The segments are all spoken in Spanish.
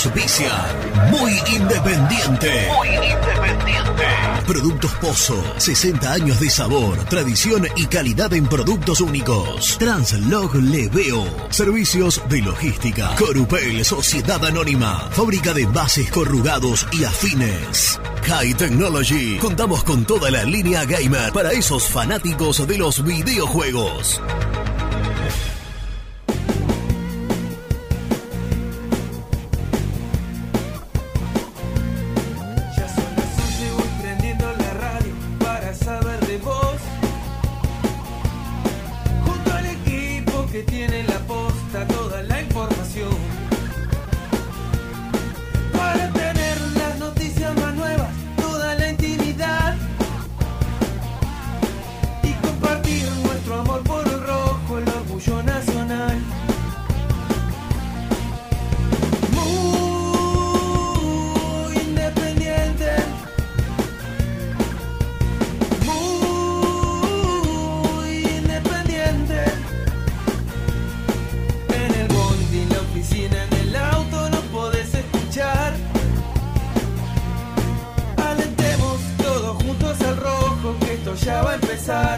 Auspician Muy Independiente. Muy Independiente. Productos Pozo. 60 años de sabor, tradición y calidad en productos únicos. Translog Leveo. Servicios de logística. Corupel Sociedad Anónima. Fábrica de envases corrugados y afines. High Technology. Contamos con toda la línea gamer para esos fanáticos de los videojuegos. Ya va a empezar.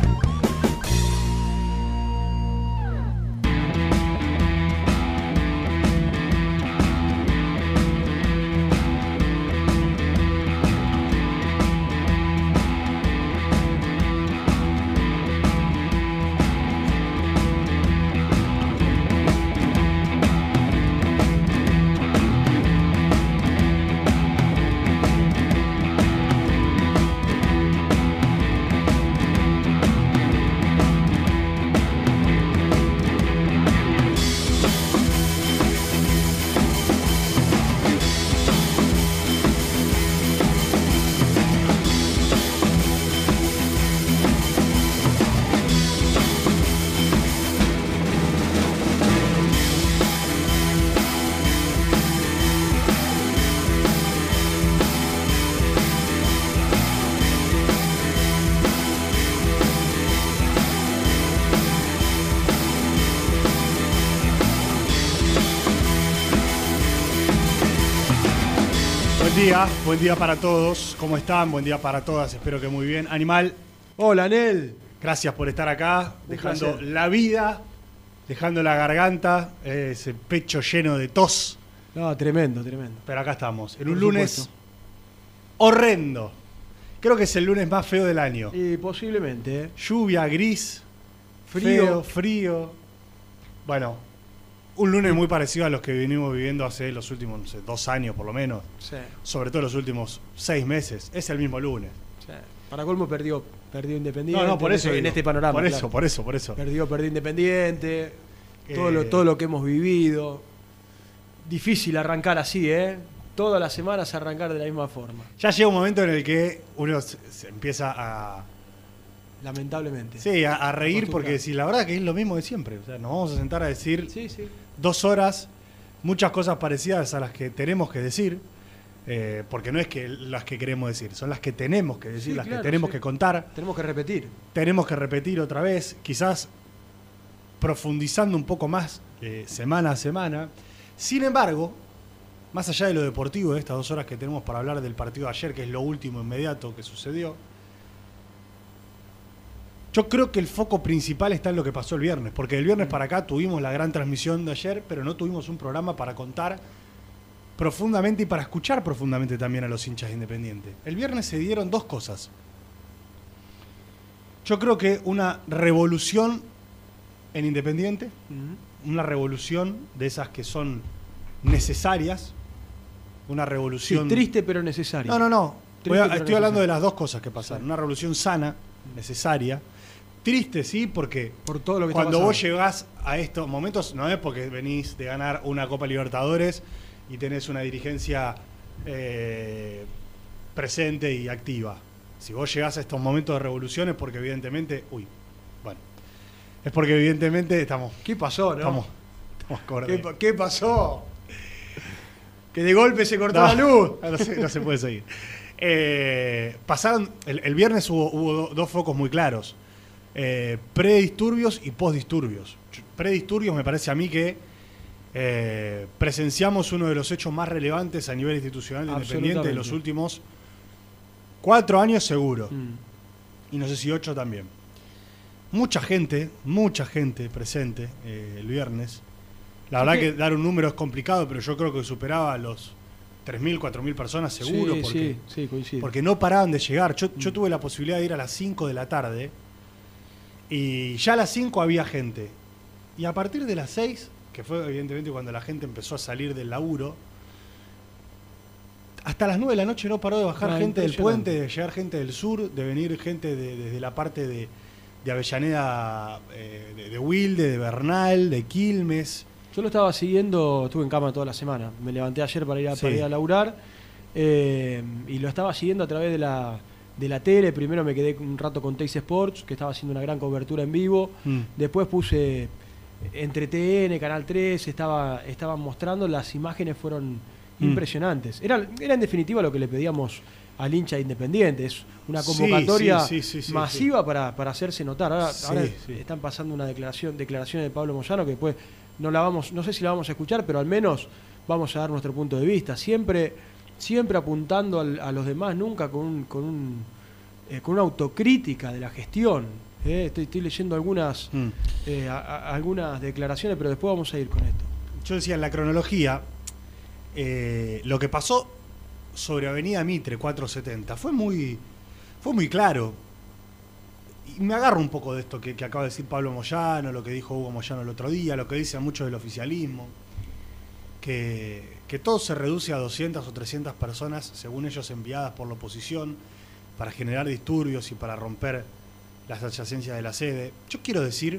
Buen día para todos. ¿Cómo están? Buen día para todas. Espero que muy bien. Animal. Hola, Nel. Gracias por estar acá. Un dejando placer. la vida, dejando la garganta, ese pecho lleno de tos. No, tremendo, tremendo. Pero acá estamos. En un Por lunes supuesto. horrendo. Creo que es el lunes más feo del año. Y posiblemente, ¿eh? Lluvia, gris, Frío. frío. Bueno, un lunes muy parecido a los que venimos viviendo hace los últimos, no sé, 2 años por lo menos. Sí, Sobre todo los últimos 6 meses. Es el mismo lunes. sí. Para colmo perdió Independiente. No, por eso. En digo. este panorama. Por eso, claro. por eso. Perdió Independiente. Eh, Todo lo que hemos vivido. Difícil arrancar así, ¿eh? Todas las semanas arrancar de la misma forma. Ya llega un momento en el que uno se empieza a... Lamentablemente. Sí, a reír Acostumbrar. porque si la verdad que es lo mismo de siempre. O sea, nos vamos a sentar a decir Sí, sí. 2 horas, muchas cosas parecidas a las que tenemos que decir, porque no es que las que queremos decir, son las que tenemos que decir, Sí, las claro, que tenemos sí. que contar, Tenemos que repetir. tenemos que repetir otra vez, quizás profundizando un poco más semana a semana. Sin embargo, más allá de lo deportivo, de estas 2 horas que tenemos para hablar del partido de ayer, que es lo último inmediato que sucedió, yo creo que el foco principal está en lo que pasó el viernes, porque el viernes para acá tuvimos la gran transmisión de ayer, pero no tuvimos un programa para contar profundamente y para escuchar profundamente también a los hinchas de Independiente. El viernes se dieron 2 cosas. Yo creo que una revolución en Independiente, una revolución de esas que son necesarias, una Sí, revolución... triste pero necesario. No. Triste, pero Estoy hablando necesario. de las 2 cosas que pasaron. Sí. Una revolución sana, necesaria. Triste, sí, porque Por todo lo que cuando está vos pasando. llegás a estos momentos, no es porque venís de ganar una Copa Libertadores y tenés una dirigencia presente y activa. Si vos llegás a estos momentos de revolución es porque evidentemente... es porque evidentemente estamos... ¿Qué pasó, no? Estamos acordes. ¿Qué pasó? Que de golpe se cortó No, la luz. no se puede seguir. Pasaron, el viernes hubo 2 focos muy claros. Predisturbios y postdisturbios. Predisturbios me parece a mí que presenciamos uno de los hechos más relevantes a nivel institucional de Independiente de los últimos 4 años seguro. Y no sé si 8 también. Mucha gente presente el viernes. La verdad que dar un número es complicado, pero yo creo que superaba los 3.000, 4.000 personas seguro. Sí, coincido. Porque no paraban de llegar. Yo tuve la posibilidad de ir a las 5 de la tarde y ya a las 5 había gente. Y a partir de las 6, que fue evidentemente cuando la gente empezó a salir del laburo, hasta las 9 de la noche no paró de bajar gente del puente, de llegar gente del sur, de venir gente desde la parte de Avellaneda, de Wilde, de Bernal, de Quilmes. Yo lo estaba siguiendo, estuve en cama toda la semana. Me levanté ayer para ir a laburar y lo estaba siguiendo a través de la tele. Primero me quedé un rato con Teis Sports, que estaba haciendo una gran cobertura en vivo. Después puse entre TN, Canal 3, estaban mostrando, las imágenes fueron impresionantes. Era en definitiva lo que le pedíamos al hincha Independiente. Es una convocatoria masiva para hacerse notar. Ahora están pasando una declaraciones de Pablo Moyano que después no sé si la vamos a escuchar, pero al menos vamos a dar nuestro punto de vista. Siempre apuntando a los demás, nunca con una autocrítica de la gestión. Estoy leyendo algunas declaraciones, pero después vamos a ir con esto. Yo decía en la cronología, lo que pasó sobre Avenida Mitre 470 fue muy claro. Y me agarro un poco de esto que acaba de decir Pablo Moyano, lo que dijo Hugo Moyano el otro día, lo que dicen muchos del oficialismo, que todo se reduce a 200 o 300 personas, según ellos enviadas por la oposición, para generar disturbios y para romper las adyacencias de la sede. Yo quiero decir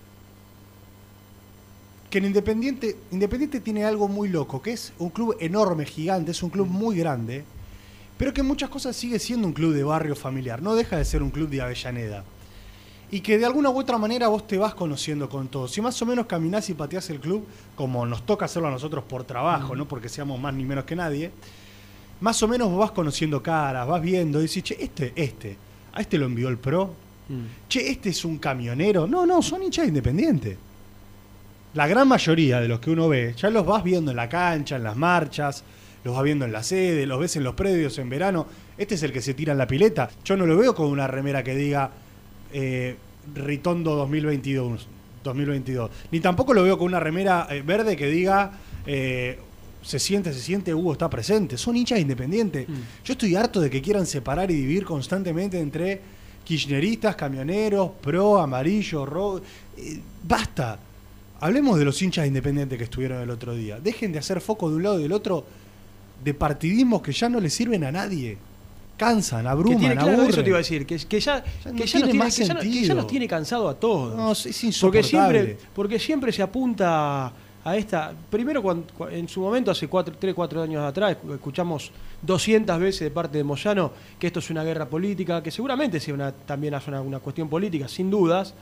que en Independiente tiene algo muy loco, que es un club enorme, gigante, es un club muy grande, pero que en muchas cosas sigue siendo un club de barrio familiar, no deja de ser un club de Avellaneda. Y que de alguna u otra manera vos te vas conociendo con todos. Si más o menos caminás y pateás el club, como nos toca hacerlo a nosotros por trabajo, no porque seamos más ni menos que nadie, más o menos vos vas conociendo caras, vas viendo, y decís, che, a este lo envió el PRO, che, este es un camionero. No, son hinchas Independientes. La gran mayoría de los que uno ve, ya los vas viendo en la cancha, en las marchas, los vas viendo en la sede, los ves en los predios en verano. Este es el que se tira en la pileta. Yo no lo veo con una remera que diga Ritondo 2022. Ni tampoco lo veo con una remera verde que diga se siente, Hugo está presente. Son hinchas Independientes. Yo estoy harto de que quieran separar y dividir constantemente entre kirchneristas, camioneros, pro, amarillo, rojo. Basta. Hablemos de los hinchas Independientes que estuvieron el otro día. Dejen de hacer foco de un lado y del otro de partidismos que ya no le sirven a nadie. Cansan, abruman, aburren. Eso te iba a decir, que ya nos tiene cansado a todos. No, es insoportable. Porque siempre se apunta a esta... Primero, cuando en su momento, hace 3, 4 años atrás, escuchamos 200 veces de parte de Moyano que esto es una guerra política, que seguramente también es una cuestión política, sin dudas,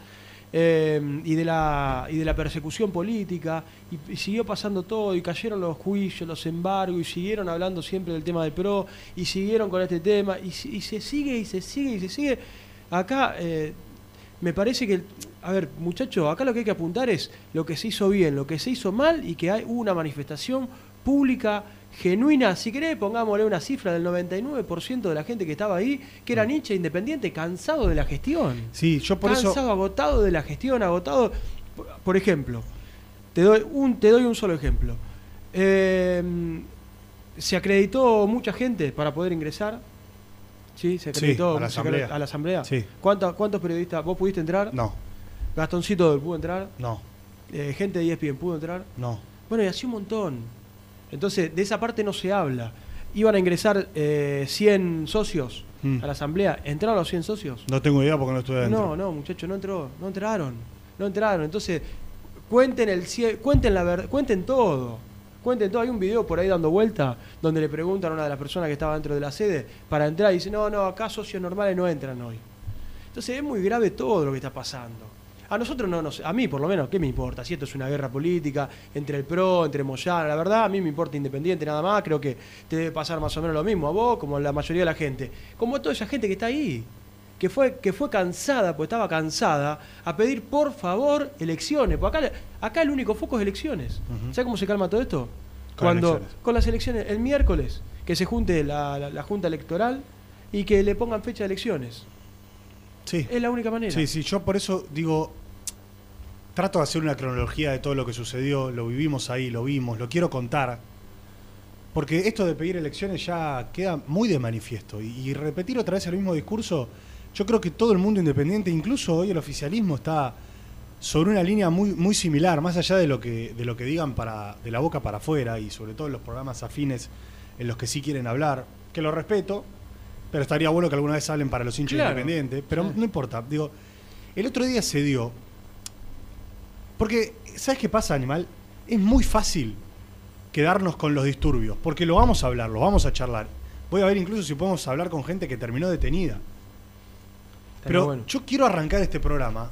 y de la persecución política, y siguió pasando todo, y cayeron los juicios, los embargos, y siguieron hablando siempre del tema del PRO, y siguieron con este tema, y se sigue. Acá me parece que, a ver, muchachos, acá lo que hay que apuntar es lo que se hizo bien, lo que se hizo mal, y que hubo una manifestación pública genuina. Si querés, pongámosle una cifra del 99% de la gente que estaba ahí, que era hincha Independiente, cansado de la gestión. Sí, yo por cansado, eso... agotado de la gestión, agotado. Por ejemplo, te doy un solo ejemplo. Se acreditó mucha gente para poder ingresar. Sí, se acreditó a la asamblea. Sí. ¿Cuántos periodistas? ¿Vos pudiste entrar? No. ¿Gastoncito pudo entrar? No. ¿Gente de ESPN pudo entrar? No. Bueno, y así un montón. Entonces, de esa parte no se habla. Iban a ingresar 100 socios a la asamblea. ¿Entraron los 100 socios? No tengo idea porque no estuve adentro. No, muchachos, no entraron. Entonces, cuenten la verdad, cuenten todo. Hay un video por ahí dando vuelta donde le preguntan a una de las personas que estaba dentro de la sede para entrar y dice, no, acá socios normales no entran hoy. Entonces, es muy grave todo lo que está pasando. A nosotros a mí por lo menos, ¿qué me importa? Si esto es una guerra política entre el PRO, entre Moyano, la verdad, a mí me importa Independiente nada más, creo que te debe pasar más o menos lo mismo a vos, como a la mayoría de la gente, como a toda esa gente que está ahí. que fue cansada, pues estaba cansada, a pedir por favor elecciones. Porque acá el único foco es elecciones. ¿Sabes cómo se calma todo esto? Con las elecciones, el miércoles, que se junte la Junta Electoral y que le pongan fecha de elecciones. Sí. Es la única manera. Sí, yo por eso digo, trato de hacer una cronología de todo lo que sucedió, lo vivimos ahí, lo vimos, lo quiero contar, porque esto de pedir elecciones ya queda muy de manifiesto, y repetir otra vez el mismo discurso, yo creo que todo el mundo independiente, incluso hoy el oficialismo, está sobre una línea muy, muy similar, más allá de lo que digan de la boca para afuera, y sobre todo en los programas afines en los que sí quieren hablar, que lo respeto, pero estaría bueno que alguna vez hablen para los hinchas independientes, pero no importa. Digo, el otro día se dio, porque, ¿sabes qué pasa, Animal? Es muy fácil quedarnos con los disturbios, porque lo vamos a hablar, lo vamos a charlar. Voy a ver incluso si podemos hablar con gente que terminó detenida. Pero bueno, yo quiero arrancar este programa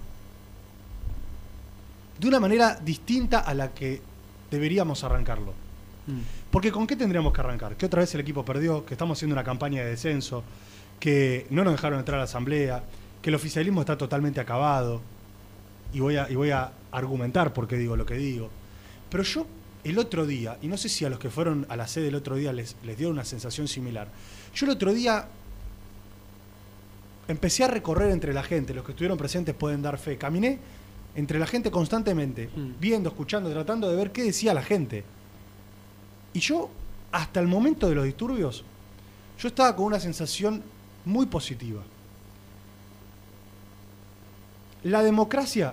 de una manera distinta a la que deberíamos arrancarlo. Porque ¿con qué tendríamos que arrancar? Que otra vez el equipo perdió, que estamos haciendo una campaña de descenso, que no nos dejaron entrar a la asamblea, que el oficialismo está totalmente acabado, y voy a argumentar por qué digo lo que digo. Pero yo el otro día, y no sé si a los que fueron a la sede el otro día les dio una sensación similar, yo el otro día empecé a recorrer entre la gente, los que estuvieron presentes pueden dar fe, caminé entre la gente constantemente, viendo, escuchando, tratando de ver qué decía la gente. Y yo, hasta el momento de los disturbios, yo estaba con una sensación muy positiva. La democracia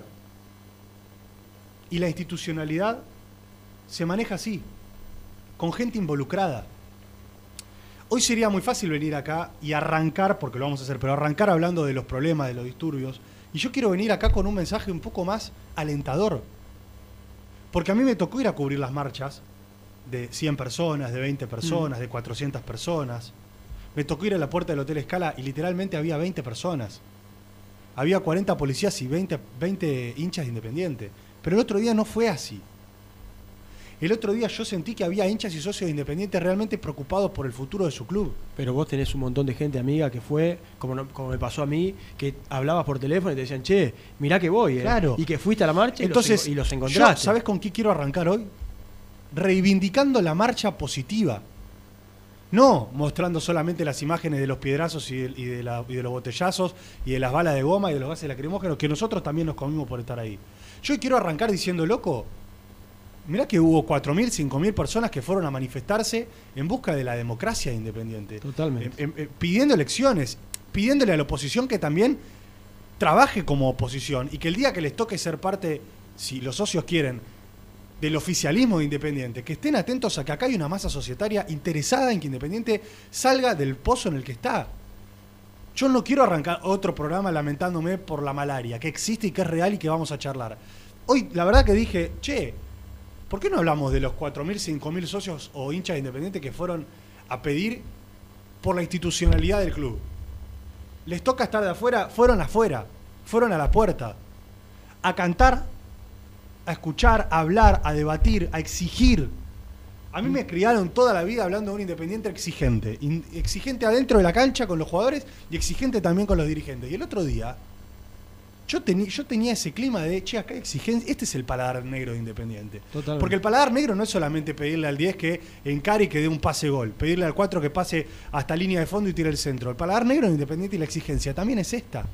y la institucionalidad se maneja así, con gente involucrada. Hoy sería muy fácil venir acá y arrancar, porque lo vamos a hacer, pero arrancar hablando de los problemas, de los disturbios. Y yo quiero venir acá con un mensaje un poco más alentador. Porque a mí me tocó ir a cubrir las marchas de 100 personas, de 20 personas, de 400 personas. Me tocó ir a la puerta del Hotel Scala y literalmente había 20 personas. Había 40 policías y 20 hinchas de Independiente. Pero el otro día no fue así. El otro día yo sentí que había hinchas y socios de Independiente realmente preocupados por el futuro de su club. Pero vos tenés un montón de gente amiga que fue, como me pasó a mí, que hablabas por teléfono y te decían, che, mirá que voy, Claro. Y que fuiste a la marcha. Entonces, y los encontraste. ¿Sabés con qué quiero arrancar hoy? Reivindicando la marcha positiva. No mostrando solamente las imágenes de los piedrazos y de los botellazos y de las balas de goma y de los gases lacrimógenos que nosotros también nos comimos por estar ahí. Yo quiero arrancar diciendo, loco, mirá que hubo 4.000, 5.000 personas que fueron a manifestarse en busca de la democracia de Independiente. Totalmente. Pidiendo elecciones, pidiéndole a la oposición que también trabaje como oposición y que el día que les toque ser parte, si los socios quieren, del oficialismo de Independiente, que estén atentos a que acá hay una masa societaria interesada en que Independiente salga del pozo en el que está. Yo no quiero arrancar otro programa lamentándome por la malaria, que existe y que es real y que vamos a charlar. Hoy, la verdad que dije, che, ¿por qué no hablamos de los 4.000, 5.000 socios o hinchas de Independiente que fueron a pedir por la institucionalidad del club? Les toca estar de afuera, fueron a la puerta, a cantar, a escuchar, a hablar, a debatir, a exigir. A mí me criaron toda la vida hablando de un Independiente exigente. Exigente adentro de la cancha con los jugadores y exigente también con los dirigentes. Y el otro día, yo tenía ese clima de, che, acá hay exigencia. Este es el paladar negro de Independiente. Totalmente. Porque el paladar negro no es solamente pedirle al 10 que encare y que dé un pase gol. Pedirle al 4 que pase hasta línea de fondo y tire el centro. El paladar negro de Independiente y la exigencia también es esta.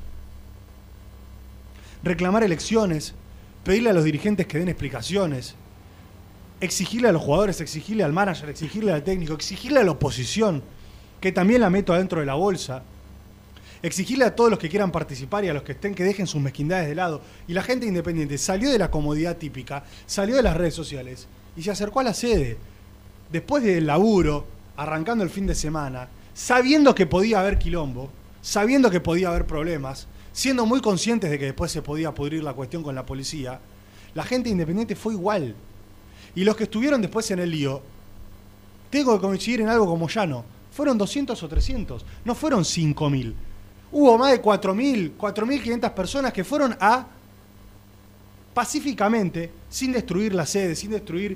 Reclamar elecciones, pedirle a los dirigentes que den explicaciones, exigirle a los jugadores, exigirle al manager, exigirle al técnico, exigirle a la oposición, que también la meto adentro de la bolsa, exigirle a todos los que quieran participar y a los que estén que dejen sus mezquindades de lado. Y la gente Independiente salió de la comodidad típica, salió de las redes sociales y se acercó a la sede, después del laburo, arrancando el fin de semana, sabiendo que podía haber quilombo, sabiendo que podía haber problemas, siendo muy conscientes de que después se podía pudrir la cuestión con la policía. La gente Independiente fue igual. Y los que estuvieron después en el lío, tengo que coincidir en algo como Llano, fueron 200 o 300, no fueron 5.000. Hubo más de 4.000, 4.500 personas que fueron a, pacíficamente, sin destruir la sede, sin destruir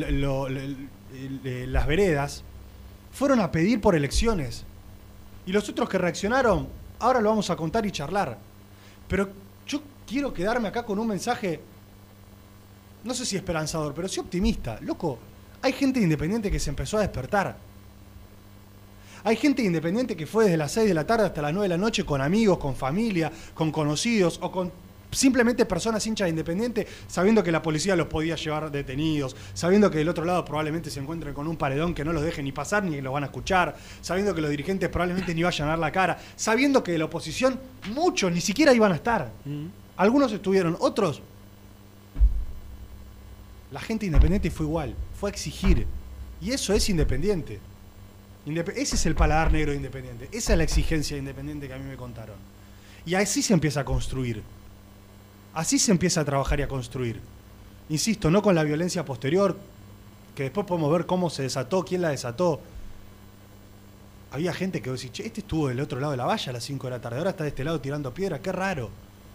las veredas, fueron a pedir por elecciones. Y los otros que reaccionaron, ahora lo vamos a contar y charlar. Pero yo quiero quedarme acá con un mensaje, no sé si esperanzador, pero sí optimista. Loco, hay gente Independiente que se empezó a despertar. Hay gente Independiente que fue desde las 6 de la tarde hasta las 9 de la noche con amigos, con familia, con conocidos o con simplemente personas hinchas de Independiente, sabiendo que la policía los podía llevar detenidos, sabiendo que del otro lado probablemente se encuentren con un paredón que no los deje ni pasar ni los van a escuchar, sabiendo que los dirigentes probablemente ni vayan a dar la cara, sabiendo que de la oposición muchos ni siquiera iban a estar. Algunos estuvieron, otros. La gente Independiente fue igual, fue a exigir. Y eso es Independiente. Ese es el paladar negro de Independiente. Esa es la exigencia de Independiente que a mí me contaron. Y así se empieza a construir. Así se empieza a trabajar y a construir. Insisto, no con la violencia posterior, que después podemos ver cómo se desató, quién la desató. Había gente que decía, che, este estuvo del otro lado de la valla a las 5 de la tarde, ahora está de este lado tirando piedra, qué raro.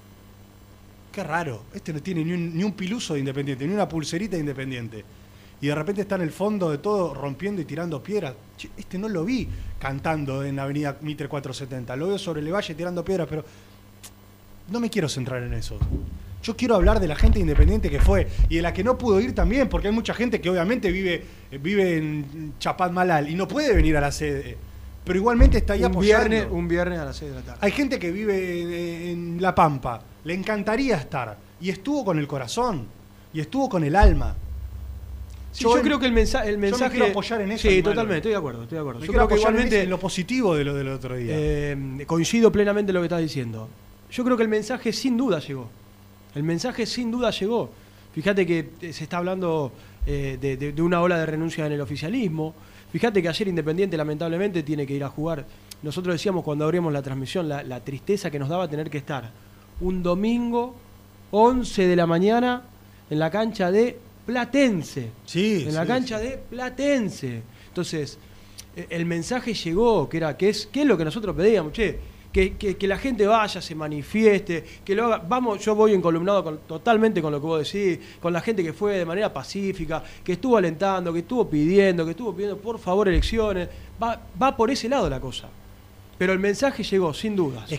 Qué raro. Este no tiene ni un piluso de Independiente, ni una pulserita de Independiente. Y de repente está en el fondo de todo rompiendo y tirando piedras. Che, este no lo vi cantando en la avenida Mitre 470. Lo veo sobre el valle tirando piedras, pero no me quiero centrar en eso. Yo quiero hablar de la gente Independiente que fue y de la que no pudo ir también, porque hay mucha gente que obviamente vive en Chapadmalal y no puede venir a la sede, pero igualmente está ahí apoyando. Un viernes a las 6 de la tarde. Hay gente que vive en La Pampa, le encantaría estar, y estuvo con el corazón, y estuvo con el alma. Sí, yo creo que el mensaje... Yo me quiero apoyar en eso. Sí, totalmente, estoy de acuerdo. Me yo quiero creo que apoyar igualmente en lo positivo de lo del otro día. Coincido plenamente en lo que estás diciendo. Yo creo que el mensaje sin duda llegó. El mensaje sin duda llegó. Fíjate que se está hablando de una ola de renuncia en el oficialismo. Fíjate que ayer Independiente lamentablemente tiene que ir a jugar. Nosotros decíamos cuando abrimos la transmisión la tristeza que nos daba tener que estar un domingo 11 de la mañana en la cancha de Platense. Sí, en la cancha de Platense. Entonces, el mensaje llegó, que es lo que nosotros pedíamos, que la gente vaya, se manifieste, que lo haga. Vamos, yo voy encolumnado totalmente con lo que vos decís, con la gente que fue de manera pacífica, que estuvo alentando, que estuvo pidiendo por favor elecciones. Va por ese lado la cosa. Pero el mensaje llegó, sin dudas.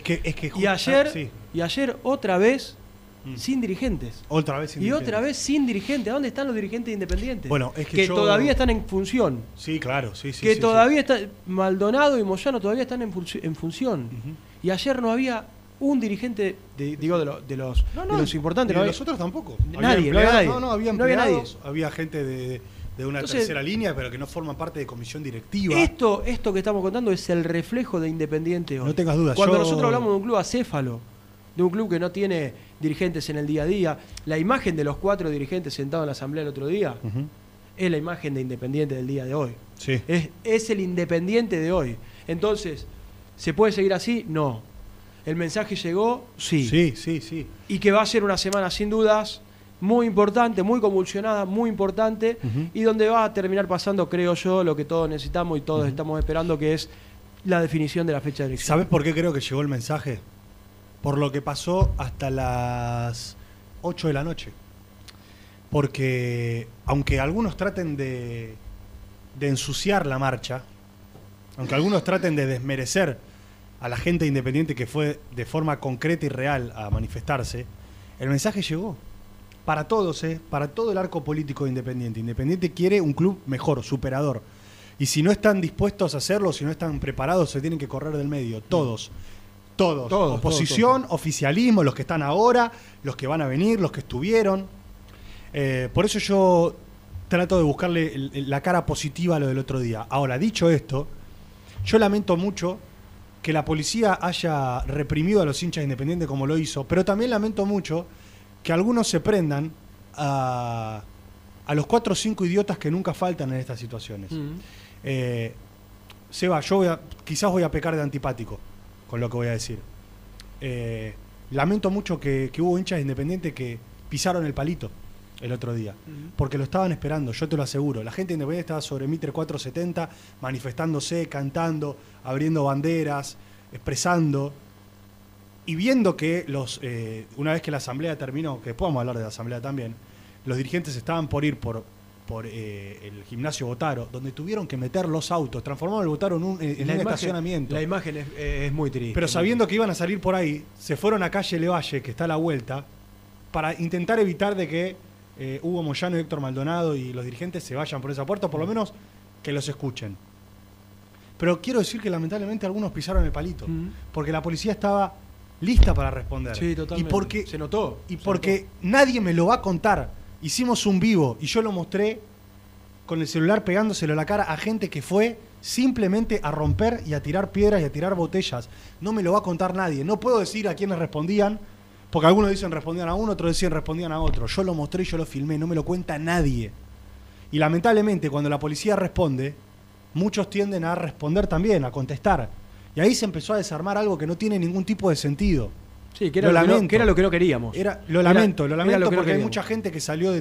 Y ayer otra vez sin dirigentes. Otra vez sin dirigentes. Y otra vez sin dirigentes. ¿Dónde están los dirigentes independientes? Bueno, es que todavía están en función. Sí, claro, sí. Todavía está Maldonado y Moyano todavía están en función. Uh-huh. Y ayer no había un dirigente, de los importantes. De los otros tampoco. Nadie. Había empleados, había gente de una tercera línea, pero que no forman parte de comisión directiva. Esto que estamos contando es el reflejo de Independiente hoy. No tengas dudas. Cuando nosotros hablamos de un club acéfalo, de un club que no tiene dirigentes en el día a día, la imagen de los 4 dirigentes sentados en la asamblea el otro día es la imagen de Independiente del día de hoy. Sí. Es el Independiente de hoy. Entonces, ¿se puede seguir así? No. ¿El mensaje llegó? Sí. Sí. Y que va a ser una semana sin dudas muy importante, muy convulsionada, muy importante, y donde va a terminar pasando, creo yo, lo que todos necesitamos y todos estamos esperando, que es la definición de la fecha de elección. ¿Sabes por qué creo que llegó el mensaje? Por lo que pasó hasta las 8 de la noche. Porque aunque algunos traten de ensuciar la marcha, aunque algunos traten de desmerecer a la gente Independiente que fue de forma concreta y real a manifestarse, el mensaje llegó. Para todos, para todo el arco político de Independiente. Independiente quiere un club mejor, superador. Y si no están dispuestos a hacerlo, si no están preparados, se tienen que correr del medio. Todos. Oposición, oficialismo, los que están ahora, los que van a venir, los que estuvieron. Por eso yo trato de buscarle la cara positiva a lo del otro día. Ahora, dicho esto, yo lamento mucho que la policía haya reprimido a los hinchas Independientes como lo hizo, pero también lamento mucho que algunos se prendan a los 4 o 5 idiotas que nunca faltan en estas situaciones. Seba, quizás voy a pecar de antipático con lo que voy a decir. Lamento mucho que hubo hinchas Independientes que pisaron el palito el otro día, porque lo estaban esperando, yo te lo aseguro. La gente Independiente estaba sobre Mitre 470 manifestándose, cantando, abriendo banderas, expresando, y viendo que una vez que la asamblea terminó, que después vamos a hablar de la asamblea también, los dirigentes estaban por ir por por el gimnasio Botaro, donde tuvieron que meter los autos, transformaron el Botaro en un estacionamiento. La imagen es muy triste. Pero sabiendo que iban a salir por ahí, se fueron a calle Levalle, que está a la vuelta, para intentar evitar de que Hugo Moyano y Héctor Maldonado y los dirigentes se vayan por esa puerta, o por lo menos que los escuchen. Pero quiero decir que lamentablemente algunos pisaron el palito, porque la policía estaba lista para responder. Sí, totalmente. Y porque, se notó. Y porque nadie me lo va a contar. Hicimos un vivo y yo lo mostré con el celular pegándoselo a la cara a gente que fue simplemente a romper y a tirar piedras y a tirar botellas. No me lo va a contar nadie. No puedo decir a quiénes respondían, porque algunos dicen respondían a uno, otros decían respondían a otro. Yo lo mostré y yo lo filmé, no me lo cuenta nadie. Y lamentablemente cuando la policía responde, muchos tienden a responder también, a contestar. Y ahí se empezó a desarmar algo que no tiene ningún tipo de sentido. Sí, que era lo que no queríamos. Lo lamento que porque hay mucha gente que salió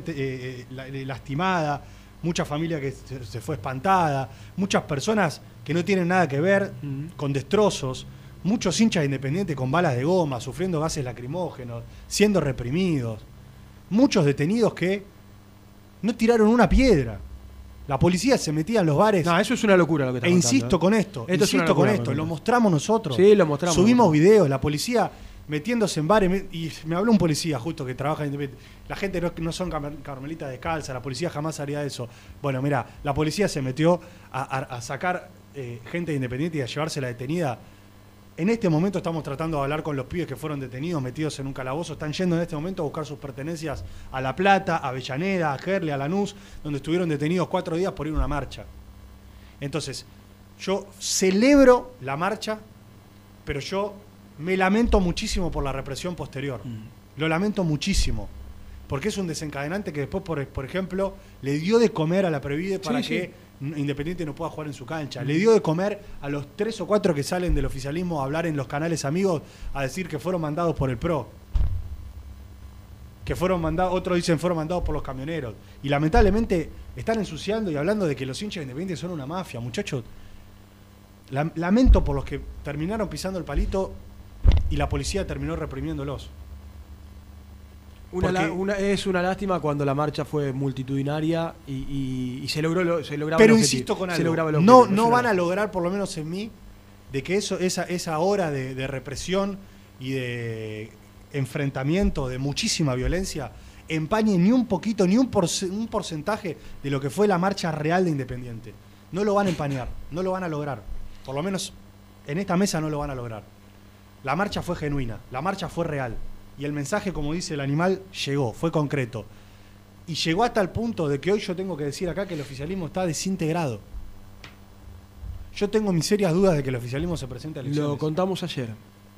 lastimada, mucha familia que se fue espantada, muchas personas que no tienen nada que ver, con destrozos, muchos hinchas Independiente con balas de goma, sufriendo gases lacrimógenos, siendo reprimidos, muchos detenidos que no tiraron una piedra. La policía se metía en los bares. No, eso es una locura lo que está insisto con esto, lo mostramos nosotros. Sí, lo mostramos. Subimos videos, la policía metiéndose en bares, y me habló un policía justo que trabaja en Independiente. La gente no son carmelitas descalzas, la policía jamás haría eso. Bueno, mira, la policía se metió a sacar gente de Independiente y a llevársela detenida. En este momento estamos tratando de hablar con los pibes que fueron detenidos, metidos en un calabozo. Están yendo en este momento a buscar sus pertenencias a La Plata, a Avellaneda, a Gerle, a Lanús, donde estuvieron detenidos 4 días por ir a una marcha. Entonces, yo celebro la marcha, pero yo me lamento muchísimo por la represión posterior. Lo lamento muchísimo. Porque es un desencadenante que después, por ejemplo, le dio de comer a la Previde para que Independiente no pueda jugar en su cancha. Le dio de comer a los 3 o 4 que salen del oficialismo a hablar en los canales amigos, a decir que fueron mandados por el PRO. Que fueron mandados, otros dicen fueron mandados por los camioneros. Y lamentablemente están ensuciando y hablando de que los hinchas de Independiente son una mafia. Muchachos, lamento por los que terminaron pisando el palito y la policía terminó reprimiéndolos. Es una lástima cuando la marcha fue multitudinaria y se lograba pero el insisto con algo, no van a lograr, por lo menos en mí, de que esa hora de represión y de enfrentamiento, de muchísima violencia, empañe ni un poquito, ni un porcentaje de lo que fue la marcha real de Independiente. No lo van a empañar, no lo van a lograr. Por lo menos en esta mesa no lo van a lograr. La marcha fue genuina, la marcha fue real. Y el mensaje, como dice el animal, llegó, fue concreto. Y llegó hasta el punto de que hoy yo tengo que decir acá que el oficialismo está desintegrado. Yo tengo mis serias dudas de que el oficialismo se presente a elecciones. Lo contamos ayer.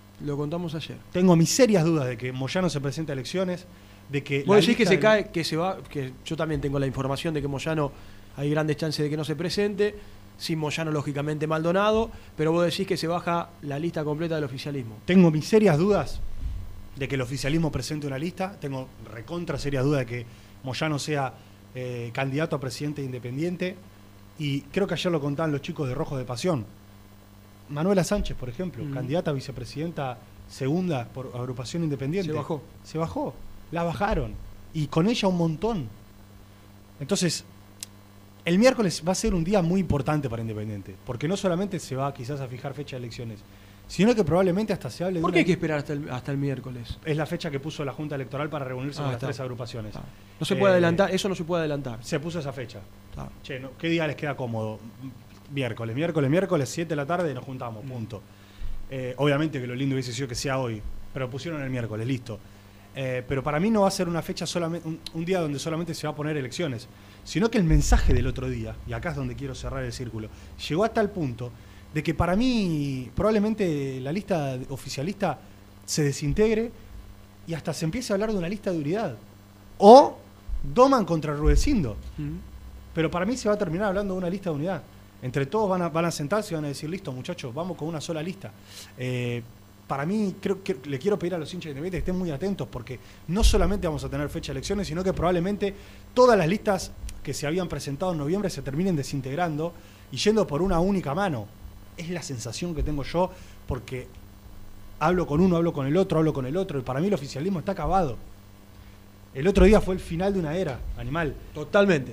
Tengo mis serias dudas de que Moyano se presente a elecciones, de que... Vos decís que se cae, que se va, que yo también tengo la información de que Moyano hay grandes chances de que no se presente, sin Moyano lógicamente Maldonado, pero vos decís que se baja la lista completa del oficialismo. Tengo mis serias dudas de que el oficialismo presente una lista, tengo recontra serias dudas de que Moyano sea candidato a presidente Independiente, y creo que ayer lo contaban los chicos de Rojos de Pasión. Manuela Sánchez, por ejemplo, candidata a vicepresidenta segunda por Agrupación Independiente. Se bajó, la bajaron, y con ella un montón. Entonces, el miércoles va a ser un día muy importante para Independiente, porque no solamente se va quizás a fijar fecha de elecciones, sino que probablemente hasta se hable de... ¿Por qué hay que esperar hasta el miércoles? Es la fecha que puso la Junta Electoral para reunirse con las 3 agrupaciones. No se puede adelantar, eso no se puede adelantar. Se puso esa fecha. Che, ¿qué día les queda cómodo? Miércoles, 7 de la tarde y nos juntamos, punto. Obviamente que lo lindo hubiese sido que sea hoy, pero pusieron el miércoles, listo. Pero para mí no va a ser una fecha solamente, un día donde solamente se va a poner elecciones, sino que el mensaje del otro día, y acá es donde quiero cerrar el círculo, llegó a tal punto de que para mí probablemente la lista oficialista se desintegre y hasta se empiece a hablar de una lista de unidad. O Doman contra Rudecindo. Pero para mí se va a terminar hablando de una lista de unidad. Entre todos van a sentarse y van a decir, listo muchachos, vamos con una sola lista. Para mí, creo que le quiero pedir a los hinchas de Independiente que estén muy atentos, porque no solamente vamos a tener fecha de elecciones, sino que probablemente todas las listas que se habían presentado en noviembre se terminen desintegrando y yendo por una única mano. Es la sensación que tengo yo, porque hablo con uno, hablo con el otro, y para mí el oficialismo está acabado. El otro día fue el final de una era, animal. Totalmente.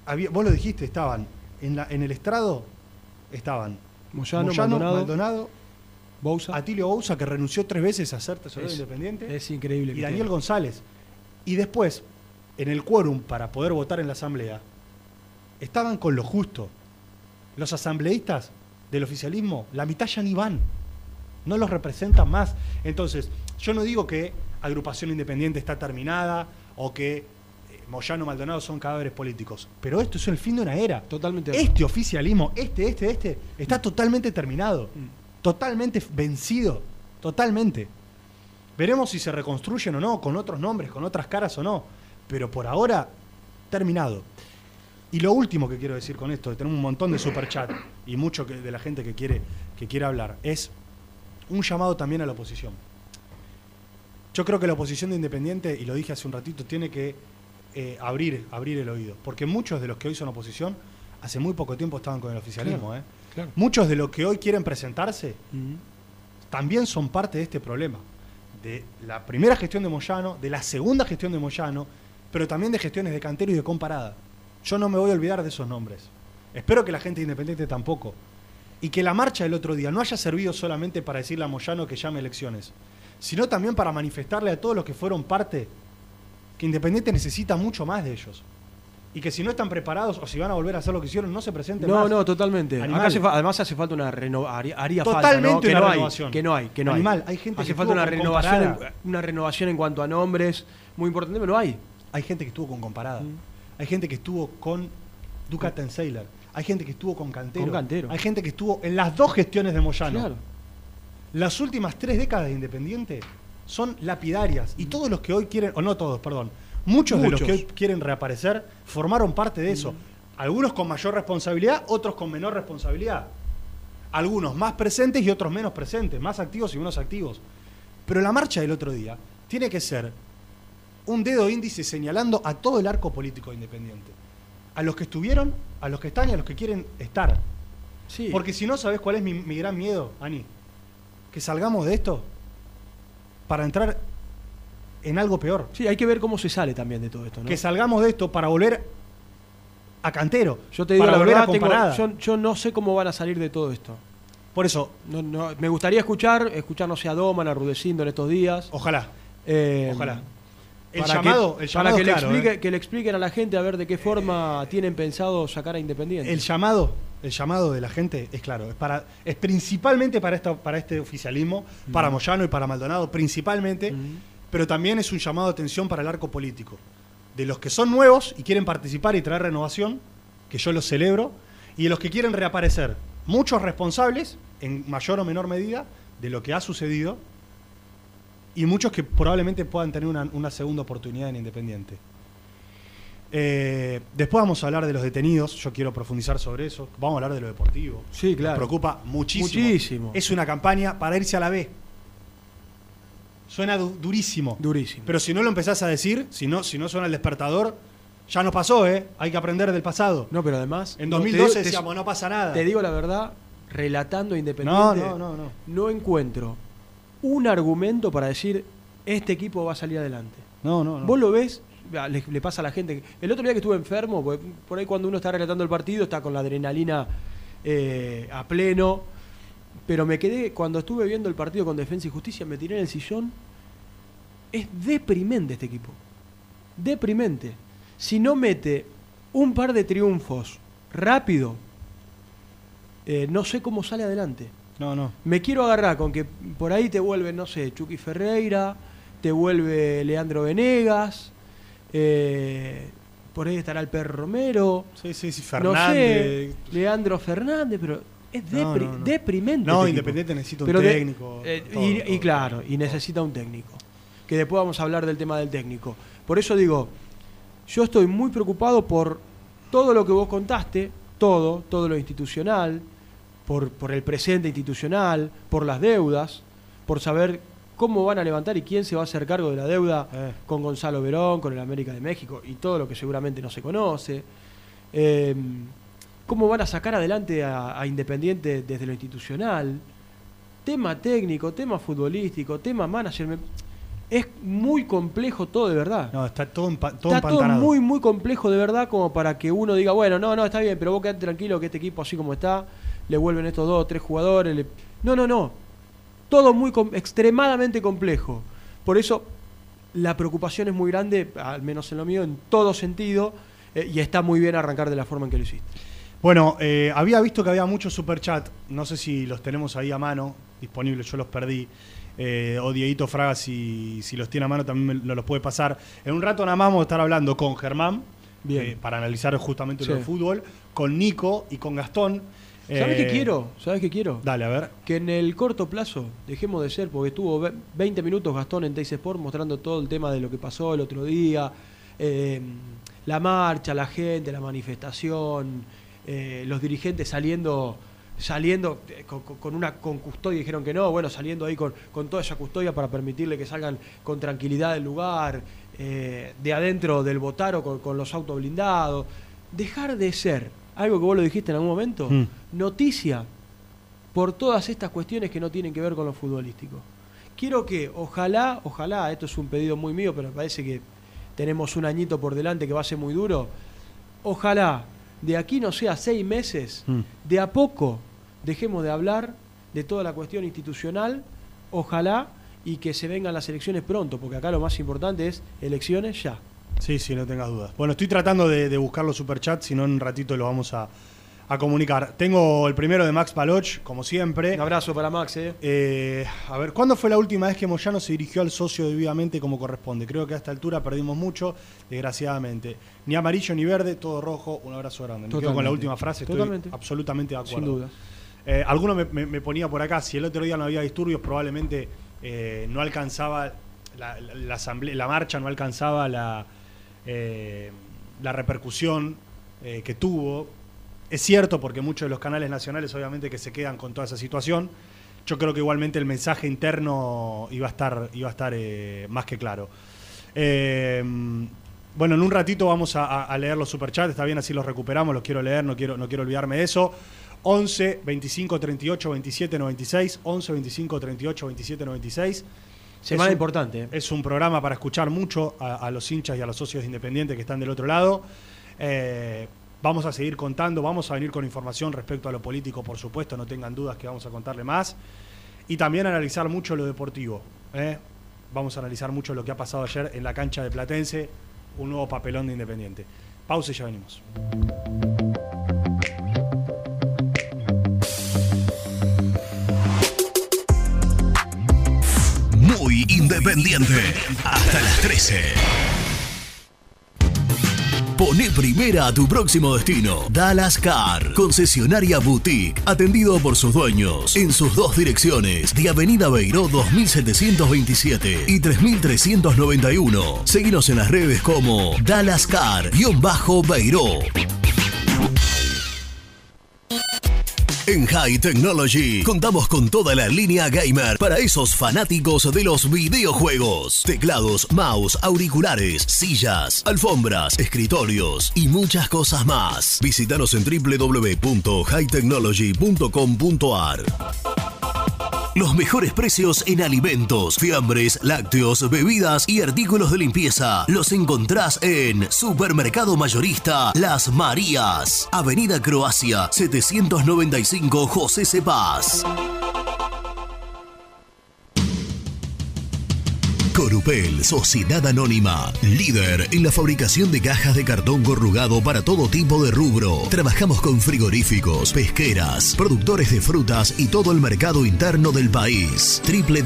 vos lo dijiste, estaban en el estrado, estaban Moyano, Maldonado, Bouza. Atilio Bouza, que renunció 3 veces a ser tesorero independiente. Es increíble. Y Daniel González. Y después, en el quórum para poder votar en la asamblea, estaban con lo justo. Los asambleístas del oficialismo, la mitad ya ni van. No los representan más. Entonces, yo no digo que Agrupación Independiente está terminada o que Moyano, Maldonado son cadáveres políticos. Pero esto es el fin de una era. Totalmente. Este oficialismo, está totalmente terminado. Totalmente vencido. Totalmente. Veremos si se reconstruyen o no, con otros nombres, con otras caras o no. Pero por ahora, terminado. Y lo último que quiero decir con esto, tenemos un montón de superchat y mucho de la gente que quiere hablar, es un llamado también a la oposición. Yo creo que la oposición de Independiente, y lo dije hace un ratito, tiene que abrir el oído. Porque muchos de los que hoy son oposición, hace muy poco tiempo estaban con el oficialismo. Claro, claro. Muchos de los que hoy quieren presentarse, también son parte de este problema. De la primera gestión de Moyano, de la segunda gestión de Moyano, pero también de gestiones de Cantero y de Comparada. Yo no me voy a olvidar de esos nombres. Espero que la gente Independiente tampoco. Y que la marcha del otro día no haya servido solamente para decirle a Moyano que llame elecciones, sino también para manifestarle a todos los que fueron parte que Independiente necesita mucho más de ellos. Y que si no están preparados o si van a volver a hacer lo que hicieron, no se presenten más. No, totalmente. Acá además hace falta una renovación. Haría totalmente falta, ¿no? una renovación. Que no hay. Animal, hay gente hace que falta una renovación en cuanto a nombres, muy importante, pero no hay. Hay gente que estuvo con Comparada. Hay gente que estuvo con Ducaten Sailor. Hay gente que estuvo con Cantero. Hay gente que estuvo en las 2 gestiones de Moyano. Claro. Las últimas 3 décadas de Independiente son lapidarias. Y todos los que hoy quieren, o no todos, perdón, muchos de los que hoy quieren reaparecer formaron parte de eso. Algunos con mayor responsabilidad, otros con menor responsabilidad. Algunos más presentes y otros menos presentes, más activos y menos activos. Pero la marcha del otro día tiene que ser un dedo índice señalando a todo el arco político Independiente. A los que estuvieron, a los que están y a los que quieren estar. Sí. Porque si no, ¿sabés cuál es mi gran miedo, Ani? Que salgamos de esto para entrar en algo peor. Sí, hay que ver cómo se sale también de todo esto, ¿no? Que salgamos de esto para volver a Cantero. Yo te digo la verdad, yo no sé cómo van a salir de todo esto. Por eso. No, me gustaría escuchar, no sé, a Doman, a Rudecindo en estos días. Ojalá. Ojalá. Para que le expliquen a la gente a ver de qué forma tienen pensado sacar a Independiente. El llamado de la gente es claro, es principalmente para este oficialismo, para Moyano y para Maldonado principalmente, pero también es un llamado de atención para el arco político. De los que son nuevos y quieren participar y traer renovación, que yo los celebro, y de los que quieren reaparecer. Muchos responsables, en mayor o menor medida, de lo que ha sucedido, y muchos que probablemente puedan tener una segunda oportunidad en Independiente. Después vamos a hablar de los detenidos. Yo quiero profundizar sobre eso. Vamos a hablar de lo deportivo. Sí, claro. Me preocupa muchísimo. Es una campaña para irse a la B. Suena durísimo. Pero si no lo empezás a decir, si no suena el despertador, ya nos pasó, hay que aprender del pasado. No, pero además en 2012 decíamos, no pasa nada. Te digo la verdad, relatando Independiente, no encuentro un argumento para decir este equipo va a salir adelante. No. Vos lo ves, le pasa a la gente. El otro día que estuve enfermo, por ahí cuando uno está relatando el partido está con la adrenalina a pleno, pero me quedé, cuando estuve viendo el partido con Defensa y Justicia, me tiré en el sillón. Es deprimente este equipo. Deprimente. Si no mete un par de triunfos rápido, no sé cómo sale adelante. No. Me quiero agarrar con que por ahí te vuelve, no sé, Chucky Ferreira, te vuelve Leandro Venegas, por ahí estará el Perro Romero. Sí, Fernández. No sé, Leandro Fernández, pero es deprimente. No, Independiente necesita un técnico. Claro, necesita un técnico. Que después vamos a hablar del tema del técnico. Por eso digo, yo estoy muy preocupado por todo lo que vos contaste, todo lo institucional, por el presente institucional, por las deudas, por saber cómo van a levantar y quién se va a hacer cargo de la deuda con Gonzalo Verón, con el América de México y todo lo que seguramente no se conoce. Cómo van a sacar adelante a Independiente desde lo institucional. Tema técnico, tema futbolístico, tema manager. Es muy complejo todo, de verdad. No, está todo Está empantanado. todo muy, muy complejo, de verdad, como para que uno diga, bueno, no, está bien, pero vos quedate tranquilo que este equipo, así como está, le vuelven estos 2 o 3 jugadores. No. Todo muy extremadamente complejo. Por eso la preocupación es muy grande, al menos en lo mío, en todo sentido, y está muy bien arrancar de la forma en que lo hiciste. Bueno, había visto que había muchos superchat, no sé si los tenemos ahí a mano, disponibles, yo los perdí. O Dieguito Fraga, si los tiene a mano, también nos los puede pasar. En un rato nada más vamos a estar hablando con Germán, para analizar justamente lo de fútbol, con Nico y con Gastón. ¿Sabes qué quiero? Dale, a ver. Que en el corto plazo dejemos de ser, porque estuvo 20 minutos Gastón en Teis Sport mostrando todo el tema de lo que pasó el otro día, la marcha, la gente, la manifestación, los dirigentes saliendo con custodia, dijeron que no, bueno, saliendo ahí con toda esa custodia para permitirle que salgan con tranquilidad del lugar, de adentro del Botaro con los autos blindados. Dejar de ser, algo que vos lo dijiste en algún momento, noticia por todas estas cuestiones que no tienen que ver con lo futbolístico. Quiero que, ojalá, esto es un pedido muy mío, pero me parece que tenemos un añito por delante que va a ser muy duro, ojalá de aquí, no sé, a 6 meses, de a poco dejemos de hablar de toda la cuestión institucional, ojalá, y que se vengan las elecciones pronto, porque acá lo más importante es elecciones ya. Sí, no tengas dudas. Bueno, estoy tratando de buscar los superchats, si no en un ratito lo vamos a comunicar. Tengo el primero de Max Paloch, como siempre. Un abrazo para Max. A ver, ¿cuándo fue la última vez que Moyano se dirigió al socio debidamente como corresponde? Creo que a esta altura perdimos mucho, desgraciadamente. Ni amarillo ni verde, todo rojo. Un abrazo grande. Me quedo con la última frase, estoy absolutamente de acuerdo. Sin duda. Alguno me ponía por acá, si el otro día no había disturbios, probablemente no alcanzaba la asamblea, la marcha no alcanzaba la repercusión que tuvo. Es cierto, porque muchos de los canales nacionales obviamente que se quedan con toda esa situación. Yo creo que igualmente el mensaje interno iba a estar más que claro. Bueno, en un ratito vamos a leer los superchats, está bien, así los recuperamos, los quiero leer, no quiero olvidarme de eso. 11 25 38 27 96, 11 25 38 27 96. Semana importante. Es un programa para escuchar mucho a los hinchas y a los socios independientes que están del otro lado. Vamos a seguir contando, vamos a venir con información respecto a lo político, por supuesto, no tengan dudas que vamos a contarle más. Y también analizar mucho lo deportivo. Vamos a analizar mucho lo que ha pasado ayer en la cancha de Platense, un nuevo papelón de Independiente. Pausa y ya venimos. Muy independiente. Hasta las 13. Poné primera a tu próximo destino. Dallas Car, concesionaria boutique, atendido por sus dueños en sus 2 direcciones, de Avenida Beiró 2727 y 3391. Seguinos en las redes como Dallas Car-Beiró. En High Technology contamos con toda la línea gamer para esos fanáticos de los videojuegos. Teclados, mouse, auriculares, sillas, alfombras, escritorios y muchas cosas más. Visítanos en www.hightechnology.com.ar. Los mejores precios en alimentos, fiambres, lácteos, bebidas y artículos de limpieza los encontrás en Supermercado Mayorista Las Marías, Avenida Croacia 795 José Cepaz. Corupel, Sociedad Anónima, líder en la fabricación de cajas de cartón corrugado para todo tipo de rubro. Trabajamos con frigoríficos, pesqueras, productores de frutas y todo el mercado interno del país.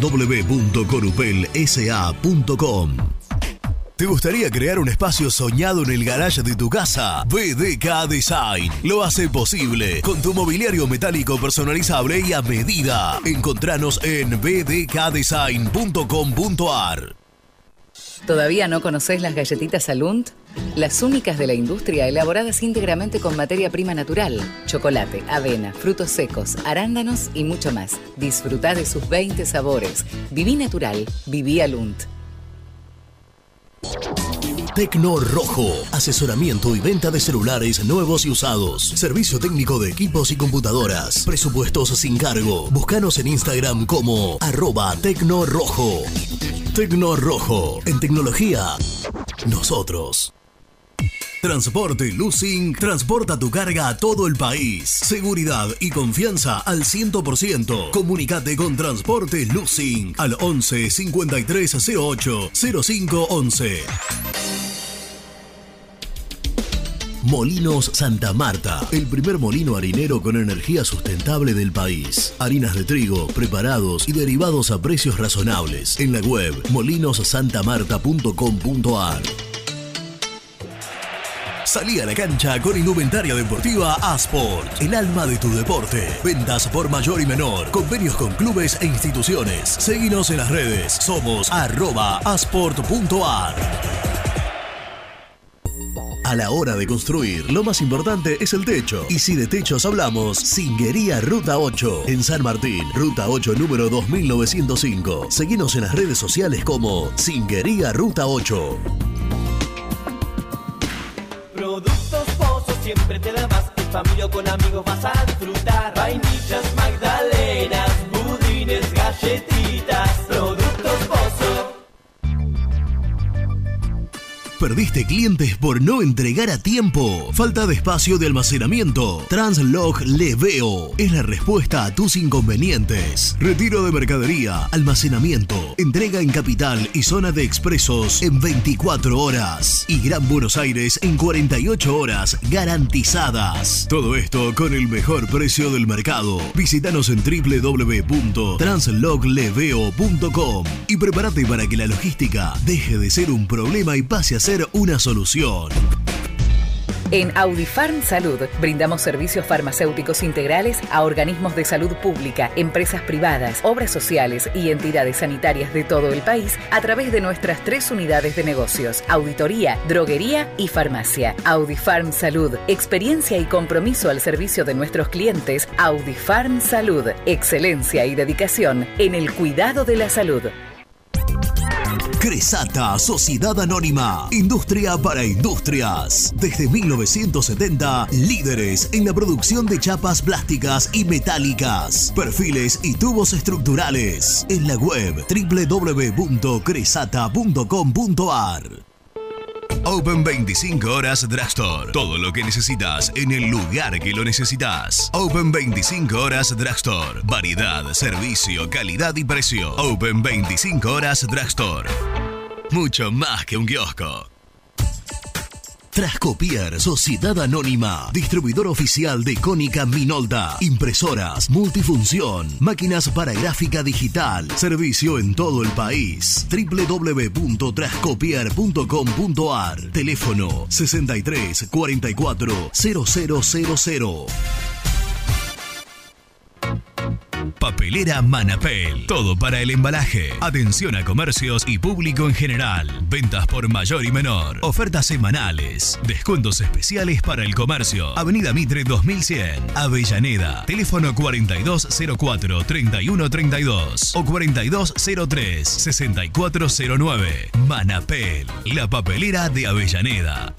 www.corupelsa.com. ¿Te gustaría crear un espacio soñado en el garage de tu casa? BDK Design lo hace posible con tu mobiliario metálico personalizable y a medida. Encontranos en bdkdesign.com.ar. ¿Todavía no conocés las galletitas Alunt? Las únicas de la industria elaboradas íntegramente con materia prima natural, chocolate, avena, frutos secos, arándanos y mucho más. Disfrutá de sus 20 sabores. Viví natural, viví Alunt. Tecno Rojo. Asesoramiento y venta de celulares nuevos y usados. Servicio técnico de equipos y computadoras. Presupuestos sin cargo. Búscanos en Instagram como @tecnorojo. Tecno Rojo. En tecnología, nosotros. Transporte Lucing transporta tu carga a todo el país. Seguridad y confianza al 100%. Comunicate con Transporte Lucing al 11 53 08 05 11. Molinos Santa Marta, el primer molino harinero con energía sustentable del país. Harinas de trigo, preparados y derivados a precios razonables. En la web molinosantamarta.com.ar. Salí a la cancha con indumentaria deportiva Asport, el alma de tu deporte. Ventas por mayor y menor, convenios con clubes e instituciones. Seguinos en las redes, somos @asport.ar. A la hora de construir, lo más importante es el techo. Y si de techos hablamos, Zinguería Ruta 8, en San Martín, Ruta 8 número 2905. Seguinos en las redes sociales como Zinguería Ruta 8. Productos Pozos siempre te da más. En familia o con amigos vas a disfrutar. Vainillas, magdalenas, budines, galletitas. Productos Pozos. ¿Perdiste clientes por no entregar a tiempo? ¿Falta de espacio de almacenamiento? Translog Leveo es la respuesta a tus inconvenientes. Retiro de mercadería, almacenamiento, entrega en Capital y zona de expresos en 24 horas. Y Gran Buenos Aires en 48 horas garantizadas. Todo esto con el mejor precio del mercado. Visítanos en www.translogleveo.com y prepárate para que la logística deje de ser un problema y pase a ser una solución. En Audifarm Salud brindamos servicios farmacéuticos integrales a organismos de salud pública, empresas privadas, obras sociales y entidades sanitarias de todo el país a través de nuestras 3 unidades de negocios: auditoría, droguería y farmacia. Audifarm Salud, experiencia y compromiso al servicio de nuestros clientes. Audifarm Salud, excelencia y dedicación en el cuidado de la salud. Cresata, Sociedad Anónima, industria para industrias. Desde 1970, líderes en la producción de chapas plásticas y metálicas, perfiles y tubos estructurales. En la web www.cresata.com.ar. Open 25 horas Drugstore. Todo lo que necesitas en el lugar que lo necesitas. Open 25 horas Drugstore. Variedad, servicio, calidad y precio. Open 25 horas Drugstore. Mucho más que un kiosco. Trascopier, Sociedad Anónima, distribuidor oficial de Cónica Minolta, impresoras, multifunción, máquinas para gráfica digital, servicio en todo el país. www.trascopier.com.ar, teléfono 63 44 0000. Papelera Manapel. Todo para el embalaje. Atención a comercios y público en general. Ventas por mayor y menor. Ofertas semanales. Descuentos especiales para el comercio. Avenida Mitre 2100. Avellaneda. Teléfono 4204-3132 o 4203-6409. Manapel. La papelera de Avellaneda.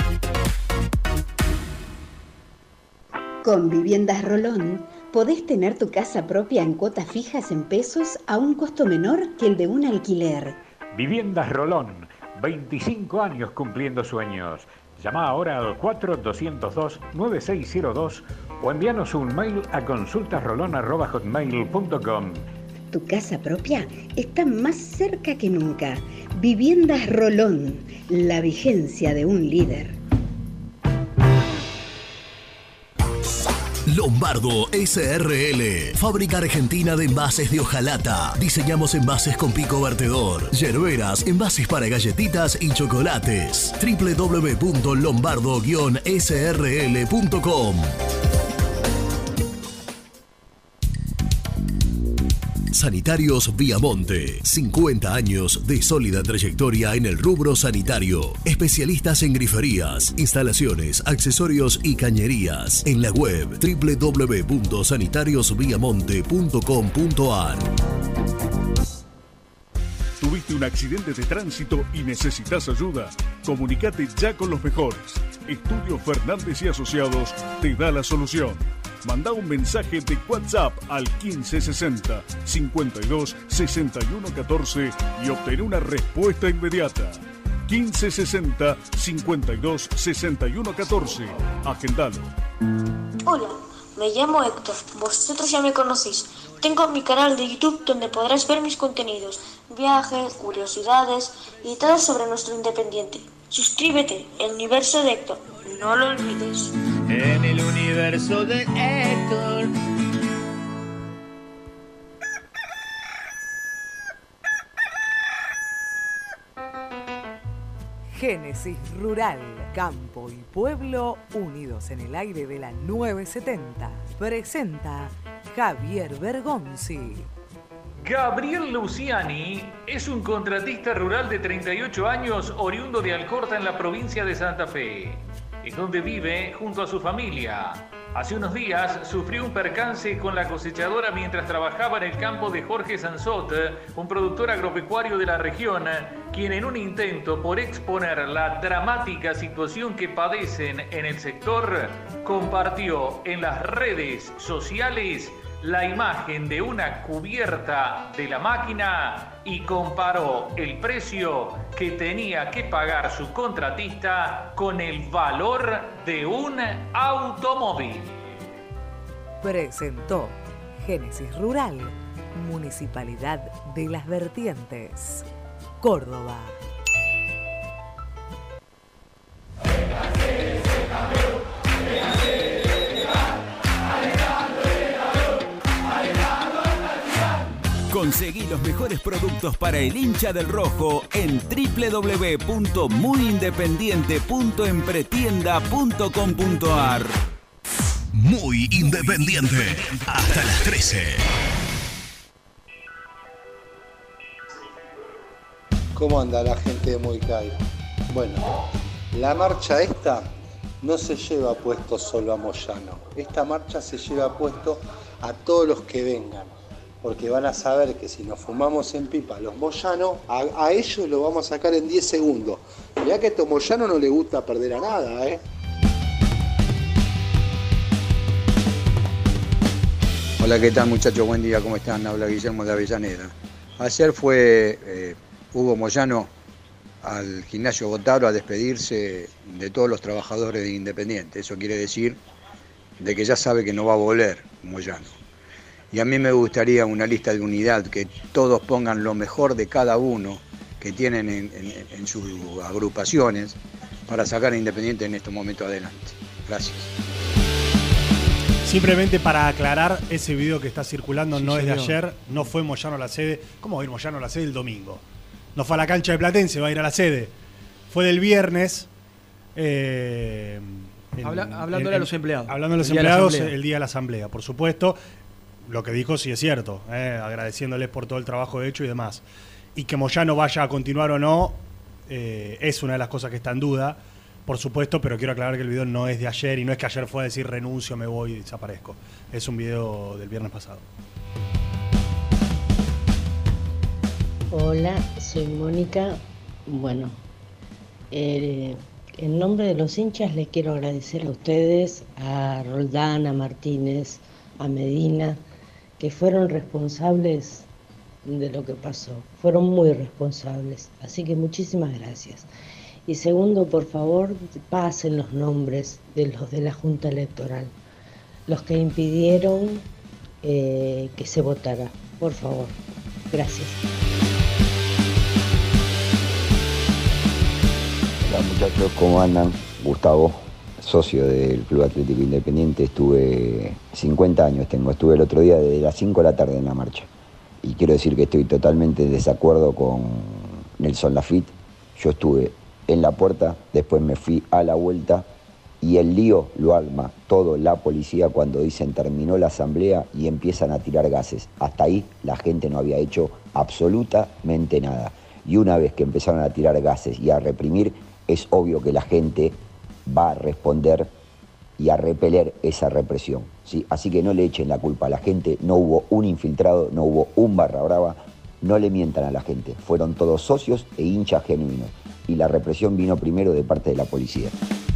Con Viviendas Rolón podés tener tu casa propia en cuotas fijas en pesos a un costo menor que el de un alquiler. Viviendas Rolón, 25 años cumpliendo sueños. Llama ahora al 4202-9602 o envíanos un mail a consultasrolon@hotmail.com. Tu casa propia está más cerca que nunca. Viviendas Rolón, la vigencia de un líder. Lombardo SRL, fábrica argentina de envases de hojalata. Diseñamos envases con pico vertedor, yerberas, envases para galletitas y chocolates. www.lombardo-srl.com. Sanitarios Viamonte, 50 años de sólida trayectoria en el rubro sanitario. Especialistas en griferías, instalaciones, accesorios y cañerías. En la web www.sanitariosviamonte.com.ar. ¿Tuviste un accidente de tránsito y necesitas ayuda? Comunicate ya con los mejores. Estudio Fernández y Asociados te da la solución. Manda un mensaje de WhatsApp al 1560 52 61 14 y obtén una respuesta inmediata. 1560 52 61 14. Agendalo. Hola, me llamo Héctor. Vosotros ya me conocéis. Tengo mi canal de YouTube donde podrás ver mis contenidos, viajes, curiosidades y todo sobre nuestro Independiente. Suscríbete, el universo de Héctor. No lo olvides. En el universo de Héctor. Génesis Rural, campo y pueblo unidos en el aire de la 970. Presenta Javier Bergonzi. Gabriel Luciani es un contratista rural de 38 años oriundo de Alcorta en la provincia de Santa Fe. Es donde vive junto a su familia. Hace unos días sufrió un percance con la cosechadora mientras trabajaba en el campo de Jorge Sansot, un productor agropecuario de la región, quien en un intento por exponer la dramática situación que padecen en el sector, compartió en las redes sociales la imagen de una cubierta de la máquina y comparó el precio que tenía que pagar su contratista con el valor de un automóvil. Presentó Génesis Rural, Municipalidad de Las Vertientes, Córdoba. Conseguí los mejores productos para el hincha del rojo en www.muyindependiente.empretienda.com.ar. Muy Independiente, hasta las 13. ¿Cómo anda la gente de Moicay? Bueno, la marcha esta no se lleva puesto solo a Moyano. Esta marcha se lleva puesto a todos los que vengan. Porque van a saber que si nos fumamos en pipa los Moyano, a ellos lo vamos a sacar en 10 segundos. Mirá que a estos Moyano no les gusta perder a nada, ¿eh? Hola, ¿qué tal muchachos? Buen día, ¿cómo están? Habla Guillermo de Avellaneda. Ayer fue Hugo Moyano al gimnasio Botaro a despedirse de todos los trabajadores de Independiente. Eso quiere decir de que ya sabe que no va a volver Moyano. Y a mí me gustaría una lista de unidad, que todos pongan lo mejor de cada uno que tienen en sus agrupaciones para sacar a Independiente en estos momentos adelante. Gracias. Simplemente para aclarar, ese video que está circulando Sí, no es de señor. ayer, no fue Moyano a la sede. ¿Cómo va a ir Moyano a la sede el domingo? No fue a la cancha de Platense, va a ir a la sede. Fue del viernes. Hablándole a los empleados. Hablando a los El día de la empleados asamblea. el día de la asamblea, por supuesto. Lo que dijo sí es cierto, agradeciéndoles por todo el trabajo hecho y demás. Y que Moyano vaya a continuar o no, es una de las cosas que está en duda, por supuesto, pero quiero aclarar que el video no es de ayer y no es que ayer fue a decir renuncio, me voy y desaparezco. Es un video del viernes pasado. Hola, soy Mónica. Bueno, en nombre de los hinchas les quiero agradecer a ustedes, a Roldán, a Martínez, a Medina, que fueron responsables de lo que pasó. Fueron muy responsables. Así que muchísimas gracias. Y segundo, por favor, pasen los nombres de los de la Junta Electoral, los que impidieron que se votara. Por favor. Gracias. Hola muchachos, ¿cómo andan? Gustavo, socio del Club Atlético Independiente, estuve 50 años estuve el otro día desde las 5 de la tarde en la marcha. Y quiero decir que estoy totalmente en desacuerdo con Nelson Lafitte. Yo estuve en la puerta, después me fui a la vuelta y el lío lo arma todo la policía cuando dicen terminó la asamblea y empiezan a tirar gases. Hasta ahí la gente no había hecho absolutamente nada. Y una vez que empezaron a tirar gases y a reprimir, es obvio que la gente va a responder y a repeler esa represión, ¿sí? Así que no le echen la culpa a la gente, no hubo un infiltrado, no hubo un barra brava, No le mientan a la gente, fueron todos socios e hinchas genuinos. Y la represión vino primero de parte de la policía.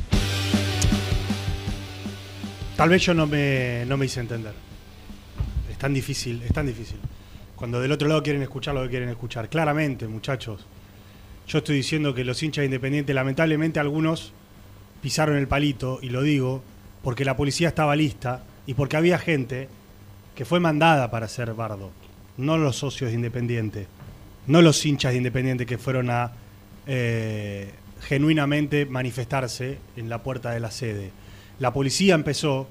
Tal vez yo no me hice entender. Es tan difícil. Cuando del otro lado quieren escuchar lo que quieren escuchar. Claramente, muchachos. Yo estoy diciendo que los hinchas de Independiente, lamentablemente algunos pisaron el palito, y lo digo, porque la policía estaba lista y porque había gente que fue mandada para ser bardo. No los socios de Independiente, no los hinchas de Independiente que fueron a genuinamente manifestarse en la puerta de la sede. La policía empezó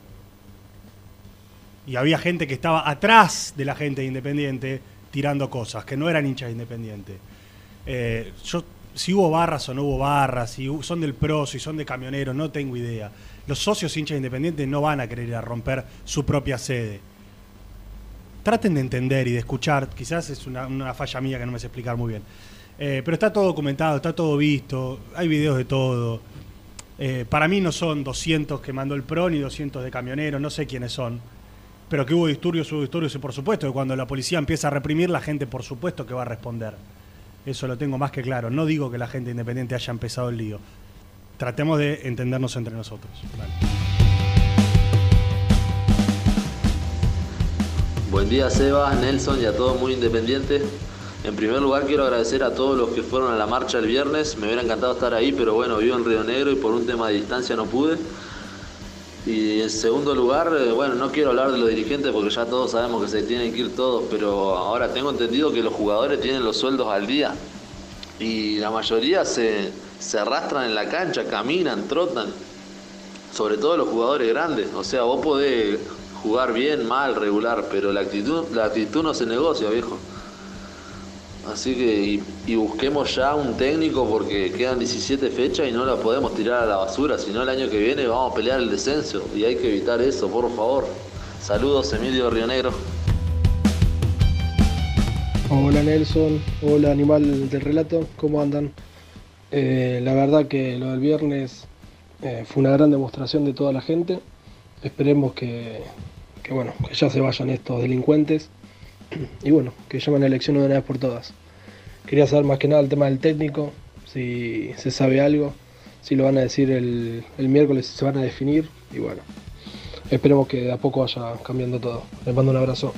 y había gente que estaba atrás de la gente de Independiente tirando cosas, que no eran hinchas de Independiente. Si hubo barras o no hubo barras, si son del PRO, si son de camioneros, no tengo idea. Los socios hinchas de Independiente no van a querer ir a romper su propia sede. Traten de entender y de escuchar, quizás es una falla mía que no me sé explicar muy bien. Pero está todo documentado, está todo visto, hay videos de todo. Para mí no son 200 que mandó el PRO ni 200 de camioneros, no sé quiénes son. Pero que hubo disturbios y por supuesto que cuando la policía empieza a reprimir, la gente por supuesto que va a responder. Eso lo tengo más que claro. No digo que la gente Independiente haya empezado el lío. Tratemos de entendernos entre nosotros. Vale. Buen día, Sebas, Nelson y a todos muy independientes. En primer lugar quiero agradecer a todos los que fueron a la marcha el viernes. Me hubiera encantado estar ahí, pero bueno, vivo en Río Negro y por un tema de distancia no pude. Y en segundo lugar, bueno, no quiero hablar de los dirigentes porque ya todos sabemos que se tienen que ir todos, pero ahora tengo entendido que los jugadores tienen los sueldos al día y la mayoría se arrastran en la cancha, caminan, trotan, sobre todo los jugadores grandes. O sea, vos podés jugar bien, mal, regular, pero la actitud no se negocia, viejo. Así que, y busquemos ya un técnico porque quedan 17 fechas y no la podemos tirar a la basura, sino el año que viene vamos a pelear el descenso y hay que evitar eso, por favor. Saludos, Emilio de Río Negro. Hola Nelson, hola Animal del Relato, ¿cómo andan? La verdad que lo del viernes fue una gran demostración de toda la gente. Esperemos que ya se vayan estos delincuentes. Y bueno, que llamen a elección de una vez por todas. Quería saber más que nada el tema del técnico, si se sabe algo, si lo van a decir el miércoles, si se van a definir. Y bueno, esperemos que de a poco vaya cambiando todo. Les mando un abrazo.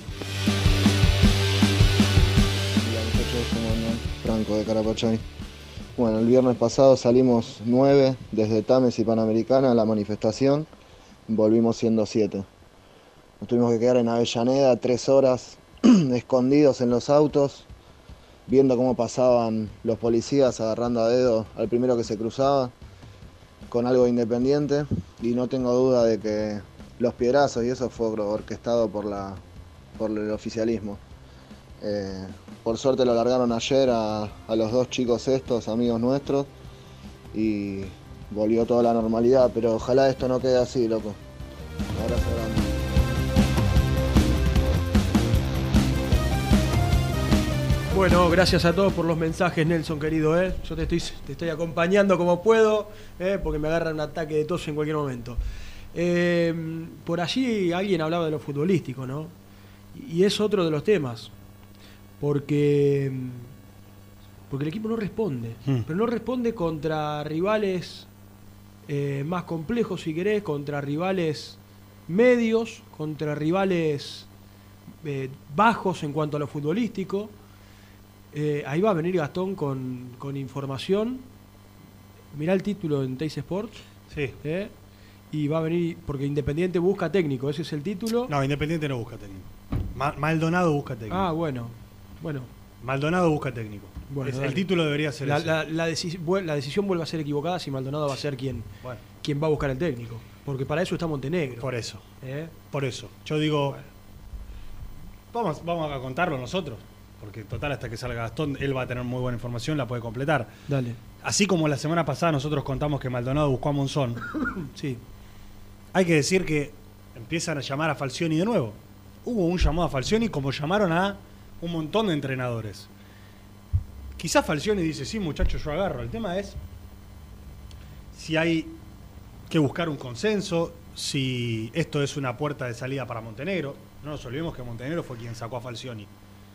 Hola muchachos, ¿cómo andan? Franco de Carapachay. Bueno, el viernes pasado salimos 9 desde Tames y Panamericana a la manifestación, volvimos siendo 7. Nos tuvimos que quedar en Avellaneda 3 horas escondidos en los autos, viendo cómo pasaban los policías agarrando a dedo al primero que se cruzaba, con algo de Independiente, y no tengo duda de que los piedrazos y eso fue orquestado por el oficialismo. Por suerte lo largaron ayer a los 2 chicos estos, amigos nuestros, y volvió toda la normalidad, pero ojalá esto no quede así, loco. Un abrazo grande. Bueno, gracias a todos por los mensajes, Nelson, querido. Yo te estoy acompañando como puedo, porque me agarra un ataque de tos en cualquier momento. Por allí alguien hablaba de lo futbolístico, ¿no? Y es otro de los temas. Porque el equipo no responde. Pero no responde contra rivales más complejos, si querés, contra rivales medios, contra rivales bajos en cuanto a lo futbolístico. Ahí va a venir Gastón con información. Mirá el título en Teis Sports. Sí. Y va a venir, porque Independiente busca técnico, ese es el título. No, Independiente no busca técnico. Maldonado busca técnico. Ah, bueno. Maldonado busca técnico. Bueno, el título debería ser ese. La decisión vuelve a ser equivocada si Maldonado va a ser quien va a buscar el técnico. Porque para eso está Montenegro. Por eso. Por eso. Yo digo, vamos a contarlo nosotros. Porque total, hasta que salga Gastón, él va a tener muy buena información, la puede completar. Dale. Así como la semana pasada nosotros contamos que Maldonado buscó a Monzón. Sí. Hay que decir que empiezan a llamar a Falcioni de nuevo. Hubo un llamado a Falcioni como llamaron a un montón de entrenadores. Quizás Falcioni dice, sí muchachos, yo agarro. El tema es si hay que buscar un consenso, si esto es una puerta de salida para Montenegro. No nos olvidemos que Montenegro fue quien sacó a Falcioni.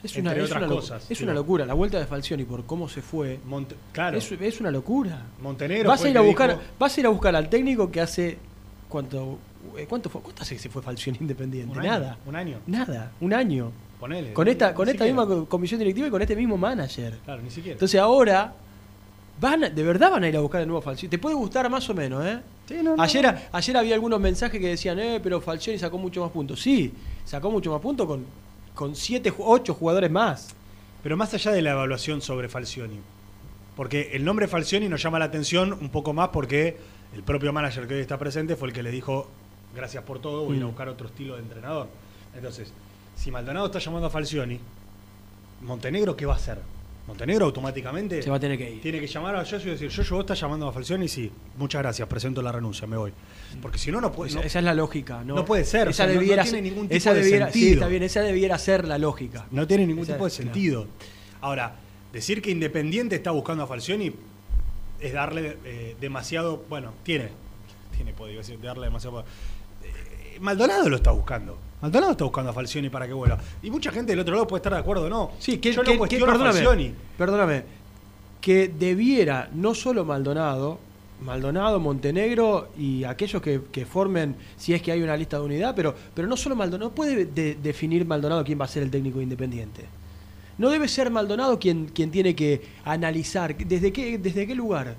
Es entre otras cosas. Es una locura. La vuelta de Falcioni por cómo se fue. Claro. Es una locura. Montenegro vas a ir a buscar al técnico que hace ¿cuánto fue? ¿Cuánto hace que se fue Falcioni Independiente? Nada. ¿Un año? Nada. Un año. Ponele. Con esta misma comisión directiva y con este mismo manager. Claro, ni siquiera. Entonces ahora de verdad van a ir a buscar el nuevo Falcioni. Te puede gustar más o menos, ¿eh? Sí, ayer había algunos mensajes que decían, pero Falcioni sacó mucho más puntos. Sí, sacó mucho más puntos con 7, 8 jugadores más. Pero más allá de la evaluación sobre Falcioni, porque el nombre Falcioni nos llama la atención un poco más porque el propio manager que hoy está presente fue el que le dijo, gracias por todo, voy a ir a buscar otro estilo de entrenador. Entonces, si Maldonado está llamando a Falcioni, ¿Montenegro qué va a hacer? Montenegro automáticamente se va a tener que ir. Tiene que llamar a Yoyo y decir, Yoyo, vos estás llamando a Falcioni, sí, muchas gracias, presento la renuncia, me voy. Porque si no puede. Esa es la lógica, ¿no? No puede ser, esa no tiene ningún tipo de sentido. Sí, está bien, esa debiera ser la lógica. No tiene ningún tipo de sentido. Ahora, decir que Independiente está buscando a Falcioni es darle demasiado, puede decir, darle demasiado. Maldonado lo está buscando. Maldonado está buscando a Falcioni para que vuelva. Y mucha gente del otro lado puede estar de acuerdo o no. Sí, yo no cuestiono a Falcioni. Perdóname, que debiera no solo Maldonado, Montenegro y aquellos que formen, si es que hay una lista de unidad, pero no solo Maldonado, no puede definir Maldonado quién va a ser el técnico Independiente. No debe ser Maldonado quien tiene que analizar desde qué lugar.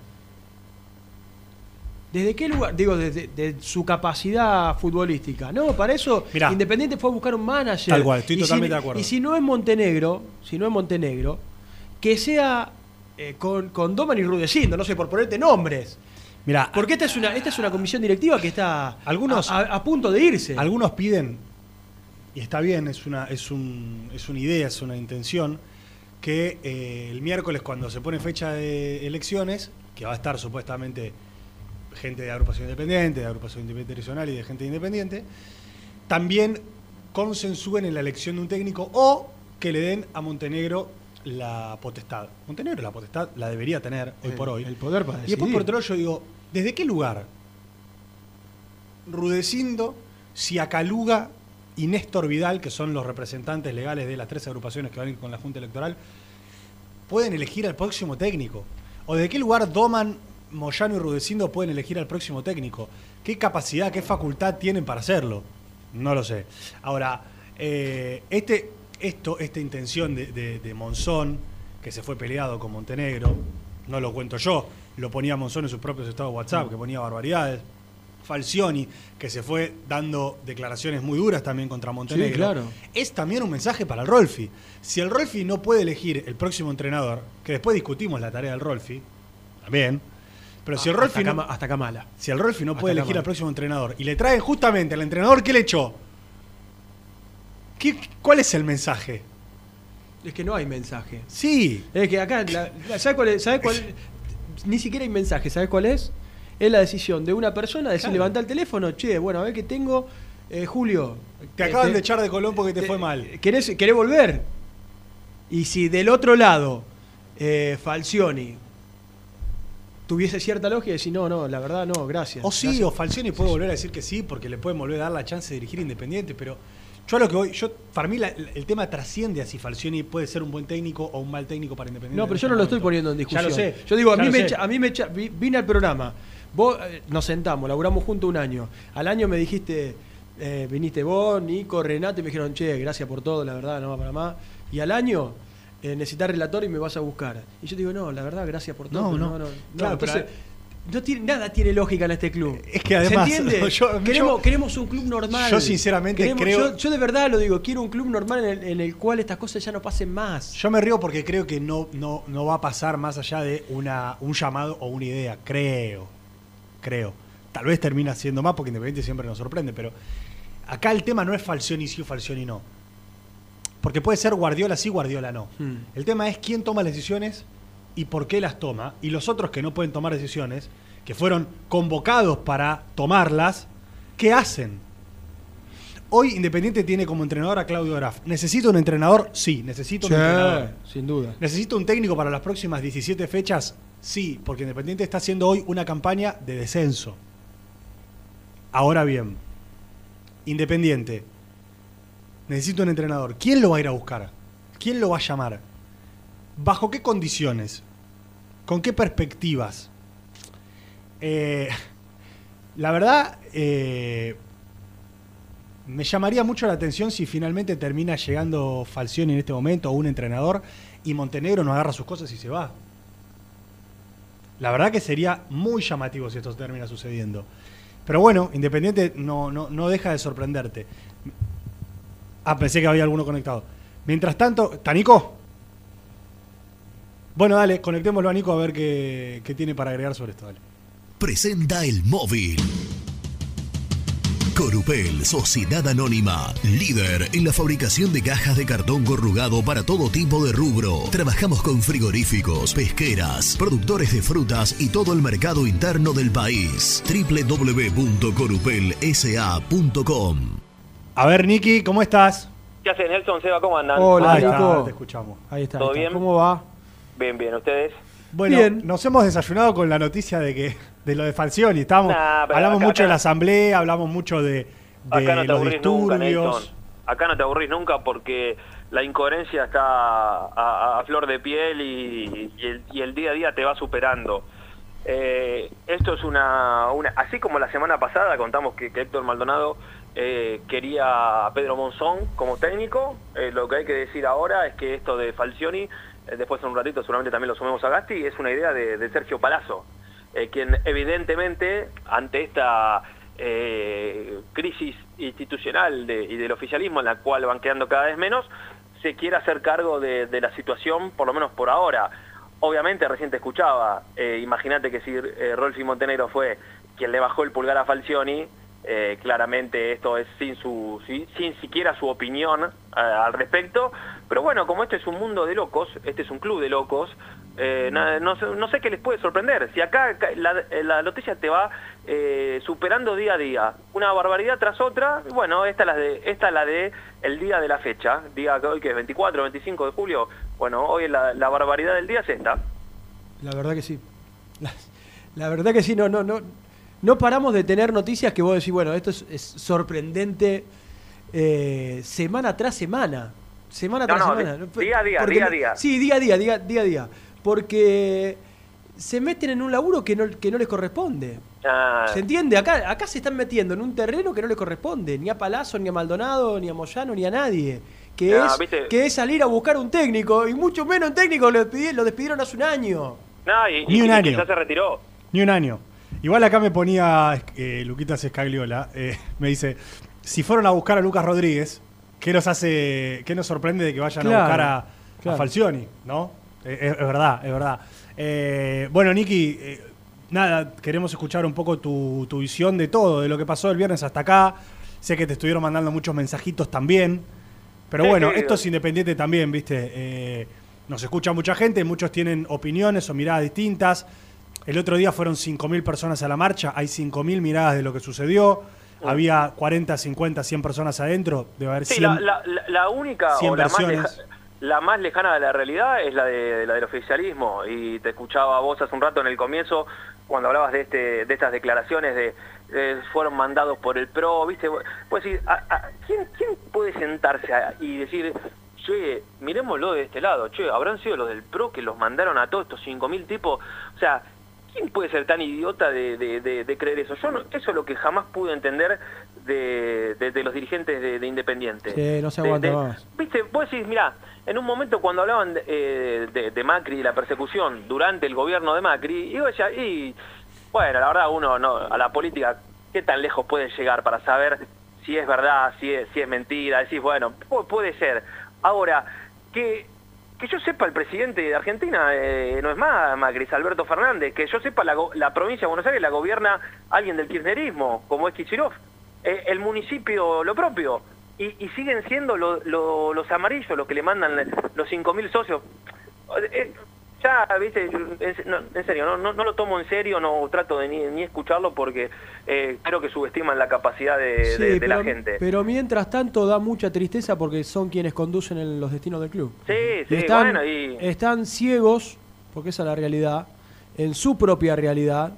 ¿Desde qué lugar? Digo, de su capacidad futbolística. No, para eso Mirá, Independiente fue a buscar un manager. Tal cual, estoy totalmente de acuerdo. Y si no es Montenegro, que sea con Doman y Rudecindo, no sé, por ponerte nombres. Mirá, porque esta es una comisión directiva que está a punto de irse. Algunos piden, y está bien, es una idea, es una intención, que el miércoles cuando se pone fecha de elecciones, que va a estar supuestamente gente de agrupación independiente, de agrupación independiente regional y de gente independiente, también consensúen en la elección de un técnico o que le den a Montenegro la potestad. Montenegro la potestad la debería tener hoy por hoy. El poder para decidir. Y después por otro lado yo digo, ¿desde qué lugar Rudecindo, Siacaluga y Néstor Vidal, que son los representantes legales de las 3 agrupaciones que van a ir con la Junta Electoral, pueden elegir al próximo técnico? ¿O desde qué lugar Doman, Moyano y Rudecindo pueden elegir al próximo técnico? ¿Qué capacidad, qué facultad tienen para hacerlo? No lo sé. Ahora, esta intención de Monzón, que se fue peleado con Montenegro, no lo cuento yo, lo ponía Monzón en sus propios estados de WhatsApp, que ponía barbaridades. Falcioni, que se fue dando declaraciones muy duras también contra Montenegro. Sí, claro. Es también un mensaje para el Rolfi. Si el Rolfi no puede elegir el próximo entrenador, que después discutimos la tarea del Rolfi, también. Pero si el Rolfi hasta Kamala. Si el Rolfi no puede elegir al próximo entrenador y le traen justamente al entrenador que le echó, ¿cuál es el mensaje? Es que no hay mensaje. Sí. Es que acá, ¿sabes cuál? Ni siquiera hay mensaje, ¿sabes cuál es? Es la decisión de una persona de decir, levanta el teléfono, che, bueno, a ver qué tengo, Julio. Te acaban de echar de Colón porque te fue mal. ¿Querés volver? Y si del otro lado Falcioni tuviese cierta lógica, decir, no, la verdad no, gracias. O sí, gracias. O Falcioni puede volver a decir que sí, porque le pueden volver a dar la chance de dirigir Independiente, pero yo a lo que voy, para mí el tema trasciende a si Falcioni puede ser un buen técnico o un mal técnico para Independiente. No, pero yo no lo estoy poniendo en discusión. Ya lo sé. Yo digo, vine al programa, vos nos sentamos, laburamos juntos un año. Al año me dijiste, viniste vos, Nico, Renato, y me dijeron, che, gracias por todo, la verdad, no va para más. Y al año necesitas relator y me vas a buscar. Y yo digo, no, la verdad, gracias por todo. No. Claro, entonces, nada tiene lógica en este club. Es que además, ¿se entiende? Queremos un club normal. Yo sinceramente creo... Yo de verdad lo digo, quiero un club normal en el cual estas cosas ya no pasen más. Yo me río porque creo que no va a pasar más allá de un llamado o una idea. Creo. Tal vez termina siendo más porque Independiente siempre nos sorprende, pero acá el tema no es Falcioni sí o Falcioni no. Porque puede ser Guardiola sí, Guardiola no. El tema es quién toma las decisiones y por qué las toma. Y los otros que no pueden tomar decisiones, que fueron convocados para tomarlas, ¿qué hacen? Hoy Independiente tiene como entrenador a Claudio Graf. ¿Necesito un entrenador? Sí, necesito un entrenador. Sin duda. ¿Necesito un técnico para las próximas 17 fechas? Sí, porque Independiente está haciendo hoy una campaña de descenso. Ahora bien, Independiente, necesito un entrenador. ¿Quién lo va a ir a buscar? ¿quién lo va a llamar? ¿Bajo qué condiciones? ¿Con qué perspectivas? La verdad, me llamaría mucho la atención si finalmente termina llegando Falcioni en este momento o un entrenador y Montenegro no agarra sus cosas y se va. La verdad que sería muy llamativo si esto termina sucediendo. Pero bueno, Independiente no deja de sorprenderte. Pensé que había alguno conectado. Mientras tanto, ¿está Nico? Bueno, dale, conectémoslo a Nico a ver qué tiene para agregar sobre esto. Dale. Presenta El Móvil. Corupel, Sociedad Anónima, líder en la fabricación de cajas de cartón corrugado para todo tipo de rubro. Trabajamos con frigoríficos, pesqueras, productores de frutas y todo el mercado interno del país. www.corupelsa.com. A ver, Niki, ¿cómo estás? ¿Qué hace Nelson, Seba? ¿Cómo andan? Hola, Ahí Nico. está, te escuchamos. Ahí está. ¿Todo bien? ¿Cómo va? Bien, bien. ¿Ustedes? Bueno, Bien. Nos hemos desayunado con la noticia de lo de Falcioni. Hablamos mucho de la asamblea, hablamos mucho de acá no te los aburrís nunca, disturbios. Nelson. Acá no te aburrís nunca porque la incoherencia está a flor de piel y el día a día te va superando. Esto es una así como la semana pasada contamos que Héctor Maldonado quería a Pedro Monzón como técnico, lo que hay que decir ahora es que esto de Falcioni, después en un ratito seguramente también lo sumemos a Gasti, es una idea de Sergio Palazzo, quien evidentemente ante esta crisis institucional y del oficialismo en la cual van quedando cada vez menos, se quiere hacer cargo de la situación, por lo menos por ahora. Obviamente, recién te escuchaba, imagínate que si Rolfi Montenegro fue quien le bajó el pulgar a Falcioni, claramente esto es sin siquiera su opinión al respecto, pero bueno, como este es un mundo de locos, este es un club de locos, no sé qué les puede sorprender. Si acá la noticia te va superando día a día, una barbaridad tras otra, bueno, esta es la de el día de la fecha, día que hoy que es 24, 25 de julio, bueno, hoy la barbaridad del día es esta. La verdad que sí. La verdad que sí, no paramos de tener noticias que vos decís, bueno, esto es sorprendente semana tras semana. Semana tras semana. Día a día, día a día. Sí, día a día. Porque se meten en un laburo que no les corresponde. ¿Se entiende? Acá se están metiendo en un terreno que no les corresponde, ni a Palazzo, ni a Maldonado, ni a Moyano, ni a nadie. Que es salir a buscar un técnico, y mucho menos un técnico lo despidieron hace un año. Ni un año. Ya se retiró. Ni un año. Igual acá me ponía Luquitas Escagliola, me dice, si fueron a buscar a Lucas Rodríguez, ¿qué nos sorprende de que vayan a buscar a Falcioni? ¿No? Es verdad. Bueno, Niki, nada, queremos escuchar un poco tu visión de todo, de lo que pasó el viernes hasta acá. Sé que te estuvieron mandando muchos mensajitos también, pero bueno, esto es Independiente también, ¿viste? Nos escucha mucha gente, muchos tienen opiniones o miradas distintas. El otro día fueron 5.000 personas a la marcha, hay 5.000 miradas de lo que sucedió. Había 40, 50, 100 personas adentro, debe haber 100. La única o la más lejana de la realidad es la del oficialismo, y te escuchaba a vos hace un rato en el comienzo cuando hablabas de estas declaraciones de fueron mandados por el PRO, ¿viste? Pues decir, ¿quién puede sentarse y decir, che, miremoslo de este lado, che, habrán sido los del PRO que los mandaron a todos estos 5.000 tipos? O sea, ¿quién puede ser tan idiota de creer eso? Eso es lo que jamás pude entender de los dirigentes de Independiente. Sí, no se aguanta más. Viste, vos decís, mirá, en un momento cuando hablaban de Macri y la persecución durante el gobierno de Macri, y yo decía, bueno, la verdad uno a la política, ¿qué tan lejos puede llegar para saber si es verdad, si es mentira? Decís, bueno, puede ser. Ahora, que yo sepa, el presidente de Argentina no es más Macri, es Alberto Fernández. Que yo sepa, la provincia de Buenos Aires la gobierna alguien del kirchnerismo, como es Kicillof. El municipio lo propio. Y siguen siendo los amarillos los que le mandan los 5.000 socios. Ya, viste, en serio, no lo tomo en serio, no trato de ni escucharlo porque creo que subestiman la capacidad de la gente. Pero mientras tanto da mucha tristeza porque son quienes conducen los destinos del club. Sí, están ciegos, porque esa es la realidad, en su propia realidad,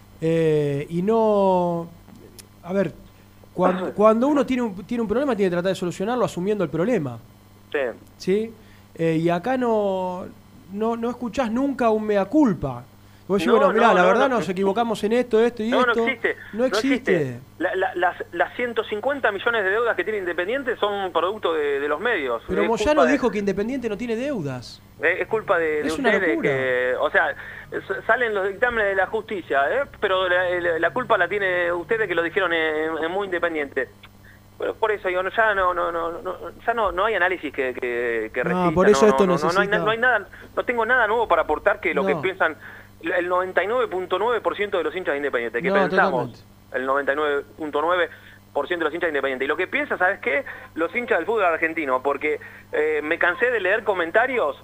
y no... A ver, cuando uno tiene un problema tiene que tratar de solucionarlo asumiendo el problema. Sí. y acá no escuchás nunca un mea culpa. Vos decís, No, bueno, mirá, no, la no, verdad no. nos equivocamos en esto y No esto. existe. No existe. Las 150 millones de deudas que tiene Independiente son producto de los medios. Pero Es Moyano culpa de- dijo que Independiente no tiene deudas. Es culpa de Es una ustedes locura. que, o sea, salen los dictámenes de la justicia, pero la culpa la tiene ustedes que lo dijeron en Muy Independiente. Bueno, por eso digo, ya no hay análisis que resista. por eso esto no necesita- hay nada, no tengo nada nuevo para aportar que lo No. que piensan el 99.9% de los hinchas de Independiente, que No, pensamos totalmente. el 99.9% de los hinchas de Independiente. Y lo que piensa, ¿sabes qué? Los hinchas del fútbol argentino, porque me cansé de leer comentarios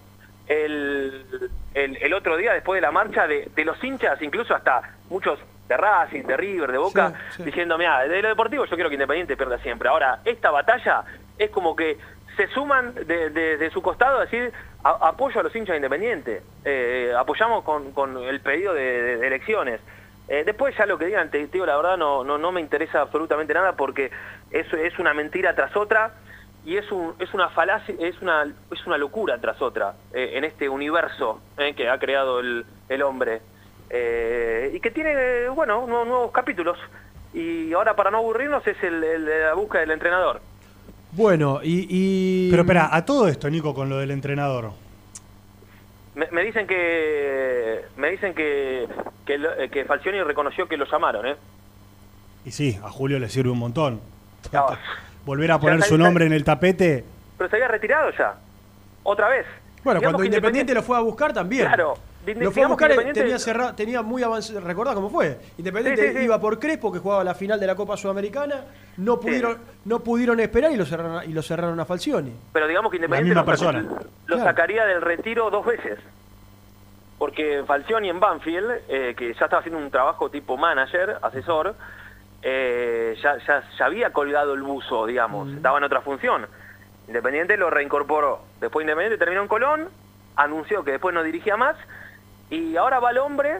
el otro día después de la marcha de los hinchas, incluso hasta muchos de Racing, de River, de Boca, diciendo, mira, de lo deportivo yo quiero que Independiente pierda siempre. Ahora, esta batalla es como que se suman de su costado a decir apoyo a los hinchas de Independiente, apoyamos con el pedido de elecciones. Después ya lo que digan, te digo la verdad, no me interesa absolutamente nada porque es una mentira tras otra y es una falacia, es una locura tras otra en este universo que ha creado el hombre. Y que tiene, bueno, nuevos capítulos. Y ahora, para no aburrirnos, es la búsqueda del entrenador. Bueno, y... Pero espera, a todo esto, Nico, con lo del entrenador. Me dicen que Falcioni reconoció que lo llamaron, Y sí, a Julio le sirve un montón. Ah, Volver a poner su nombre en el tapete. pero se había retirado ya. Otra vez. Bueno, Digamos cuando que Independiente lo fue a buscar también. Claro. Lo fue a buscar, Independiente- tenía muy avanzado. ¿Recordás cómo fue? Independiente Sí. iba por Crespo, que jugaba la final de la Copa Sudamericana. No pudieron esperar y lo cerraron a Falcioni. Pero digamos que Independiente La misma persona. lo sacaría del retiro 2 veces. Porque Falcioni en Banfield, que ya estaba haciendo un trabajo tipo manager, asesor, ya había colgado el buzo, digamos, estaba en otra función. Independiente lo reincorporó. Después Independiente terminó en Colón, anunció que después no dirigía más, y ahora va el hombre,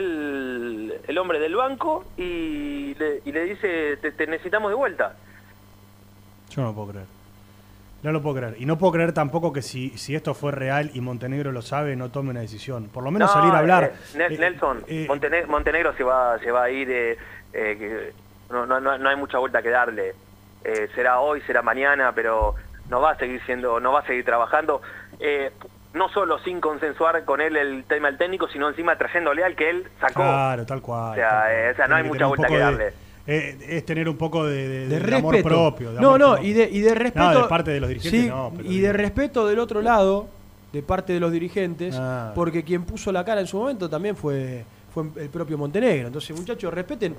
el hombre del banco, y le dice, te necesitamos de vuelta. Yo no lo puedo creer. No lo puedo creer. Y no puedo creer tampoco que si esto fue real y Montenegro lo sabe, no tome una decisión. Por lo menos No, salir a hablar. Nelson, Montenegro se va a ir, no hay mucha vuelta que darle. Será hoy, será mañana, pero no va a seguir trabajando. No solo sin consensuar con él el tema del técnico, sino encima trayéndole al que él sacó. Claro, tal cual. O sea, no hay mucha vuelta que darle. Es tener un poco de respeto. amor propio. Y de respeto. No, de parte de los dirigentes sí, no. Pero y de respeto del otro lado, de parte de los dirigentes, Ah. porque quien puso la cara en su momento también fue el propio Montenegro. Entonces, muchachos, respeten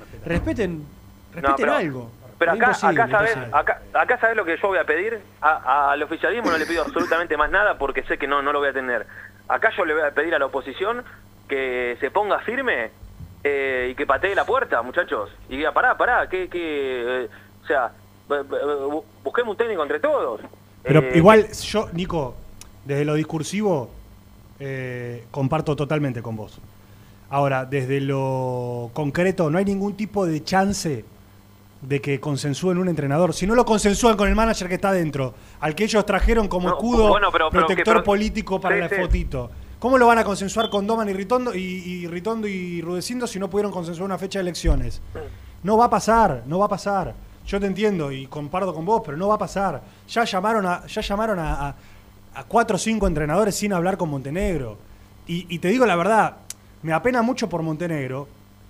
No, pero- algo. Pero Es acá imposible. sabes lo que yo voy a pedir. Al oficialismo no le pido absolutamente más nada porque sé que no lo voy a tener. Acá yo le voy a pedir a la oposición que se ponga firme y que patee la puerta, muchachos. Y diga, pará, o sea, busquemos un técnico entre todos. Pero igual yo, Nico, desde lo discursivo, comparto totalmente con vos. Ahora, desde lo concreto, no hay ningún tipo de chance de que consensúen un entrenador. Si no lo consensúan con el manager que está adentro, al que ellos trajeron como escudo protector político para la fotito. ¿Cómo lo van a consensuar con Doman y Ritondo y Rudecindo si no pudieron consensuar una fecha de elecciones? No va a pasar. Yo te entiendo y comparto con vos, pero no va a pasar. Ya llamaron a 4 o 5 entrenadores sin hablar con Montenegro. Y te digo la verdad, me apena mucho por Montenegro,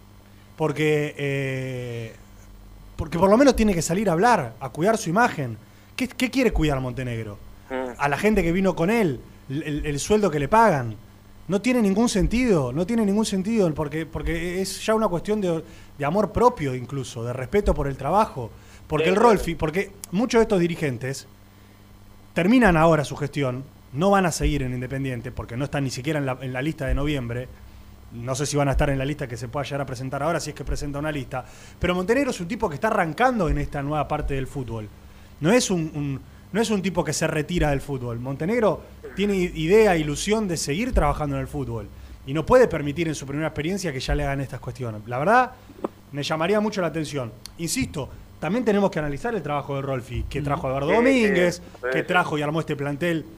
porque por lo menos tiene que salir a hablar, a cuidar su imagen. ¿Qué quiere cuidar Montenegro? A la gente que vino con él, el sueldo que le pagan. No tiene ningún sentido, porque es ya una cuestión de amor propio incluso, de respeto por el trabajo. Porque porque muchos de estos dirigentes terminan ahora su gestión, no van a seguir en Independiente, porque no están ni siquiera en la lista de noviembre. No sé si van a estar en la lista que se pueda llegar a presentar ahora, si es que presenta una lista. Pero Montenegro es un tipo que está arrancando en esta nueva parte del fútbol. No es un tipo que se retira del fútbol. Montenegro tiene idea, ilusión de seguir trabajando en el fútbol. Y no puede permitir en su primera experiencia que ya le hagan estas cuestiones. La verdad, me llamaría mucho la atención. Insisto, también tenemos que analizar el trabajo de Rolfi, que trajo a Eduardo Domínguez, que trajo y armó este plantel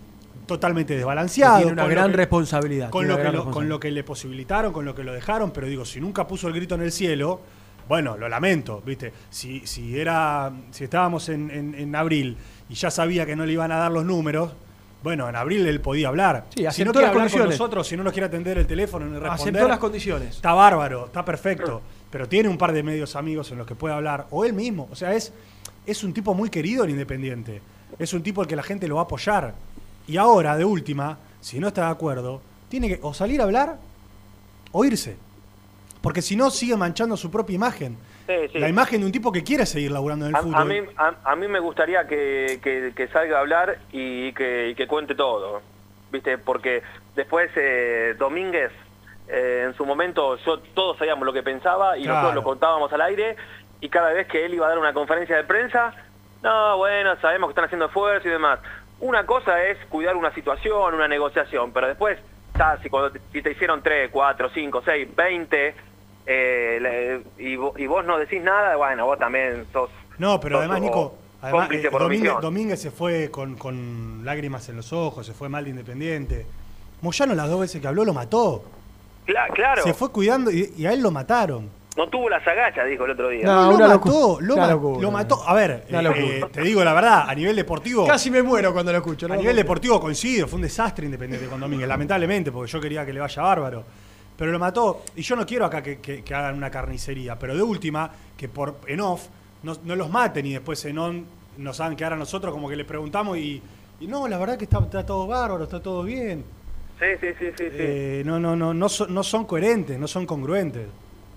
totalmente desbalanceado. Tiene una gran responsabilidad. Con lo que le posibilitaron, con lo que lo dejaron, pero digo, si nunca puso el grito en el cielo, bueno, lo lamento, ¿viste? Si estábamos en abril y ya sabía que no le iban a dar los números, bueno, en abril él podía hablar. Sí, si no quiere hablar con nosotros, si no nos quiere atender el teléfono ni responder, aceptó las condiciones. Está bárbaro, está perfecto, pero tiene un par de medios amigos en los que puede hablar, o él mismo. O sea, es un tipo muy querido en Independiente. Es un tipo al que la gente lo va a apoyar. Y ahora, de última, si no está de acuerdo, tiene que o salir a hablar o irse. Porque si no, sigue manchando su propia imagen. Sí. La imagen de un tipo que quiere seguir laburando en el fútbol. A mí me gustaría que salga a hablar y que cuente todo, ¿viste? Porque después Domínguez, en su momento, todos sabíamos lo que pensaba y nosotros lo contábamos al aire, y cada vez que él iba a dar una conferencia de prensa, no, bueno, sabemos que están haciendo esfuerzo y demás. Una cosa es cuidar una situación, una negociación, pero después, si te hicieron 3, 4, 5, 6, 20... y vos no decís nada, bueno, vos también sos... No, pero además, Nico, Domínguez se fue con lágrimas en los ojos, se fue mal de Independiente. Moyano las 2 veces que habló lo mató. Claro. Se fue cuidando y a él lo mataron. No tuvo las agachas, dijo el otro día. No, lo mató. A ver, te digo la verdad, a nivel deportivo... Casi me muero cuando lo escucho. A nivel deportivo coincido, fue un desastre Independiente con Domínguez, lamentablemente, porque yo quería que le vaya bárbaro. Pero lo mató, y yo no quiero acá que hagan una carnicería, pero de última, que en off no los maten y después en on nos hagan quedar a nosotros como que le preguntamos y no, la verdad que está todo bárbaro, está todo bien. Sí. No son coherentes, no son congruentes.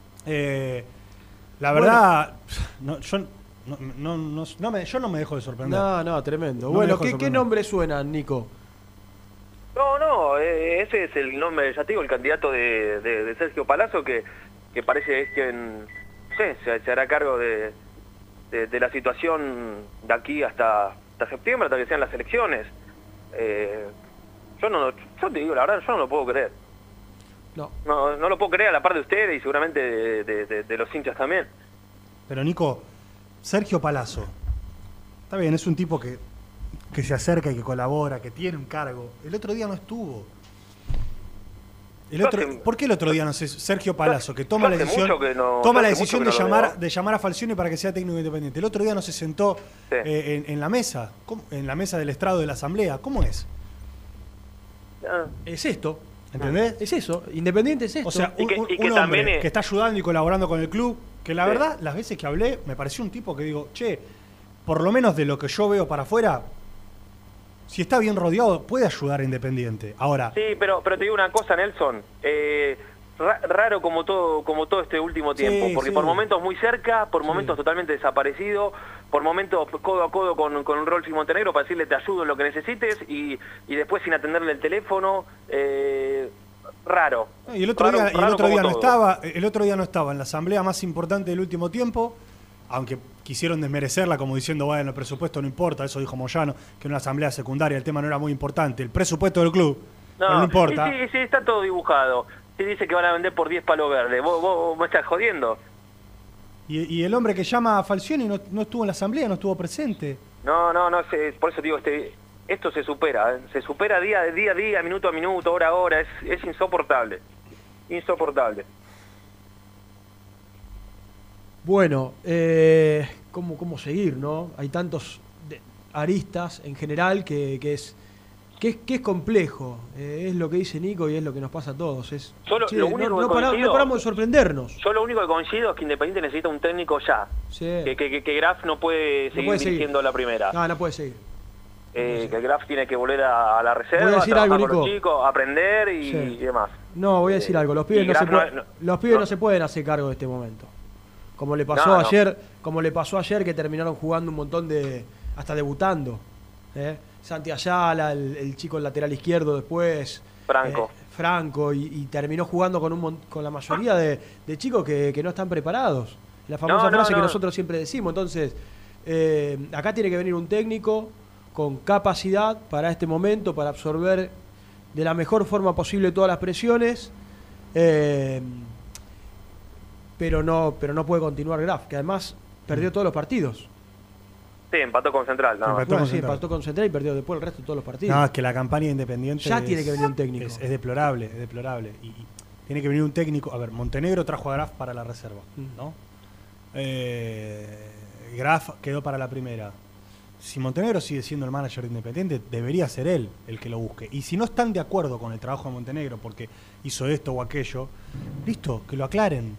La verdad, yo no me dejo de sorprender. No, tremendo. Bueno, ¿qué nombre suena, Nico? No, ese es el nombre, ya te digo, el candidato de Sergio Palazzo, que parece que se hará cargo de la situación de aquí hasta septiembre, hasta que sean las elecciones. Yo te digo, la verdad, yo no lo puedo creer. No lo puedo creer a la par de ustedes y seguramente de los hinchas también. Pero Nico, Sergio Palazzo, está bien, es un tipo que se acerca y que colabora, que tiene un cargo. El otro día no estuvo. ¿Por qué el otro día no sé? Sergio Palazzo, que toma la decisión de llamar a Falcioni para que sea técnico independiente. El otro día no se sentó en la mesa, en la mesa del estrado de la asamblea. ¿Cómo es? Es esto. ¿Entendés? Es eso. Independiente es esto. O sea, un hombre que está ayudando y colaborando con el club, que la verdad, las veces que hablé, me pareció un tipo que digo, por lo menos de lo que yo veo para afuera, si está bien rodeado, puede ayudar a Independiente. Ahora... Sí, pero te digo una cosa, Nelson. Raro como todo este último tiempo. Porque por momentos muy cerca, por momentos totalmente desaparecido, por momentos codo a codo con Rolfi Montenegro para decirle te ayudo en lo que necesites y después sin atenderle el teléfono. Raro. Y el otro día no estaba en la asamblea más importante del último tiempo, aunque quisieron desmerecerla como diciendo, bueno, el presupuesto no importa, eso dijo Moyano, que en una asamblea secundaria el tema no era muy importante, el presupuesto del club no importa. Sí, está todo dibujado. Sí, dice que van a vender por 10 palos verdes. ¿Vos me estás jodiendo? Y el hombre que llama a Falcioni no estuvo en la asamblea, no estuvo presente. No, por eso digo, esto se supera, se supera día a día, minuto a minuto, hora a hora, es insoportable. Insoportable. Bueno, ¿cómo seguir, no? Hay tantos aristas en general que es complejo. Es lo que dice Nico y es lo que nos pasa a todos. No paramos de sorprendernos. Yo lo único que coincido es que Independiente necesita un técnico ya. Sí. Que Graf no puede seguir dirigiendo la primera. No puede seguir. Que Graf tiene que volver a la reserva, voy a decir algo, con los chicos, aprender y demás. No, voy a decir algo. Los pibes no se pueden hacer cargo de este momento. Como le pasó ayer, que terminaron jugando un montón hasta debutando. Santi Ayala, el chico el lateral izquierdo después. Franco, y terminó jugando con la mayoría de chicos que no están preparados. La famosa frase que nosotros siempre decimos. Entonces, acá tiene que venir un técnico con capacidad para este momento, para absorber de la mejor forma posible todas las presiones. Pero no puede continuar Graf, que además perdió todos los partidos. Sí, empató con Central. No. Empató con Central y perdió después el resto de todos los partidos. No, es que la campaña de Independiente ya tiene que venir un técnico. Es deplorable, es deplorable. Y tiene que venir un técnico. A ver, Montenegro trajo a Graf para la reserva, ¿no? Graf quedó para la primera. Si Montenegro sigue siendo el manager de Independiente, debería ser él el que lo busque. Y si no están de acuerdo con el trabajo de Montenegro porque hizo esto o aquello, listo, que lo aclaren.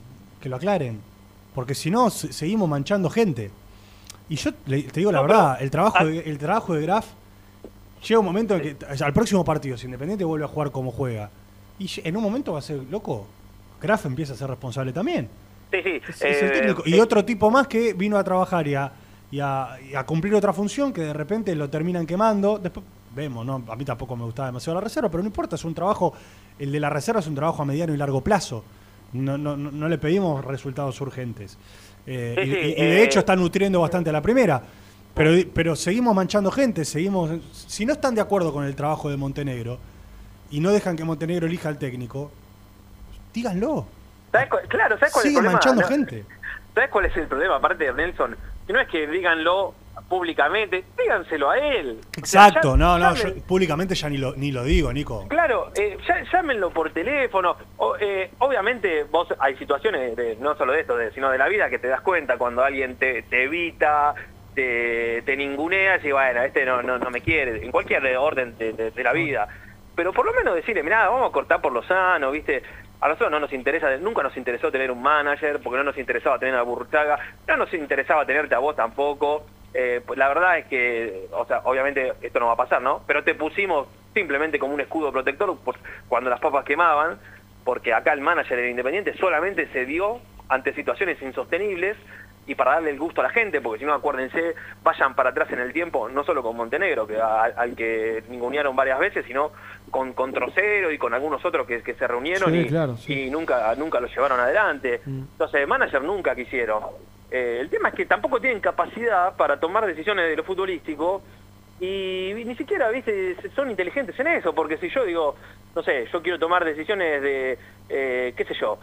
Porque si no, seguimos manchando gente. Y yo te digo la verdad, el trabajo de Graf llega un momento en que al próximo partido, si Independiente vuelve a jugar como juega, y en un momento va a ser, loco, Graf empieza a ser responsable también. Sí. Es el técnico. Y otro tipo más que vino a trabajar y a cumplir otra función que de repente lo terminan quemando. Después vemos, ¿no? A mí tampoco me gustaba demasiado la reserva, pero no importa, es un trabajo, el de la reserva es un trabajo a mediano y largo plazo. No le pedimos resultados urgentes. Y de hecho está nutriendo bastante a la primera. Pero seguimos manchando gente, si no están de acuerdo con el trabajo de Montenegro y no dejan que Montenegro elija al técnico, díganlo. ¿Sabes cuál es el problema? Sigue manchando gente. ¿Sabes cuál es el problema? Aparte de Nelson, que no es que díganlo públicamente, díganselo a él. Exacto, yo públicamente ya ni lo digo, Nico. Claro, llámenlo por teléfono. Obviamente vos hay situaciones, no solo de esto, sino de la vida, que te das cuenta cuando alguien te evita, te ningunea, y bueno, no me quiere, en cualquier orden de la vida. Pero por lo menos decirle, mirá, vamos a cortar por lo sano, ¿viste? A nosotros no nos interesa, nunca nos interesó tener un manager, porque no nos interesaba tener a Burruchaga, no nos interesaba tenerte a vos tampoco. Pues la verdad es que, o sea, obviamente esto no va a pasar, ¿no? Pero te pusimos simplemente como un escudo protector cuando las papas quemaban, porque acá el manager del Independiente solamente se dio ante situaciones insostenibles y para darle el gusto a la gente, porque si no, acuérdense, vayan para atrás en el tiempo, no solo con Montenegro, que al que ningunearon varias veces, sino con Trocero y con algunos otros que se reunieron y nunca lo llevaron adelante. Entonces, manager nunca quisieron. El tema es que tampoco tienen capacidad para tomar decisiones de lo futbolístico y ni siquiera, viste, son inteligentes en eso, porque si yo digo, no sé, yo quiero tomar decisiones de, qué sé yo,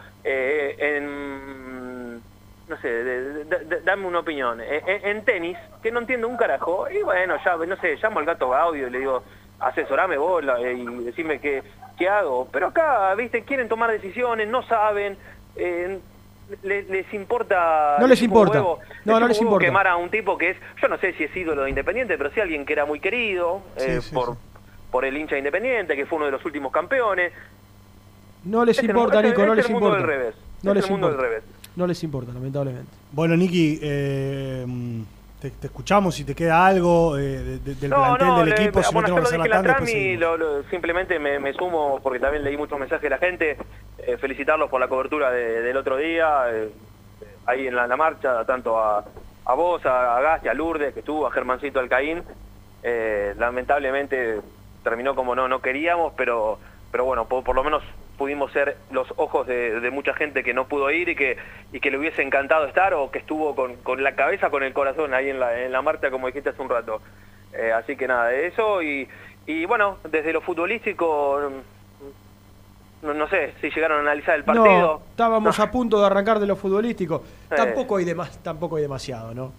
no sé, dame una opinión, en tenis, que no entiendo un carajo, y bueno, ya, no sé, llamo al gato Gaudio y le digo, asesorame vos y decime qué hago. Pero acá, viste, quieren tomar decisiones, no saben, les importa... No les importa. No les importa. Quemar a un tipo que es, yo no sé si es ídolo de Independiente, pero sí alguien que era muy querido por el hincha de Independiente, que fue uno de los últimos campeones. No les importa, Nico, no les importa. No les importa. No les importa, lamentablemente. Bueno, Niki, te escuchamos si te queda algo del plantel del equipo. Si no tenemos que hacer la tanda, simplemente me sumo, porque también leí muchos mensajes de la gente, felicitarlos por la cobertura del otro día, ahí en la marcha, tanto a vos, a Gasti, a Lourdes, que estuvo, a Germancito Alcaín. Lamentablemente terminó como no queríamos, pero bueno, por lo menos pudimos ser los ojos de mucha gente que no pudo ir y que le hubiese encantado estar, o que estuvo con la cabeza, con el corazón ahí en la marcha, como dijiste hace un rato. Así que nada, de eso y bueno, desde lo futbolístico, no sé si llegaron a analizar el partido. No, estábamos a punto de arrancar de lo futbolístico. Tampoco hay demasiado, ¿no?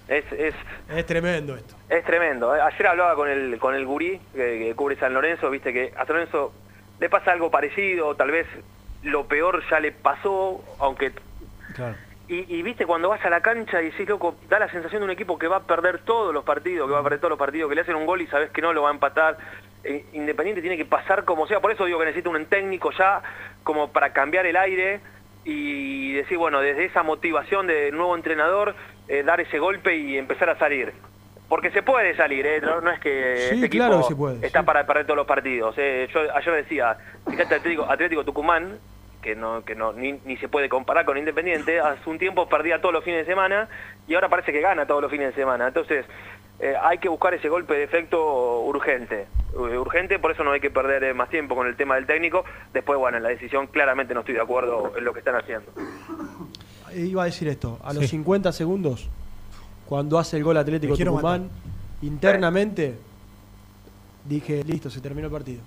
Es tremendo esto. Es tremendo. Ayer hablaba con el gurí que cubre San Lorenzo, viste que a San Lorenzo le pasa algo parecido, tal vez lo peor ya le pasó, aunque... Claro. Y viste, cuando vas a la cancha y decís, loco, da la sensación de un equipo que va a perder todos los partidos, que le hacen un gol y sabes que no lo va a empatar. Independiente tiene que pasar como sea, por eso digo que necesita un técnico ya como para cambiar el aire y decir, bueno, desde esa motivación de nuevo entrenador, dar ese golpe y empezar a salir. Porque se puede salir, no es que sí, este claro equipo que se puede, está para perder todos los partidos. Yo ayer decía, fíjate, Atlético Tucumán, que ni se puede comparar con Independiente, hace un tiempo perdía todos los fines de semana y ahora parece que gana todos los fines de semana. Entonces hay que buscar ese golpe de efecto urgente, por eso no hay que perder más tiempo con el tema del técnico. Después, bueno, en la decisión claramente no estoy de acuerdo en lo que están haciendo. Iba a decir esto, a los 50 segundos, cuando hace el gol Atlético Tucumán, internamente dije, listo, se terminó el partido.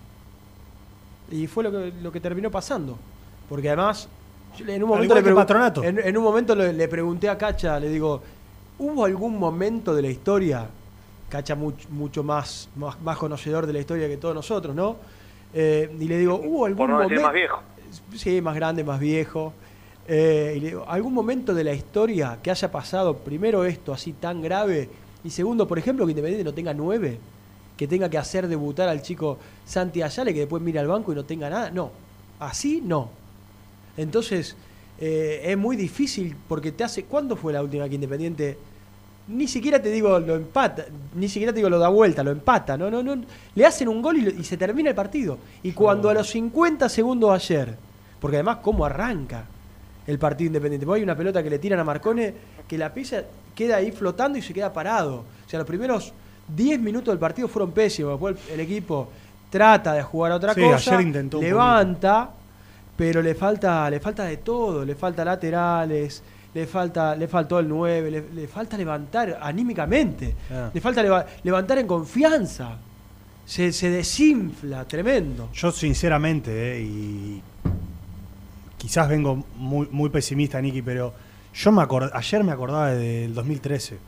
Y fue lo que terminó pasando. Porque además, en un momento, le pregunté a Cacha, le digo, ¿Hubo algún momento de la historia, Cacha mucho más conocedor de la historia que todos nosotros, ¿no? Y le digo, ¿hubo algún por no decir momento... más viejo. Sí, más grande, más viejo. Y le digo, ¿algún momento de la historia que haya pasado, primero esto así tan grave, y segundo, por ejemplo, que Independiente no tenga 9, que tenga que hacer debutar al chico Santi Ayala, que después mire al banco y no tenga nada? No, así no. Entonces, es muy difícil porque te hace... ¿Cuándo fue la última que Independiente... Ni siquiera te digo lo empata, ni siquiera te digo lo da vuelta, lo empata, no, le hacen un gol y se termina el partido. Y cuando a los 50 segundos ayer, porque además cómo arranca el partido Independiente, porque hay una pelota que le tiran a Marcone, que la pisa, queda ahí flotando y se queda parado. O sea, los primeros 10 minutos del partido fueron pésimos, después el equipo trata de jugar a otra cosa, ayer intentó levanta, pero le falta de todo, le falta laterales, le faltó el 9, le falta levantar anímicamente, le falta levantar en confianza, se desinfla, tremendo. Yo sinceramente, y quizás vengo muy pesimista, Nicky, pero yo ayer me acordaba del 2013.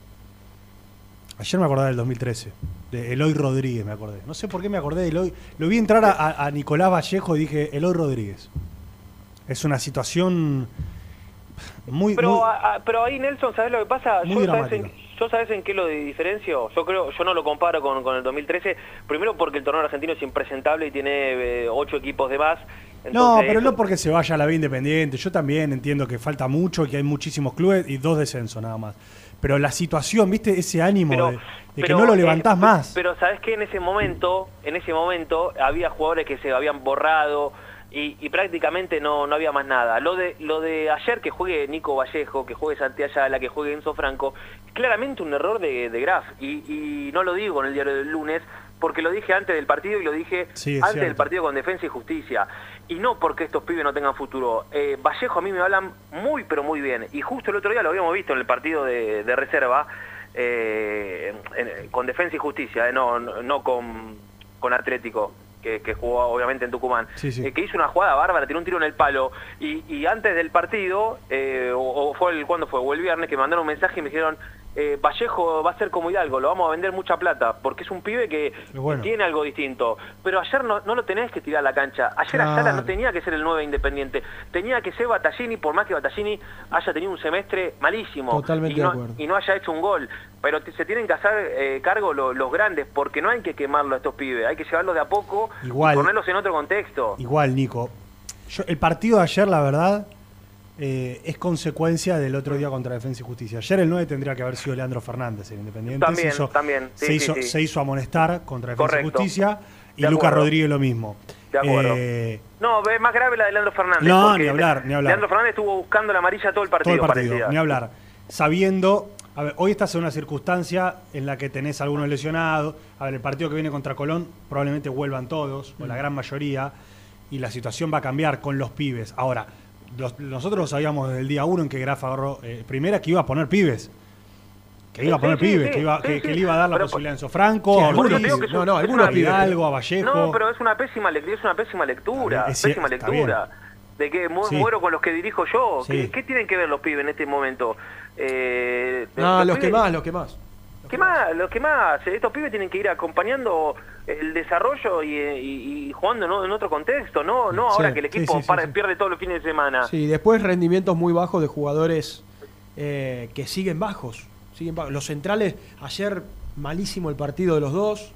Ayer me acordaba del 2013, de Eloy Rodríguez me acordé. No sé por qué me acordé de Eloy. Lo vi entrar a Nicolás Vallejo y dije, Eloy Rodríguez. Es una situación... Pero ahí, Nelson, ¿sabes lo que pasa? Yo ¿sabes en qué lo diferencio? Yo no lo comparo con el 2013, primero porque el torneo argentino es impresentable y tiene 8 equipos de más. Entonces, no, pero no porque se vaya a la B Independiente. Yo también entiendo que falta mucho, que hay muchísimos clubes y 2 descensos nada más. Pero la situación, ¿viste? Ese ánimo de que no lo levantás más. Pero ¿sabes qué? En ese momento había jugadores que se habían borrado y prácticamente no había más nada. Lo de ayer, que juegue Nico Vallejo, que juegue Santi Ayala, que juegue Enzo Franco, claramente un error de Graf. Y no lo digo en el diario del lunes, porque lo dije antes del partido y lo dije antes del partido con Defensa y Justicia. Y no porque estos pibes no tengan futuro. Vallejo a mí me hablan muy, pero muy bien. Y justo el otro día lo habíamos visto en el partido de reserva, con Defensa y Justicia, no con Atlético. Que jugó obviamente en Tucumán, que hizo una jugada bárbara, tiró un tiro en el palo, y antes del partido, ¿cuándo fue? O el viernes, que me mandaron un mensaje y me dijeron, Vallejo va a ser como Hidalgo, lo vamos a vender mucha plata, porque es un pibe que tiene algo distinto. Pero ayer no lo tenés que tirar a la cancha. Ayer Ayala no tenía que ser el 9 Independiente, tenía que ser Battaglini, por más que Battaglini haya tenido un semestre malísimo. Totalmente de acuerdo. Y no haya hecho un gol. Pero se tienen que hacer cargo los grandes, porque no hay que quemarlo a estos pibes, hay que llevarlos de a poco y ponerlos en otro contexto. Igual, Nico. El partido de ayer, la verdad, es consecuencia del otro día contra Defensa y Justicia. Ayer el 9 tendría que haber sido Leandro Fernández, el Independiente. También. Se hizo amonestar contra Defensa y Justicia, y Lucas Rodríguez lo mismo. De acuerdo. No, es más grave la de Leandro Fernández. No, ni hablar. Leandro Fernández estuvo buscando la amarilla todo el partido. Ni hablar. Sabiendo... A ver, hoy estás en una circunstancia en la que tenés algunos lesionados. A ver, el partido que viene contra Colón probablemente vuelvan todos, o la gran mayoría, y la situación va a cambiar con los pibes. Ahora, nosotros lo sabíamos desde el día 1 en que Graf agarró primera, que iba a poner pibes. Que le iba a dar la posibilidad a Enzo Franco, a algunos pibes. Algo, a Vallejo. No, pero es una pésima lectura. Pésima lectura. De que muero con los que dirijo yo. Sí. ¿Qué tienen que ver los pibes en este momento? Los que más. Los que más. Estos pibes tienen que ir acompañando el desarrollo y jugando en otro contexto, no ahora que el equipo pierde todos los fines de semana. Sí, después rendimientos muy bajos de jugadores que siguen bajos. Los centrales, ayer malísimo el partido de los dos.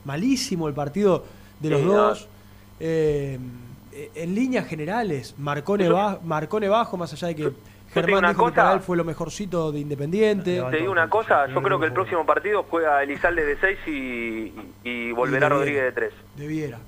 En líneas generales, Marcone bajo, más allá de que Germán dijo que para él fue lo mejorcito de Independiente. Te digo una cosa, yo creo que el próximo partido juega Elizalde de 6 y volverá Rodríguez de 3. Debiera.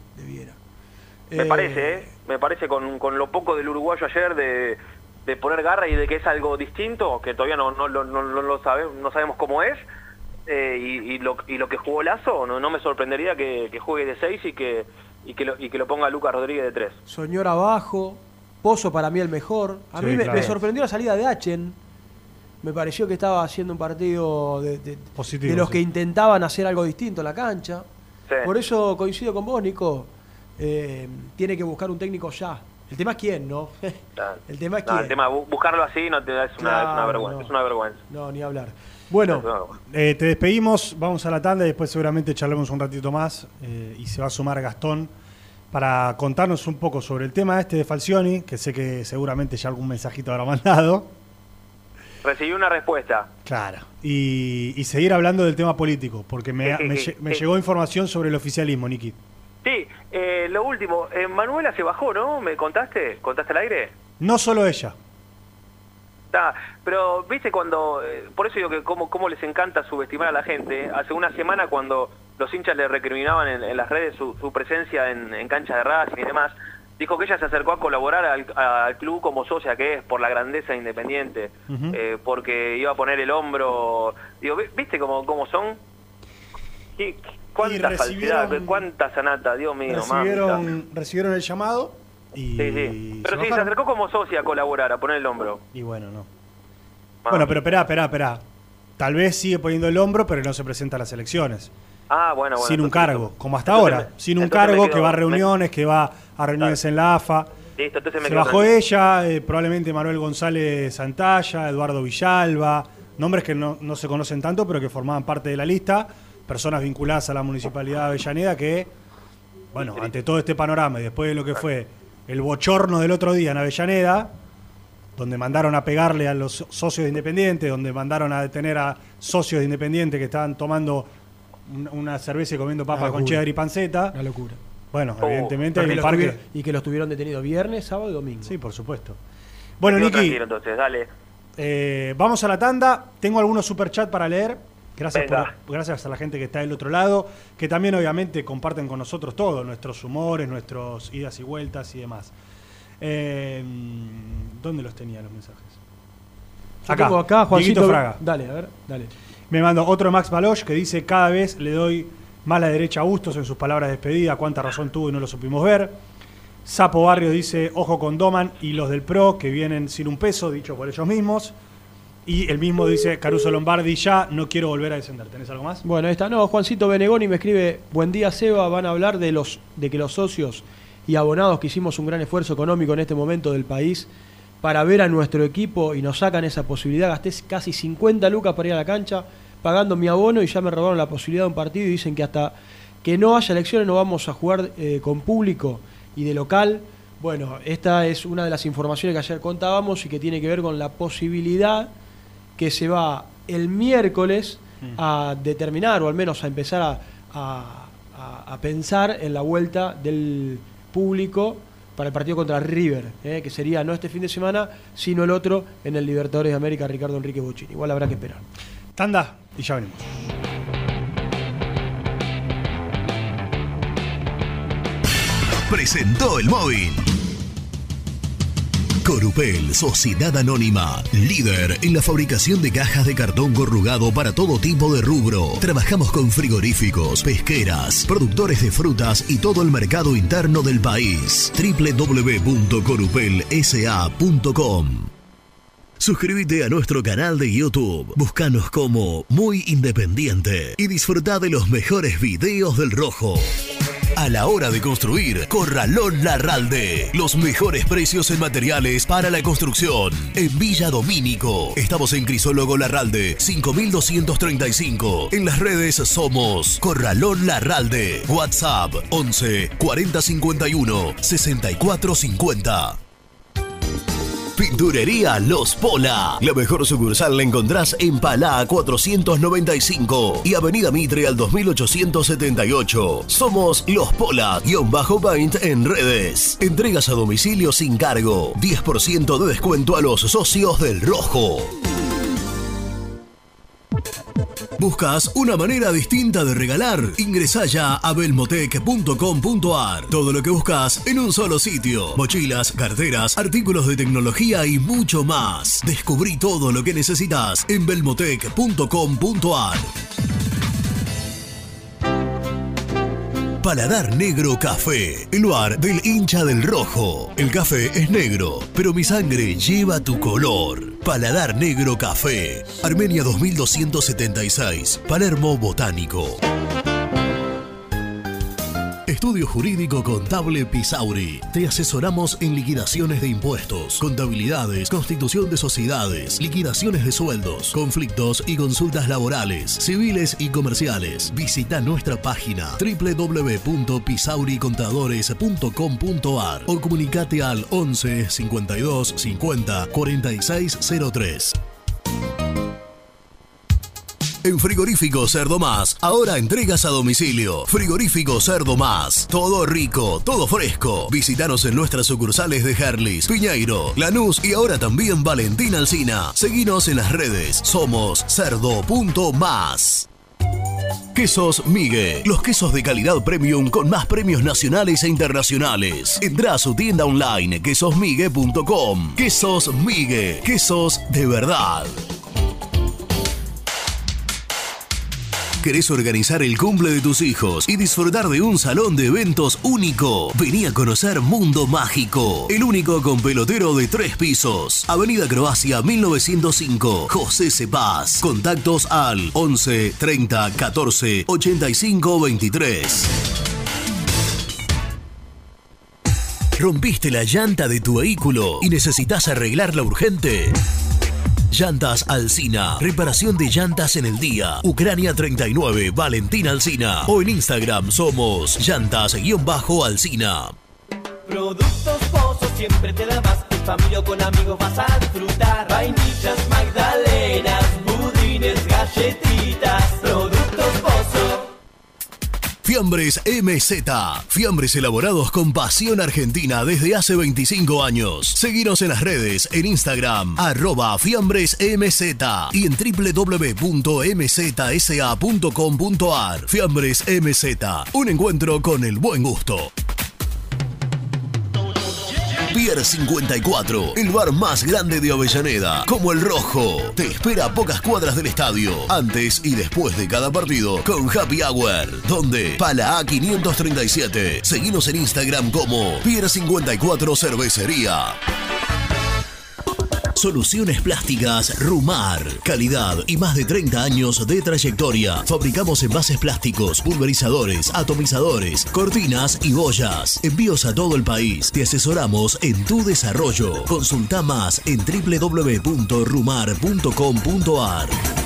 Me parece con lo poco del uruguayo ayer de poner garra y de que es algo distinto, que todavía no sabemos cómo es, y lo que jugó Lazo, no me sorprendería que juegue de 6 y que lo ponga Lucas Rodríguez de 3. Soñor abajo, Pozo para mí el mejor. A mí me sorprendió la salida de Achen. Me pareció que estaba haciendo un partido positivo, de los que intentaban hacer algo distinto en la cancha. Sí. Por eso coincido con vos, Nico. Tiene que buscar un técnico ya. El tema es quién, ¿no? Claro. El tema es No, quién. el tema, buscarlo así no te da, es una vergüenza. no. Es una vergüenza. No, ni hablar. Bueno, te despedimos, vamos a la tanda y después seguramente charlemos un ratito más y se va a sumar Gastón para contarnos un poco sobre el tema este de Falcioni, que sé que seguramente ya algún mensajito habrá mandado. Recibí una respuesta. Claro. Y seguir hablando del tema político, porque me llegó información sobre el oficialismo, Niki. Sí, lo último, Manuela se bajó, ¿no? ¿Me contaste? ¿Contaste al aire? No solo ella. Pero, viste, cuando... por eso digo que cómo les encanta subestimar a la gente. Hace una semana cuando los hinchas le recriminaban en las redes su presencia en cancha de Racing y demás, dijo que ella se acercó a colaborar al club como socia que es, por la grandeza de Independiente, porque iba a poner el hombro... Digo, ¿viste cómo son? ¿Cuánta falsedad? ¿Cuánta sanata? Dios mío, recibieron el llamado y... Sí. Pero sí, se acercó como socia a colaborar, a poner el hombro. Y bueno, no. Bueno, pero esperá. Tal vez sigue poniendo el hombro, pero no se presenta a las elecciones. Bueno. Sin un cargo, como hasta ahora. Sin un cargo, que va a reuniones, que va a reuniones en la AFA. Listo, entonces se bajó ella, probablemente Manuel González Santalla, Eduardo Villalba, nombres que no se conocen tanto, pero que formaban parte de la lista, personas vinculadas a la Municipalidad de Avellaneda que, bueno, ante todo este panorama y después de lo que fue el bochorno del otro día en Avellaneda, donde mandaron a pegarle a los socios de Independiente, donde mandaron a detener a socios de Independiente que estaban tomando una cerveza y comiendo papas con cheddar y panceta. Una locura. Bueno, evidentemente el parque... Y que los tuvieron detenidos viernes, sábado y domingo. Sí, por supuesto. Bueno, Niki, entonces, dale. Vamos a la tanda. Tengo algunos superchats para leer. Gracias a la gente que está del otro lado, que también obviamente comparten con nosotros todo, nuestros humores, nuestros idas y vueltas y demás. ¿Dónde los tenía los mensajes? Acá, Juancito Fraga. Dale. Me mandó otro Max Baloch que dice: cada vez le doy más la derecha a Bustos en sus palabras de despedida, cuánta razón tuvo y no lo supimos ver. Sapo Barrio dice: ojo con Doman y los del PRO que vienen sin un peso, dicho por ellos mismos. Y el mismo dice Caruso Lombardi: ya no quiero volver a descender. ¿Tenés algo más? Bueno, Juancito Benegoni me escribe: buen día, Seba, van a hablar de que los socios y abonados que hicimos un gran esfuerzo económico en este momento del país para ver a nuestro equipo y nos sacan esa posibilidad. Gasté casi 50 lucas para ir a la cancha pagando mi abono y ya me robaron la posibilidad de un partido y dicen que hasta que no haya elecciones no vamos a jugar con público y de local. Bueno, esta es una de las informaciones que ayer contábamos y que tiene que ver con la posibilidad que se va el miércoles a determinar o al menos a empezar a pensar en la vuelta del público para el partido contra River, que sería no este fin de semana, sino el otro en el Libertadores de América, Ricardo Enrique Bochini. Igual habrá que esperar. Tanda y ya venimos. Presentó el móvil. Corupel, Sociedad Anónima, líder en la fabricación de cajas de cartón corrugado para todo tipo de rubro. Trabajamos con frigoríficos, pesqueras, productores de frutas y todo el mercado interno del país. www.corupelsa.com. Suscríbete a nuestro canal de YouTube, búscanos como Muy Independiente y disfruta de los mejores videos del Rojo. A la hora de construir, Corralón Larralde. Los mejores precios en materiales para la construcción. En Villa Domínico. Estamos en Crisólogo Larralde, 5235. En las redes somos Corralón Larralde. WhatsApp 11 4051 6450. Pinturería Los Pola. La mejor sucursal la encontrás en Palá 495 y Avenida Mitre al 2878. Somos Los Pola-Paint en redes. Entregas a domicilio sin cargo. 10% de descuento a los socios del Rojo. ¿Buscas una manera distinta de regalar? Ingresá ya a belmotec.com.ar. Todo lo que buscas en un solo sitio. Mochilas, carteras, artículos de tecnología y mucho más. Descubrí todo lo que necesitas en belmotec.com.ar. Paladar Negro Café, el lugar del hincha del Rojo. El café es negro, pero mi sangre lleva tu color. Paladar Negro Café, Armenia 2276, Palermo Botánico. Estudio Jurídico Contable Pisauri. Te asesoramos en liquidaciones de impuestos, contabilidades, constitución de sociedades, liquidaciones de sueldos, conflictos y consultas laborales, civiles y comerciales. Visita nuestra página www.pisauricontadores.com.ar o comunicate al 11 52 50 46 03. En Frigorífico Cerdo Más, ahora entregas a domicilio. Frigorífico Cerdo Más, todo rico, todo fresco. Visítanos en nuestras sucursales de Herlis, Piñeiro, Lanús y ahora también Valentín Alsina. Seguinos en las redes, somos cerdo.más. Quesos Migue, los quesos de calidad premium con más premios nacionales e internacionales. Entrá a su tienda online quesosmigue.com. Quesos Migue, quesos de verdad. ¿Querés organizar el cumple de tus hijos y disfrutar de un salón de eventos único? Vení a conocer Mundo Mágico, el único con pelotero de 3 pisos. Avenida Croacia 1905, José Cepaz. Contactos al 11 30 14 85 23. ¿Rompiste la llanta de tu vehículo y necesitas arreglarla urgente? Llantas Alsina, reparación de llantas en el día. Ucrania 39, Valentín Alsina. O en Instagram somos llantas_Alsina. Productos Pozo siempre te da más. En familia o con amigos vas a disfrutar. Vainillas, magdalenas, budines, galletitas. Productos Pozo. Fiambres MZ. Fiambres elaborados con pasión argentina desde hace 25 años. Seguinos en las redes, en Instagram, @fiambresmz y en www.mzsa.com.ar. Fiambres MZ, un encuentro con el buen gusto. Pier 54, el bar más grande de Avellaneda, como el Rojo. Te espera a pocas cuadras del estadio, antes y después de cada partido, con Happy Hour. ¿Dónde? Pala A 537. Seguinos en Instagram como Pier 54 Cervecería. Soluciones Plásticas Rumar. Calidad y más de 30 años de trayectoria. Fabricamos envases plásticos, pulverizadores, atomizadores, cortinas y boyas. Envíos a todo el país. Te asesoramos en tu desarrollo. Consulta más en www.rumar.com.ar.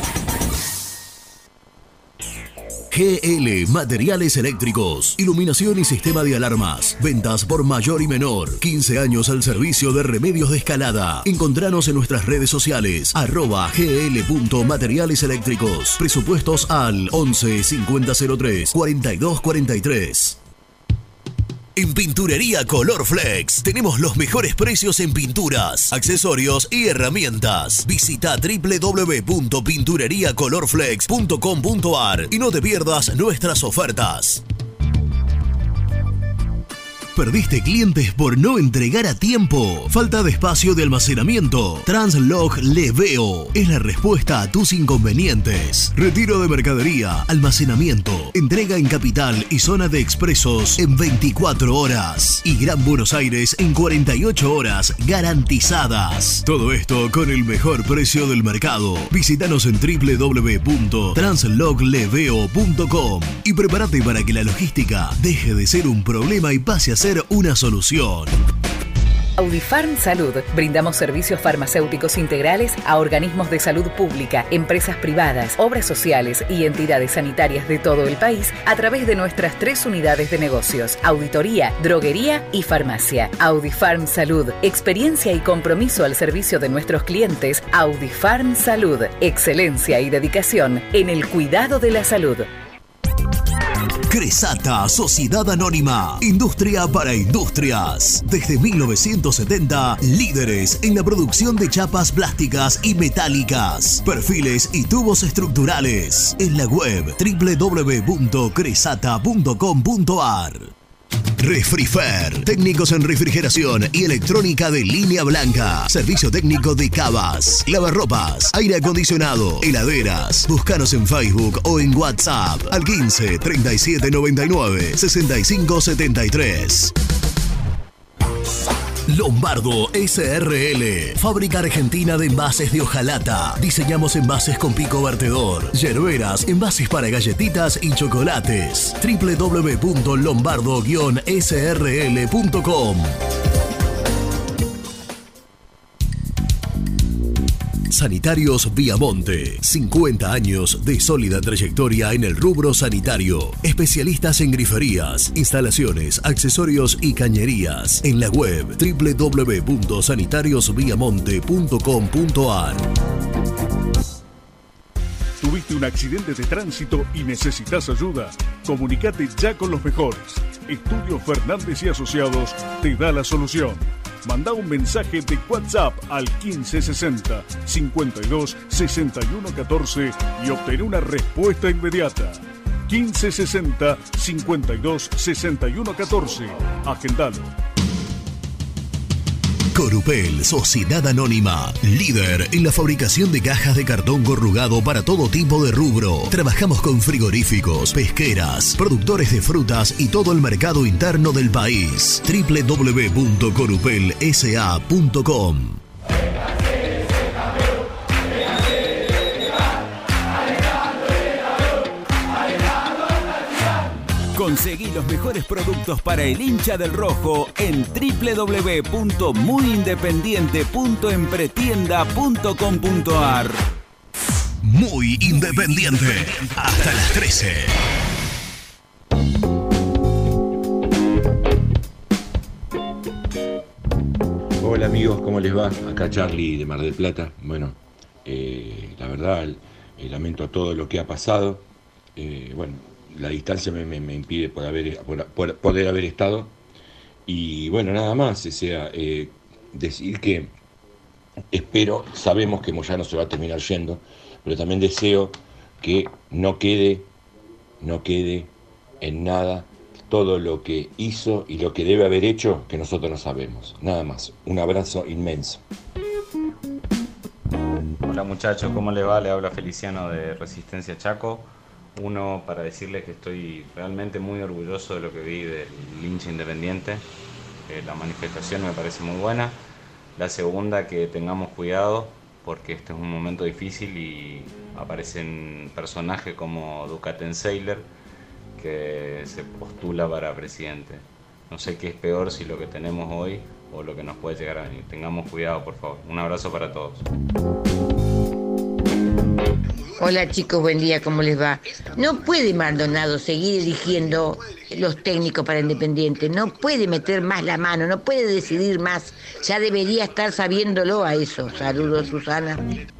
GL Materiales Eléctricos, iluminación y sistema de alarmas, ventas por mayor y menor, 15 años al servicio de remedios de escalada. Encontranos en nuestras redes sociales, @gl.materiales eléctricos, presupuestos al 11 5003 42 43. En Pinturería Color Flex tenemos los mejores precios en pinturas, accesorios y herramientas. Visita www.pintureriacolorflex.com.ar y no te pierdas nuestras ofertas. ¿Perdiste clientes por no entregar a tiempo? ¿Falta de espacio de almacenamiento? Translog Leveo es la respuesta a tus inconvenientes. Retiro de mercadería, almacenamiento, entrega en Capital y zona de expresos en 24 horas. Y Gran Buenos Aires en 48 horas garantizadas. Todo esto con el mejor precio del mercado. Visítanos en www.translogleveo.com y prepárate para que la logística deje de ser un problema y pase a ser una solución. Audifarm Salud. Brindamos servicios farmacéuticos integrales a organismos de salud pública, empresas privadas, obras sociales y entidades sanitarias de todo el país a través de nuestras 3 unidades de negocios: auditoría, droguería y farmacia. Audifarm Salud. Experiencia y compromiso al servicio de nuestros clientes. Audifarm Salud. Excelencia y dedicación en el cuidado de la salud. Cresata, Sociedad Anónima, industria para industrias. Desde 1970, líderes en la producción de chapas plásticas y metálicas, perfiles y tubos estructurales. En la web www.cresata.com.ar. Refrifer, técnicos en refrigeración y electrónica de línea blanca. Servicio técnico de cavas, lavarropas, aire acondicionado, heladeras. Búscanos en Facebook o en WhatsApp al 15 37 99 65 73. Lombardo SRL, fábrica argentina de envases de hojalata. Diseñamos envases con pico vertedor, yerberas, envases para galletitas y chocolates. www.lombardo-srl.com. Sanitarios Viamonte, 50 años de sólida trayectoria en el rubro sanitario. Especialistas en griferías, instalaciones, accesorios y cañerías. En la web www.sanitariosviamonte.com.ar. ¿Tuviste un accidente de tránsito y necesitas ayuda? Comunicate ya con los mejores. Estudio Fernández y Asociados te da la solución. Manda un mensaje de WhatsApp al 1560 52 61 14 y obtén una respuesta inmediata. 1560 52 61 14. Agendalo. Corupel, Sociedad Anónima, líder en la fabricación de cajas de cartón corrugado para todo tipo de rubro. Trabajamos con frigoríficos, pesqueras, productores de frutas y todo el mercado interno del país. www.corupelsa.com. Conseguí los mejores productos para el hincha del rojo en www.muyindependiente.empretienda.com.ar. Muy independiente. Hasta las 13. Hola amigos, ¿cómo les va? Acá Charlie de Mar del Plata. Bueno, la verdad, lamento todo lo que ha pasado. La distancia me impide poder haber estado. Y bueno, nada más, decir que sabemos que Moyano se va a terminar yendo, pero también deseo que no quede en nada todo lo que hizo y lo que debe haber hecho, que nosotros no sabemos. Nada más, un abrazo inmenso. Hola muchachos, ¿cómo le va? Le habla Feliciano de Resistencia Chaco. Uno, para decirles que estoy realmente muy orgulloso de lo que vi del hincha independiente. La manifestación me parece muy buena. La segunda, que tengamos cuidado porque este es un momento difícil y aparecen personajes como Ducatenseiler que se postula para presidente. No sé qué es peor, si lo que tenemos hoy o lo que nos puede llegar a venir. Tengamos cuidado, por favor. Un abrazo para todos. Hola chicos, buen día, ¿cómo les va? No puede Maldonado seguir eligiendo los técnicos para Independiente, no puede meter más la mano, no puede decidir más, ya debería estar sabiéndolo a eso. Saludos, Susana.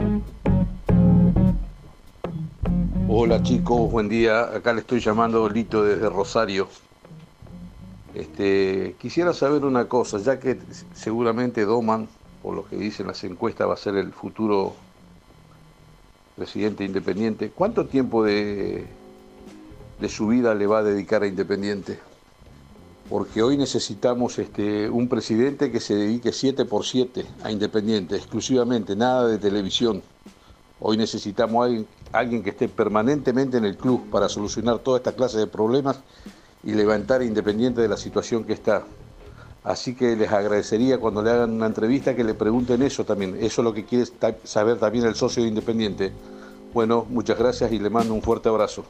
Hola chicos, buen día, acá le estoy llamando Lito desde Rosario. Quisiera saber una cosa, ya que seguramente Doman, por lo que dicen las encuestas, va a ser el futuro presidente Independiente, ¿cuánto tiempo de su vida le va a dedicar a Independiente? Porque hoy necesitamos un presidente que se dedique 7x7 a Independiente, exclusivamente, nada de televisión. Hoy necesitamos alguien que esté permanentemente en el club para solucionar toda esta clase de problemas y levantar a Independiente de la situación que está. Así que les agradecería cuando le hagan una entrevista que le pregunten eso también. Eso es lo que quiere saber también el socio de Independiente. Bueno, muchas gracias y le mando un fuerte abrazo.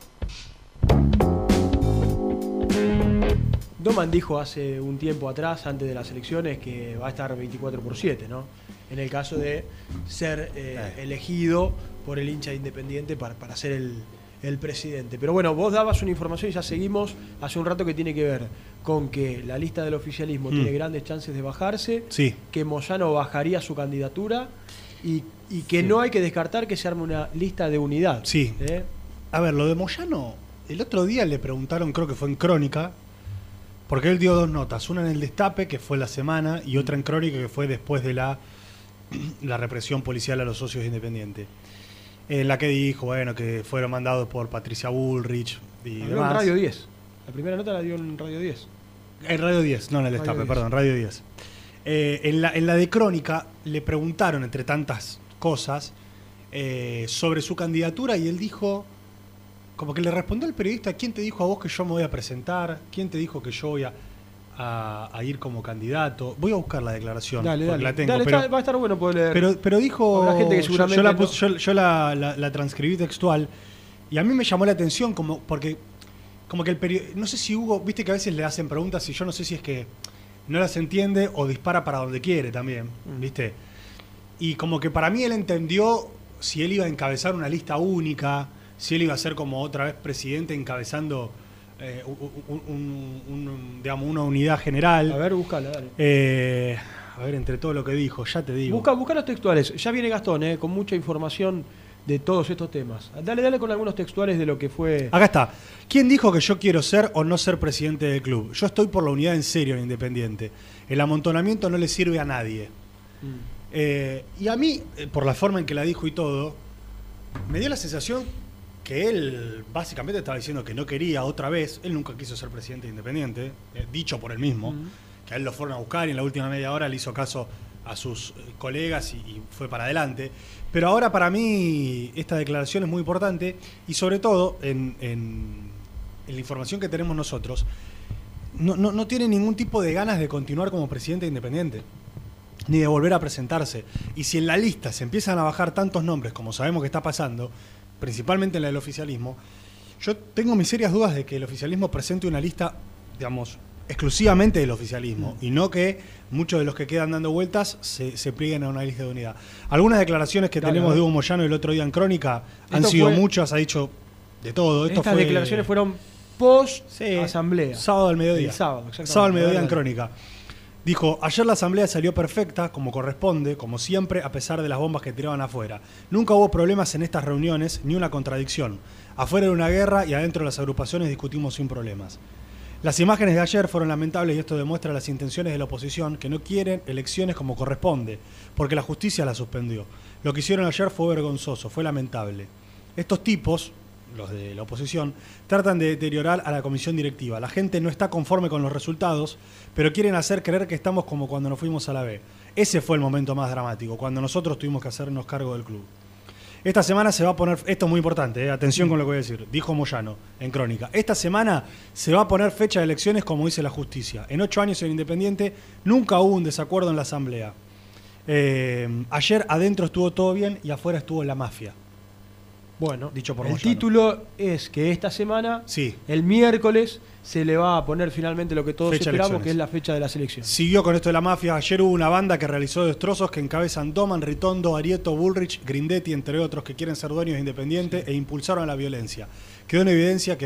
Doman dijo hace un tiempo atrás, antes de las elecciones, que va a estar 24/7, ¿no? En el caso de ser elegido por el hincha de Independiente para ser el presidente. Pero bueno, vos dabas una información y ya seguimos hace un rato que tiene que ver con que la lista del oficialismo tiene grandes chances de bajarse, que Moyano bajaría su candidatura y que no hay que descartar que se arme una lista de unidad. Sí. A ver, lo de Moyano, el otro día le preguntaron, creo que fue en Crónica, porque él dio dos notas, una en el Destape, que fue la semana, y otra en Crónica, que fue después de la represión policial a los socios de Independiente. En la que dijo, bueno, que fueron mandados por Patricia Bullrich y demás. En Radio 10. La primera nota la dio en Radio 10. En Radio 10, no en el Destape, perdón, Radio 10. En la de Crónica le preguntaron, entre tantas cosas, sobre su candidatura y él dijo, como que le respondió al periodista, ¿quién te dijo a vos que yo me voy a presentar? ¿Quién te dijo que yo voy a a ir como candidato. Voy a buscar la declaración. Dale, porque dale. la tengo. Dale, pero, va a estar bueno poder leer. pero dijo. Habrá gente que seguramente yo la transcribí textual. Y a mí me llamó la atención porque como que el periodista, no sé si Hugo, viste que a veces le hacen preguntas y yo no sé si es que no las entiende o dispara para donde quiere también, ¿viste? Y como que para mí él entendió si él iba a encabezar una lista única, si él iba a ser como otra vez presidente encabezando digamos, una unidad general. A ver, búscala, dale. A ver, entre todo lo que dijo, ya te digo. Busca los textuales. Ya viene Gastón, con mucha información de todos estos temas. Dale con algunos textuales de lo que fue. Acá está. ¿Quién dijo que yo quiero ser o no ser presidente del club? Yo estoy por la unidad en serio en Independiente. El amontonamiento no le sirve a nadie. Y a mí, por la forma en que la dijo y todo, me dio la sensación que él básicamente estaba diciendo que no quería otra vez. Él nunca quiso ser presidente de Independiente, dicho por él mismo, que a él lo fueron a buscar y en la última media hora le hizo caso a sus colegas y fue para adelante. Pero ahora para mí esta declaración es muy importante y sobre todo en la información que tenemos nosotros, no tiene ningún tipo de ganas de continuar como presidente de Independiente, ni de volver a presentarse. Y si en la lista se empiezan a bajar tantos nombres como sabemos que está pasando, principalmente en la del oficialismo, yo tengo mis serias dudas de que el oficialismo presente una lista, digamos, exclusivamente del oficialismo y no que muchos de los que quedan dando vueltas se plieguen a una lista de unidad. Algunas declaraciones que tenemos de Hugo Moyano el otro día en Crónica han sido muchas, ha dicho de todo. Estas declaraciones fueron post-asamblea. Sábado al mediodía. Sábado al mediodía en Crónica. Dijo, ayer la asamblea salió perfecta, como corresponde, como siempre, a pesar de las bombas que tiraban afuera. Nunca hubo problemas en estas reuniones, ni una contradicción. Afuera era una guerra y adentro de las agrupaciones discutimos sin problemas. Las imágenes de ayer fueron lamentables y esto demuestra las intenciones de la oposición que no quieren elecciones como corresponde, porque la justicia las suspendió. Lo que hicieron ayer fue vergonzoso, fue lamentable. Estos tipos, los de la oposición, tratan de deteriorar a la comisión directiva. La gente no está conforme con los resultados, pero quieren hacer creer que estamos como cuando nos fuimos a la B. Ese fue el momento más dramático, cuando nosotros tuvimos que hacernos cargo del club. Esta semana se va a poner, esto es muy importante, atención con lo que voy a decir, dijo Moyano en Crónica. Esta semana se va a poner fecha de elecciones como dice la justicia. En 8 años en Independiente nunca hubo un desacuerdo en la asamblea. Ayer adentro estuvo todo bien y afuera estuvo la mafia. Bueno, dicho por el Moyano. Título es que esta semana, el miércoles, se le va a poner finalmente lo que todos esperamos, que es la fecha de las elecciones. Siguió con esto de la mafia. Ayer hubo una banda que realizó destrozos que encabezan Doman, Ritondo, Arieto, Bullrich, Grindetti, entre otros, que quieren ser dueños de Independiente e impulsaron la violencia. Quedó en evidencia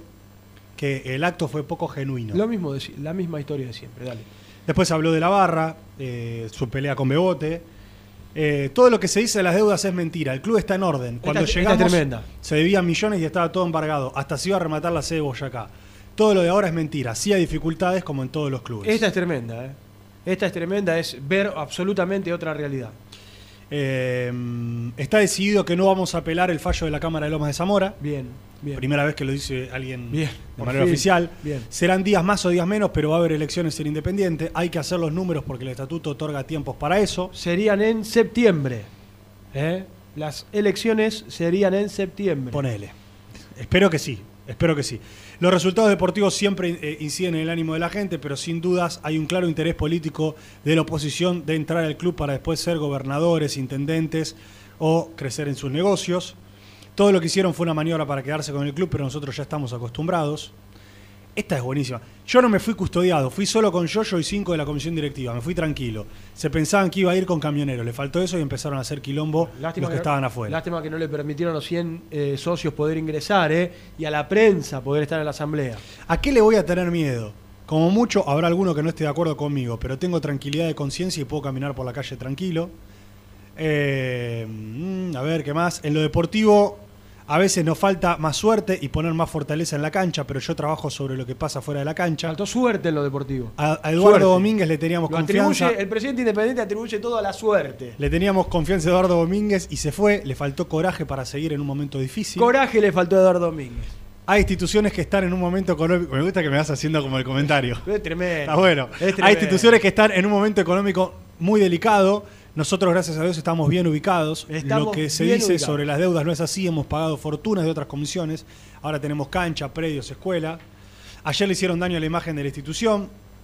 que el acto fue poco genuino. Lo mismo, la misma historia de siempre, dale. Después habló de la barra, su pelea con Bebote. Todo lo que se dice de las deudas es mentira. El club está en orden. Cuando llegamos se debían millones y estaba todo embargado. Hasta se iba a rematar la sede de Boyacá. Todo lo de ahora es mentira. Sí hay dificultades como en todos los clubes. Esta es tremenda, Esta es tremenda, es ver absolutamente otra realidad. Está decidido que no vamos a apelar el fallo de la Cámara de Lomas de Zamora. Bien. Primera vez que lo dice alguien de manera oficial. Bien. Serán días más o días menos, pero va a haber elecciones en Independiente. Hay que hacer los números porque el estatuto otorga tiempos para eso. Serían en septiembre. Las elecciones serían en septiembre. Ponele. Espero que sí. Los resultados deportivos siempre inciden en el ánimo de la gente, pero sin dudas hay un claro interés político de la oposición de entrar al club para después ser gobernadores, intendentes o crecer en sus negocios. Todo lo que hicieron fue una maniobra para quedarse con el club, pero nosotros ya estamos acostumbrados. Esta es buenísima. Yo no me fui custodiado, fui solo con Yoyo y 5 de la comisión directiva, me fui tranquilo. Se pensaban que iba a ir con camioneros, le faltó eso y empezaron a hacer quilombo los que estaban afuera. Lástima que no le permitieron a los 100 socios poder ingresar y a la prensa poder estar en la asamblea. ¿A qué le voy a tener miedo? Como mucho habrá alguno que no esté de acuerdo conmigo, pero tengo tranquilidad de conciencia y puedo caminar por la calle tranquilo. A ver, ¿qué más? En lo deportivo, a veces nos falta más suerte y poner más fortaleza en la cancha, pero yo trabajo sobre lo que pasa fuera de la cancha. Faltó suerte en lo deportivo. A Eduardo Domínguez le teníamos confianza. El presidente independiente atribuye todo a la suerte. Le teníamos confianza a Eduardo Domínguez y se fue. Le faltó coraje para seguir en un momento difícil. Coraje le faltó a Eduardo Domínguez. Hay instituciones que están en un momento económico. Me gusta que me vas haciendo como el comentario. Es tremendo. Está bueno. Hay instituciones que están en un momento económico muy delicado. Nosotros, gracias a Dios, estamos bien ubicados. Lo que se dice sobre las deudas no es así. Hemos pagado fortunas de otras comisiones. Ahora tenemos cancha, predios, escuela. Ayer le hicieron daño a la imagen de la institución.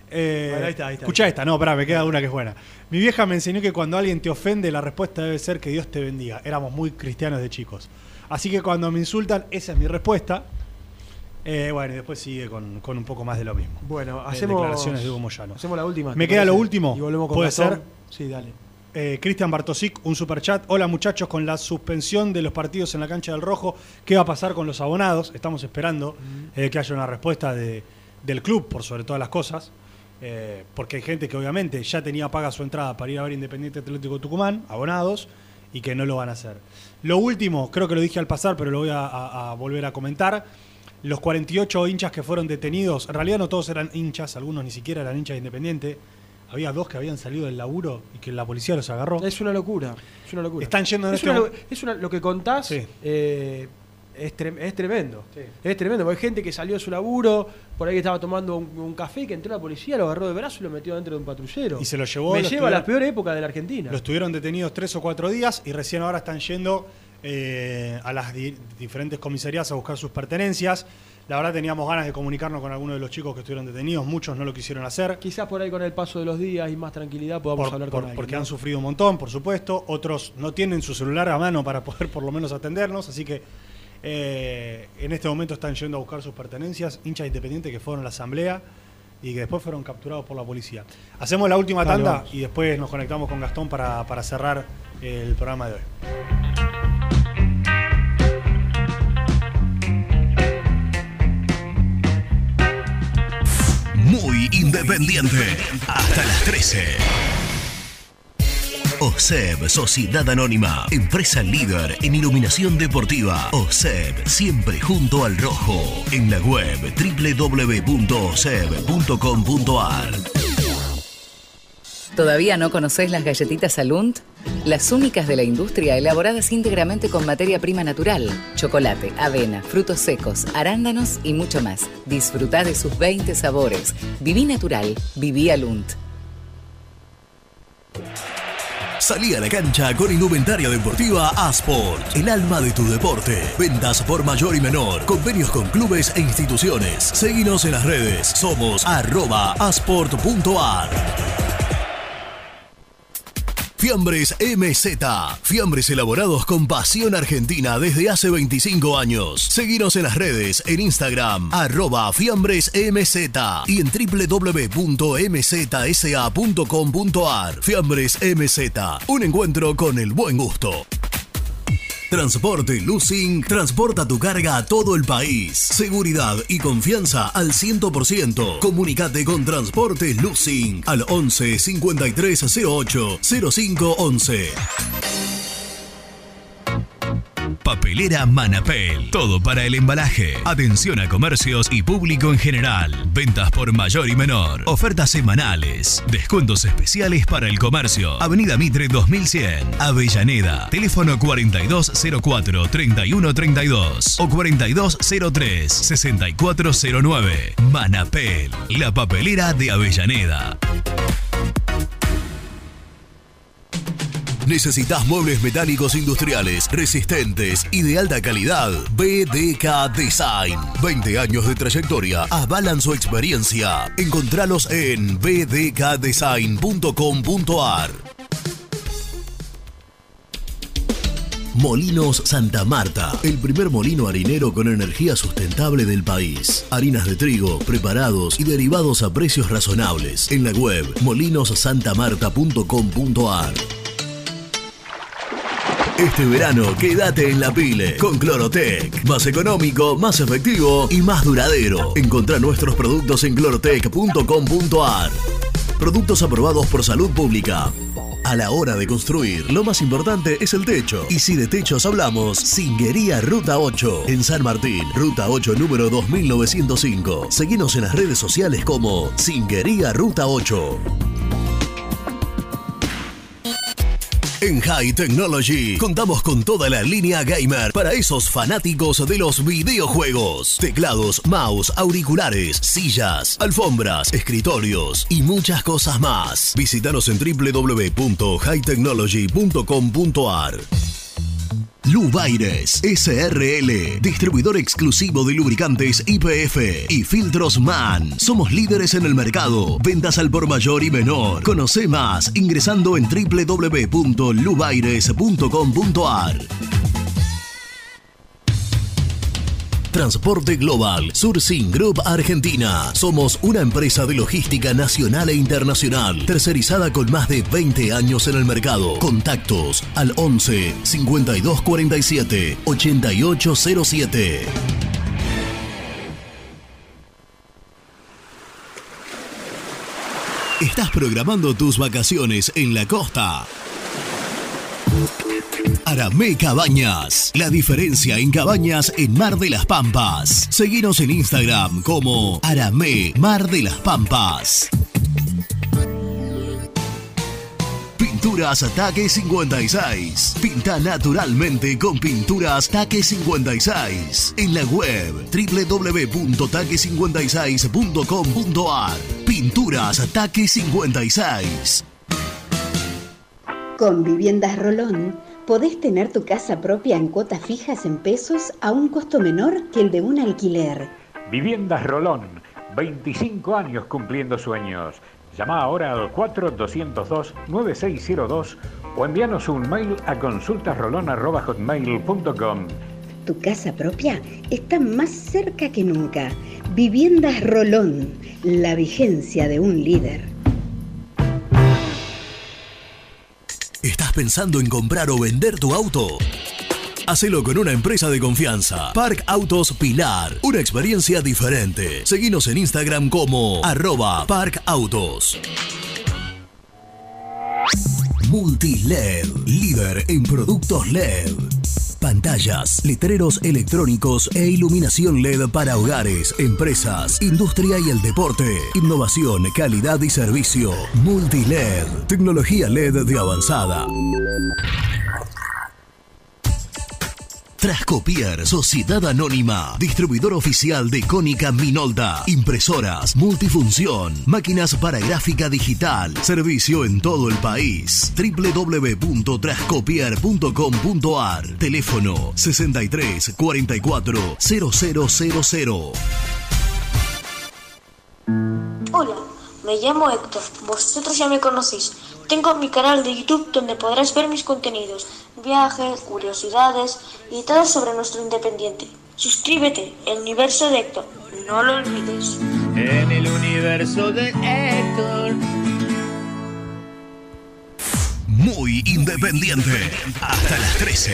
Bueno, ahí está. Escuchá esta, no, pará, me queda una que es buena. Mi vieja me enseñó que cuando alguien te ofende, la respuesta debe ser que Dios te bendiga. Éramos muy cristianos de chicos. Así que cuando me insultan, esa es mi respuesta. Bueno, y después sigue con un poco más de lo mismo. Bueno, hacemos declaraciones de Hugo Moyano. Hacemos la última. Me queda lo último. Y volvemos con ¿Puede Gastón. ser? Sí, dale. Cristian Bartosic, un superchat. Hola muchachos, con la suspensión de los partidos en la cancha del Rojo, ¿qué va a pasar con los abonados? Estamos esperando que haya una respuesta del club, por sobre todas las cosas. Porque hay gente que obviamente ya tenía paga su entrada para ir a ver Independiente Atlético de Tucumán, abonados, y que no lo van a hacer. Lo último, creo que lo dije al pasar, pero lo voy a volver a comentar. Los 48 hinchas que fueron detenidos, en realidad no todos eran hinchas, algunos ni siquiera eran hinchas de Independiente. Había 2 que habían salido del laburo y que la policía los agarró. Es una locura. Están yendo en lo que contás. Sí. Es tremendo. Sí. Es tremendo, porque hay gente que salió de su laburo, por ahí que estaba tomando un café, que entró la policía, lo agarró de brazo y lo metió dentro de un patrullero. Y se lo llevó. Me lleva a las peores épocas de la Argentina. Los tuvieron detenidos 3 o 4 días y recién ahora están yendo a las diferentes comisarías a buscar sus pertenencias. La verdad teníamos ganas de comunicarnos con algunos de los chicos que estuvieron detenidos, muchos no lo quisieron hacer. Quizás por ahí con el paso de los días y más tranquilidad podamos hablar con ellos. Porque han sufrido un montón, por supuesto. Otros no tienen su celular a mano para poder por lo menos atendernos, así que en este momento están yendo a buscar sus pertenencias, hinchas independientes que fueron a la asamblea y que después fueron capturados por la policía. Hacemos la última tanda y después nos conectamos con Gastón para cerrar el programa de hoy. Muy independiente. Hasta las 13. OSEB, Sociedad Anónima, empresa líder en iluminación deportiva. OSEB, siempre junto al rojo. En la web www.oseb.com.ar. ¿Todavía no conocés las galletitas Alunt? Las únicas de la industria elaboradas íntegramente con materia prima natural. Chocolate, avena, frutos secos, arándanos y mucho más. Disfrutá de sus 20 sabores. Viví natural, viví Alunt. Salí a la cancha con indumentaria deportiva Asport, el alma de tu deporte. Ventas por mayor y menor, convenios con clubes e instituciones. Seguinos en las redes, somos @asport.ar. Fiambres MZ. Fiambres elaborados con pasión argentina desde hace 25 años. Seguinos en las redes, en Instagram, @fiambresmz y en www.mzsa.com.ar. Fiambres MZ. Un encuentro con el buen gusto. Transporte Lucing transporta tu carga a todo el país. Seguridad y confianza al 100%. Comunicate con Transporte Lucing al 11 53 08 05 11. Papelera Manapel. Todo para el embalaje. Atención a comercios y público en general. Ventas por mayor y menor. Ofertas semanales. Descuentos especiales para el comercio. Avenida Mitre 2100. Avellaneda. Teléfono 4204-3132 o 4203-6409. Manapel. La papelera de Avellaneda. ¿Necesitas muebles metálicos industriales, resistentes y de alta calidad? BDK Design. 20 años de trayectoria avalan su experiencia. Encontralos en bdkdesign.com.ar. Molinos Santa Marta, el primer molino harinero con energía sustentable del país. Harinas de trigo, preparados y derivados a precios razonables. En la web molinossantamarta.com.ar. Este verano quédate en la pile con Clorotec. Más económico, más efectivo y más duradero. Encontrá nuestros productos en clorotec.com.ar. Productos aprobados por Salud Pública. A la hora de construir, lo más importante es el techo. Y si de techos hablamos, Zinguería Ruta 8. En San Martín, Ruta 8 número 2905. Seguinos en las redes sociales como Zinguería Ruta 8. En High Technology contamos con toda la línea gamer para esos fanáticos de los videojuegos. Teclados, mouse, auriculares, sillas, alfombras, escritorios y muchas cosas más. Visítanos en www.hightechnology.com.ar. Lubaires SRL, distribuidor exclusivo de lubricantes YPF y filtros MAN. Somos líderes en el mercado. Ventas al por mayor y menor. Conoce más ingresando en www.lubaires.com.ar. Transporte Global, Surcing Group Argentina. Somos una empresa de logística nacional e internacional, tercerizada con más de 20 años en el mercado. Contactos al 11 52 47 8807. ¿Estás programando tus vacaciones en la costa? Aramé Cabañas, la diferencia en cabañas en Mar de las Pampas. Seguinos en Instagram como Aramé Mar de las Pampas. Pinturas Taque 56. Pinta naturalmente con Pinturas Taque 56. En la web www.taque56.com.ar. Pinturas Taque 56. Con Viviendas Rolón podés tener tu casa propia en cuotas fijas en pesos a un costo menor que el de un alquiler. Viviendas Rolón, 25 años cumpliendo sueños. Llama ahora al 4202-9602 o envíanos un mail a consultasrolon@hotmail.com. Tu casa propia está más cerca que nunca. Viviendas Rolón, la vigencia de un líder. ¿Estás pensando en comprar o vender tu auto? Hacelo con una empresa de confianza. Park Autos Pilar. Una experiencia diferente. Seguinos en Instagram como @parkautos. Multiled. Líder en productos LED. Pantallas, letreros electrónicos e iluminación LED para hogares, empresas, industria y el deporte. Innovación, calidad y servicio. Multiled. Tecnología LED de avanzada. Trascopier, Sociedad Anónima, distribuidor oficial de Cónica Minolta, impresoras, multifunción, máquinas para gráfica digital, servicio en todo el país. www.trascopier.com.ar, teléfono 63 44 0000. Hola, me llamo Héctor, vosotros ya me conocéis. Tengo mi canal de YouTube donde podrás ver mis contenidos, viajes, curiosidades y todo sobre nuestro Independiente. Suscríbete, el universo de Héctor, no lo olvides. En el universo de Héctor. Muy independiente, hasta las 13.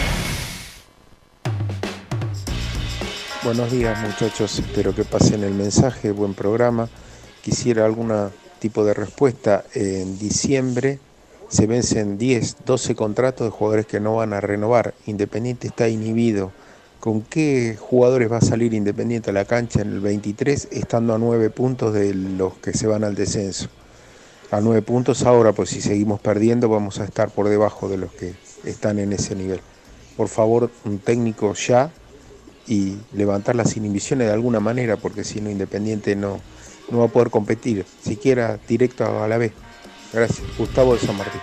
Buenos días muchachos, espero que pasen el mensaje, buen programa. Quisiera algún tipo de respuesta. En diciembre se vencen 10, 12 contratos de jugadores que no van a renovar. Independiente está inhibido. ¿Con qué jugadores va a salir Independiente a la cancha en el 23 estando a 9 puntos de los que se van al descenso? A 9 puntos ahora, pues si seguimos perdiendo vamos a estar por debajo de los que están en ese nivel. Por favor, un técnico ya y levantar las inhibiciones de alguna manera, porque si no Independiente no va a poder competir, siquiera directo a la B. Gracias. Gustavo de San Martín.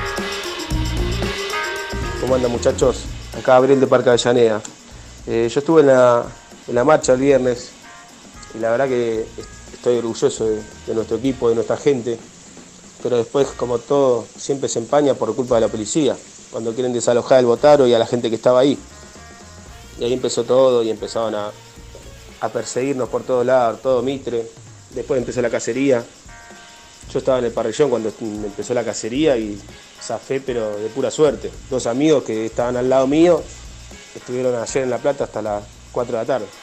¿Cómo andan muchachos? Acá Gabriel de Parque Avellaneda. Yo estuve en la marcha el viernes y la verdad que estoy orgulloso de nuestro equipo, de nuestra gente, pero después, como todo, siempre se empaña por culpa de la policía, cuando quieren desalojar el Botaro y a la gente que estaba ahí. Y ahí empezó todo y empezaban a perseguirnos por todos lados, todo Mitre. Después empezó la cacería. Yo estaba en el parrillón cuando empezó la cacería y zafé, pero de pura suerte. 2 amigos que estaban al lado mío estuvieron ayer en La Plata hasta las 4 de la tarde.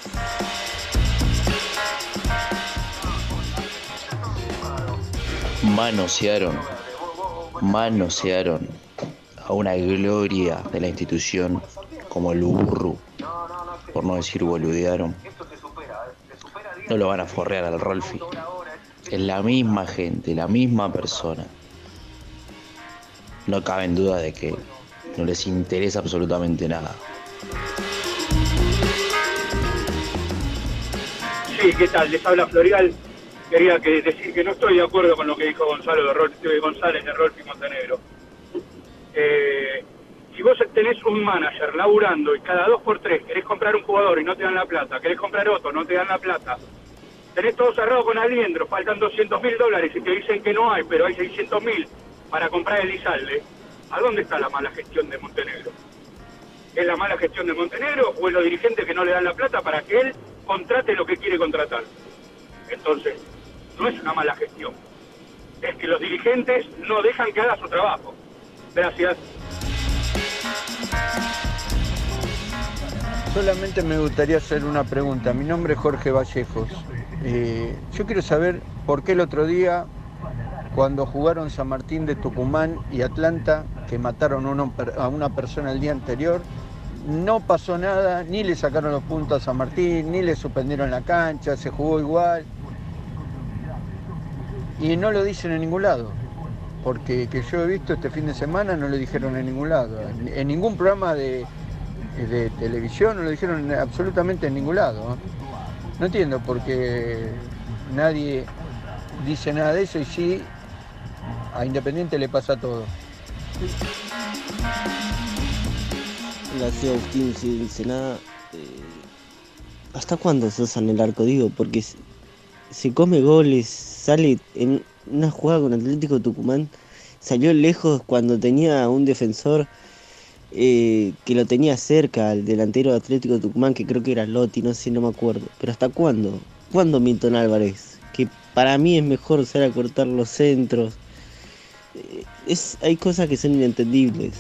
Manosearon a una gloria de la institución como el Burru, por no decir boludearon. No lo van a forrear al Rolfi. Es la misma gente, la misma persona. No cabe en duda de que no les interesa absolutamente nada. Sí, ¿qué tal? Les habla Florial. Quería decir que no estoy de acuerdo con lo que dijo González de Rolfi Montenegro. si vos tenés un manager laburando y cada 2x3 querés comprar un jugador y no te dan la plata, querés comprar otro, no te dan la plata, tenés todo cerrado con Aliendro, faltan $200.000 y te dicen que no hay, pero hay 600.000 para comprar el Elizalde, ¿a dónde está la mala gestión de Montenegro? ¿Es la mala gestión de Montenegro o es los dirigentes que no le dan la plata para que él contrate lo que quiere contratar? Entonces, no es una mala gestión, es que los dirigentes no dejan que haga su trabajo. Gracias. Solamente me gustaría hacer una pregunta. Mi nombre es Jorge Vallejos. Yo quiero saber por qué el otro día, cuando jugaron San Martín de Tucumán y Atlanta, que mataron a una persona el día anterior, no pasó nada, ni le sacaron los puntos a San Martín, ni le suspendieron la cancha, se jugó igual. Y no lo dicen en ningún lado, porque que yo he visto este fin de semana no lo dijeron en ningún lado. En ningún programa de televisión no lo dijeron absolutamente en ningún lado. No entiendo por qué nadie dice nada de eso y sí, a Independiente le pasa todo. Hola, soy Agustín, soy del Senado. ¿Hasta cuándo se usan el arco? Digo, porque se come goles, sale en una jugada con Atlético Tucumán, salió lejos cuando tenía un defensor que lo tenía cerca, al delantero de Atlético Tucumán, que creo que era Lotti, no sé, no me acuerdo. Pero ¿hasta cuándo? ¿Cuándo Milton Álvarez? Que para mí es mejor usar a cortar los centros. Hay cosas que son inentendibles.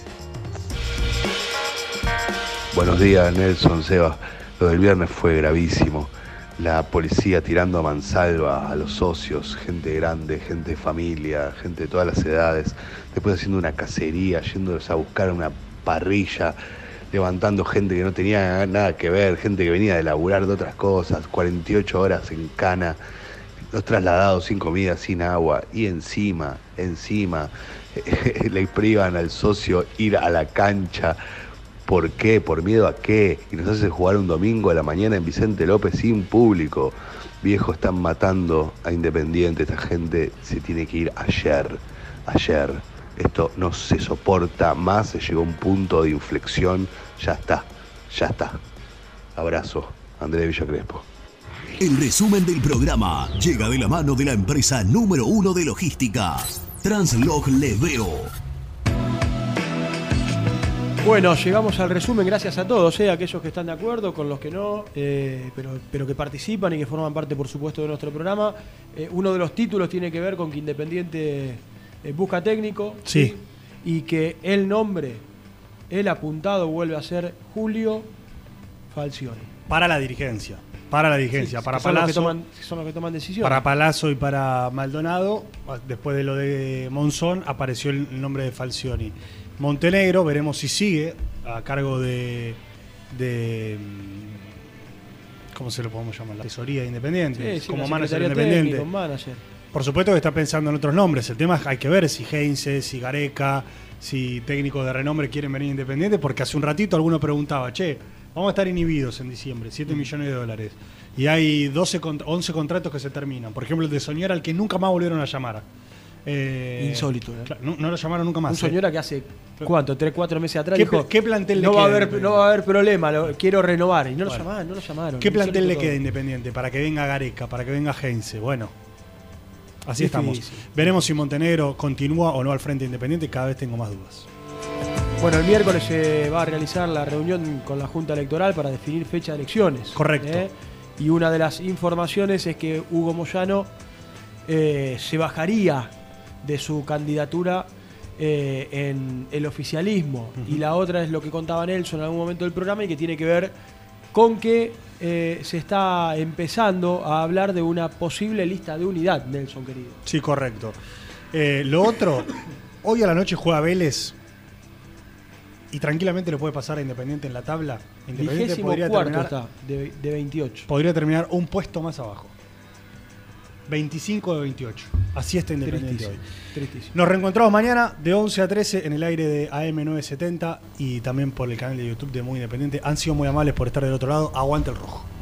Buenos días, Nelson, Seba. Lo del viernes fue gravísimo. La policía tirando a mansalva a los socios, gente grande, gente de familia, gente de todas las edades, después haciendo una cacería, yéndolos a buscar una parrilla, levantando gente que no tenía nada que ver, gente que venía de laburar de otras cosas, 48 horas en cana, los trasladados sin comida, sin agua, y encima, le privan al socio ir a la cancha. ¿Por qué? ¿Por miedo a qué? Y nos hace jugar un domingo a la mañana en Vicente López sin público. Viejo, están matando a Independiente. Esta gente se tiene que ir ayer. Esto no se soporta más. Se llegó a un punto de inflexión. Ya está. Abrazo. Andrés Villa Crespo. El resumen del programa llega de la mano de la empresa número 1 de logística, Translog Leveo. Bueno, llegamos al resumen, gracias a todos, aquellos que están de acuerdo, con los que no, pero que participan y que forman parte, por supuesto, de nuestro programa. Uno de los títulos tiene que ver con que Independiente busca técnico, sí, y que el apuntado vuelve a ser Julio Falcioni. Para la dirigencia, sí, para Palazzo, son los que toman decisiones. Para Palazzo y para Maldonado, después de lo de Monzón, apareció el nombre de Falcioni. Montenegro, veremos si sigue a cargo de ¿cómo se lo podemos llamar? La tesoría de Independiente, sí, como manager independiente. Por supuesto que está pensando en otros nombres. El tema es hay que ver si Heinze, si Gareca, si técnicos de renombre quieren venir Independiente, porque hace un ratito alguno preguntaba, vamos a estar inhibidos en diciembre, $7 millones. Y hay 11 contratos que se terminan. Por ejemplo, el de Soñora, al que nunca más volvieron a llamar. Insólito. Claro, no lo llamaron nunca más. Un Soñora que hace, ¿cuánto? 3-4 meses atrás dijo, ¿qué plantel no va a haber problema, quiero renovar. Y no lo llamaron. ¿Qué plantel le queda Independiente? Para que venga Gareca, para que venga Heinze. Bueno, así estamos. Veremos si Montenegro continúa o no al frente Independiente. Cada vez tengo más dudas. Bueno, el miércoles se va a realizar la reunión con la Junta Electoral para definir fecha de elecciones. Correcto. Y una de las informaciones es que Hugo Moyano se bajaría de su candidatura en el oficialismo. Y la otra es lo que contaba Nelson en algún momento del programa y que tiene que ver con que se está empezando a hablar de una posible lista de unidad, Nelson querido. Sí, correcto. Lo otro, hoy a la noche juega Vélez y tranquilamente le puede pasar a Independiente en la tabla. Independiente podría terminar está, de 28. Podría terminar un puesto más abajo. 25 de 28. Así está Independiente hoy. Tristísimo. Nos reencontramos mañana de 11 a 13 en el aire de AM970 y también por el canal de YouTube de Muy Independiente. Han sido muy amables por estar del otro lado. Aguante el rojo.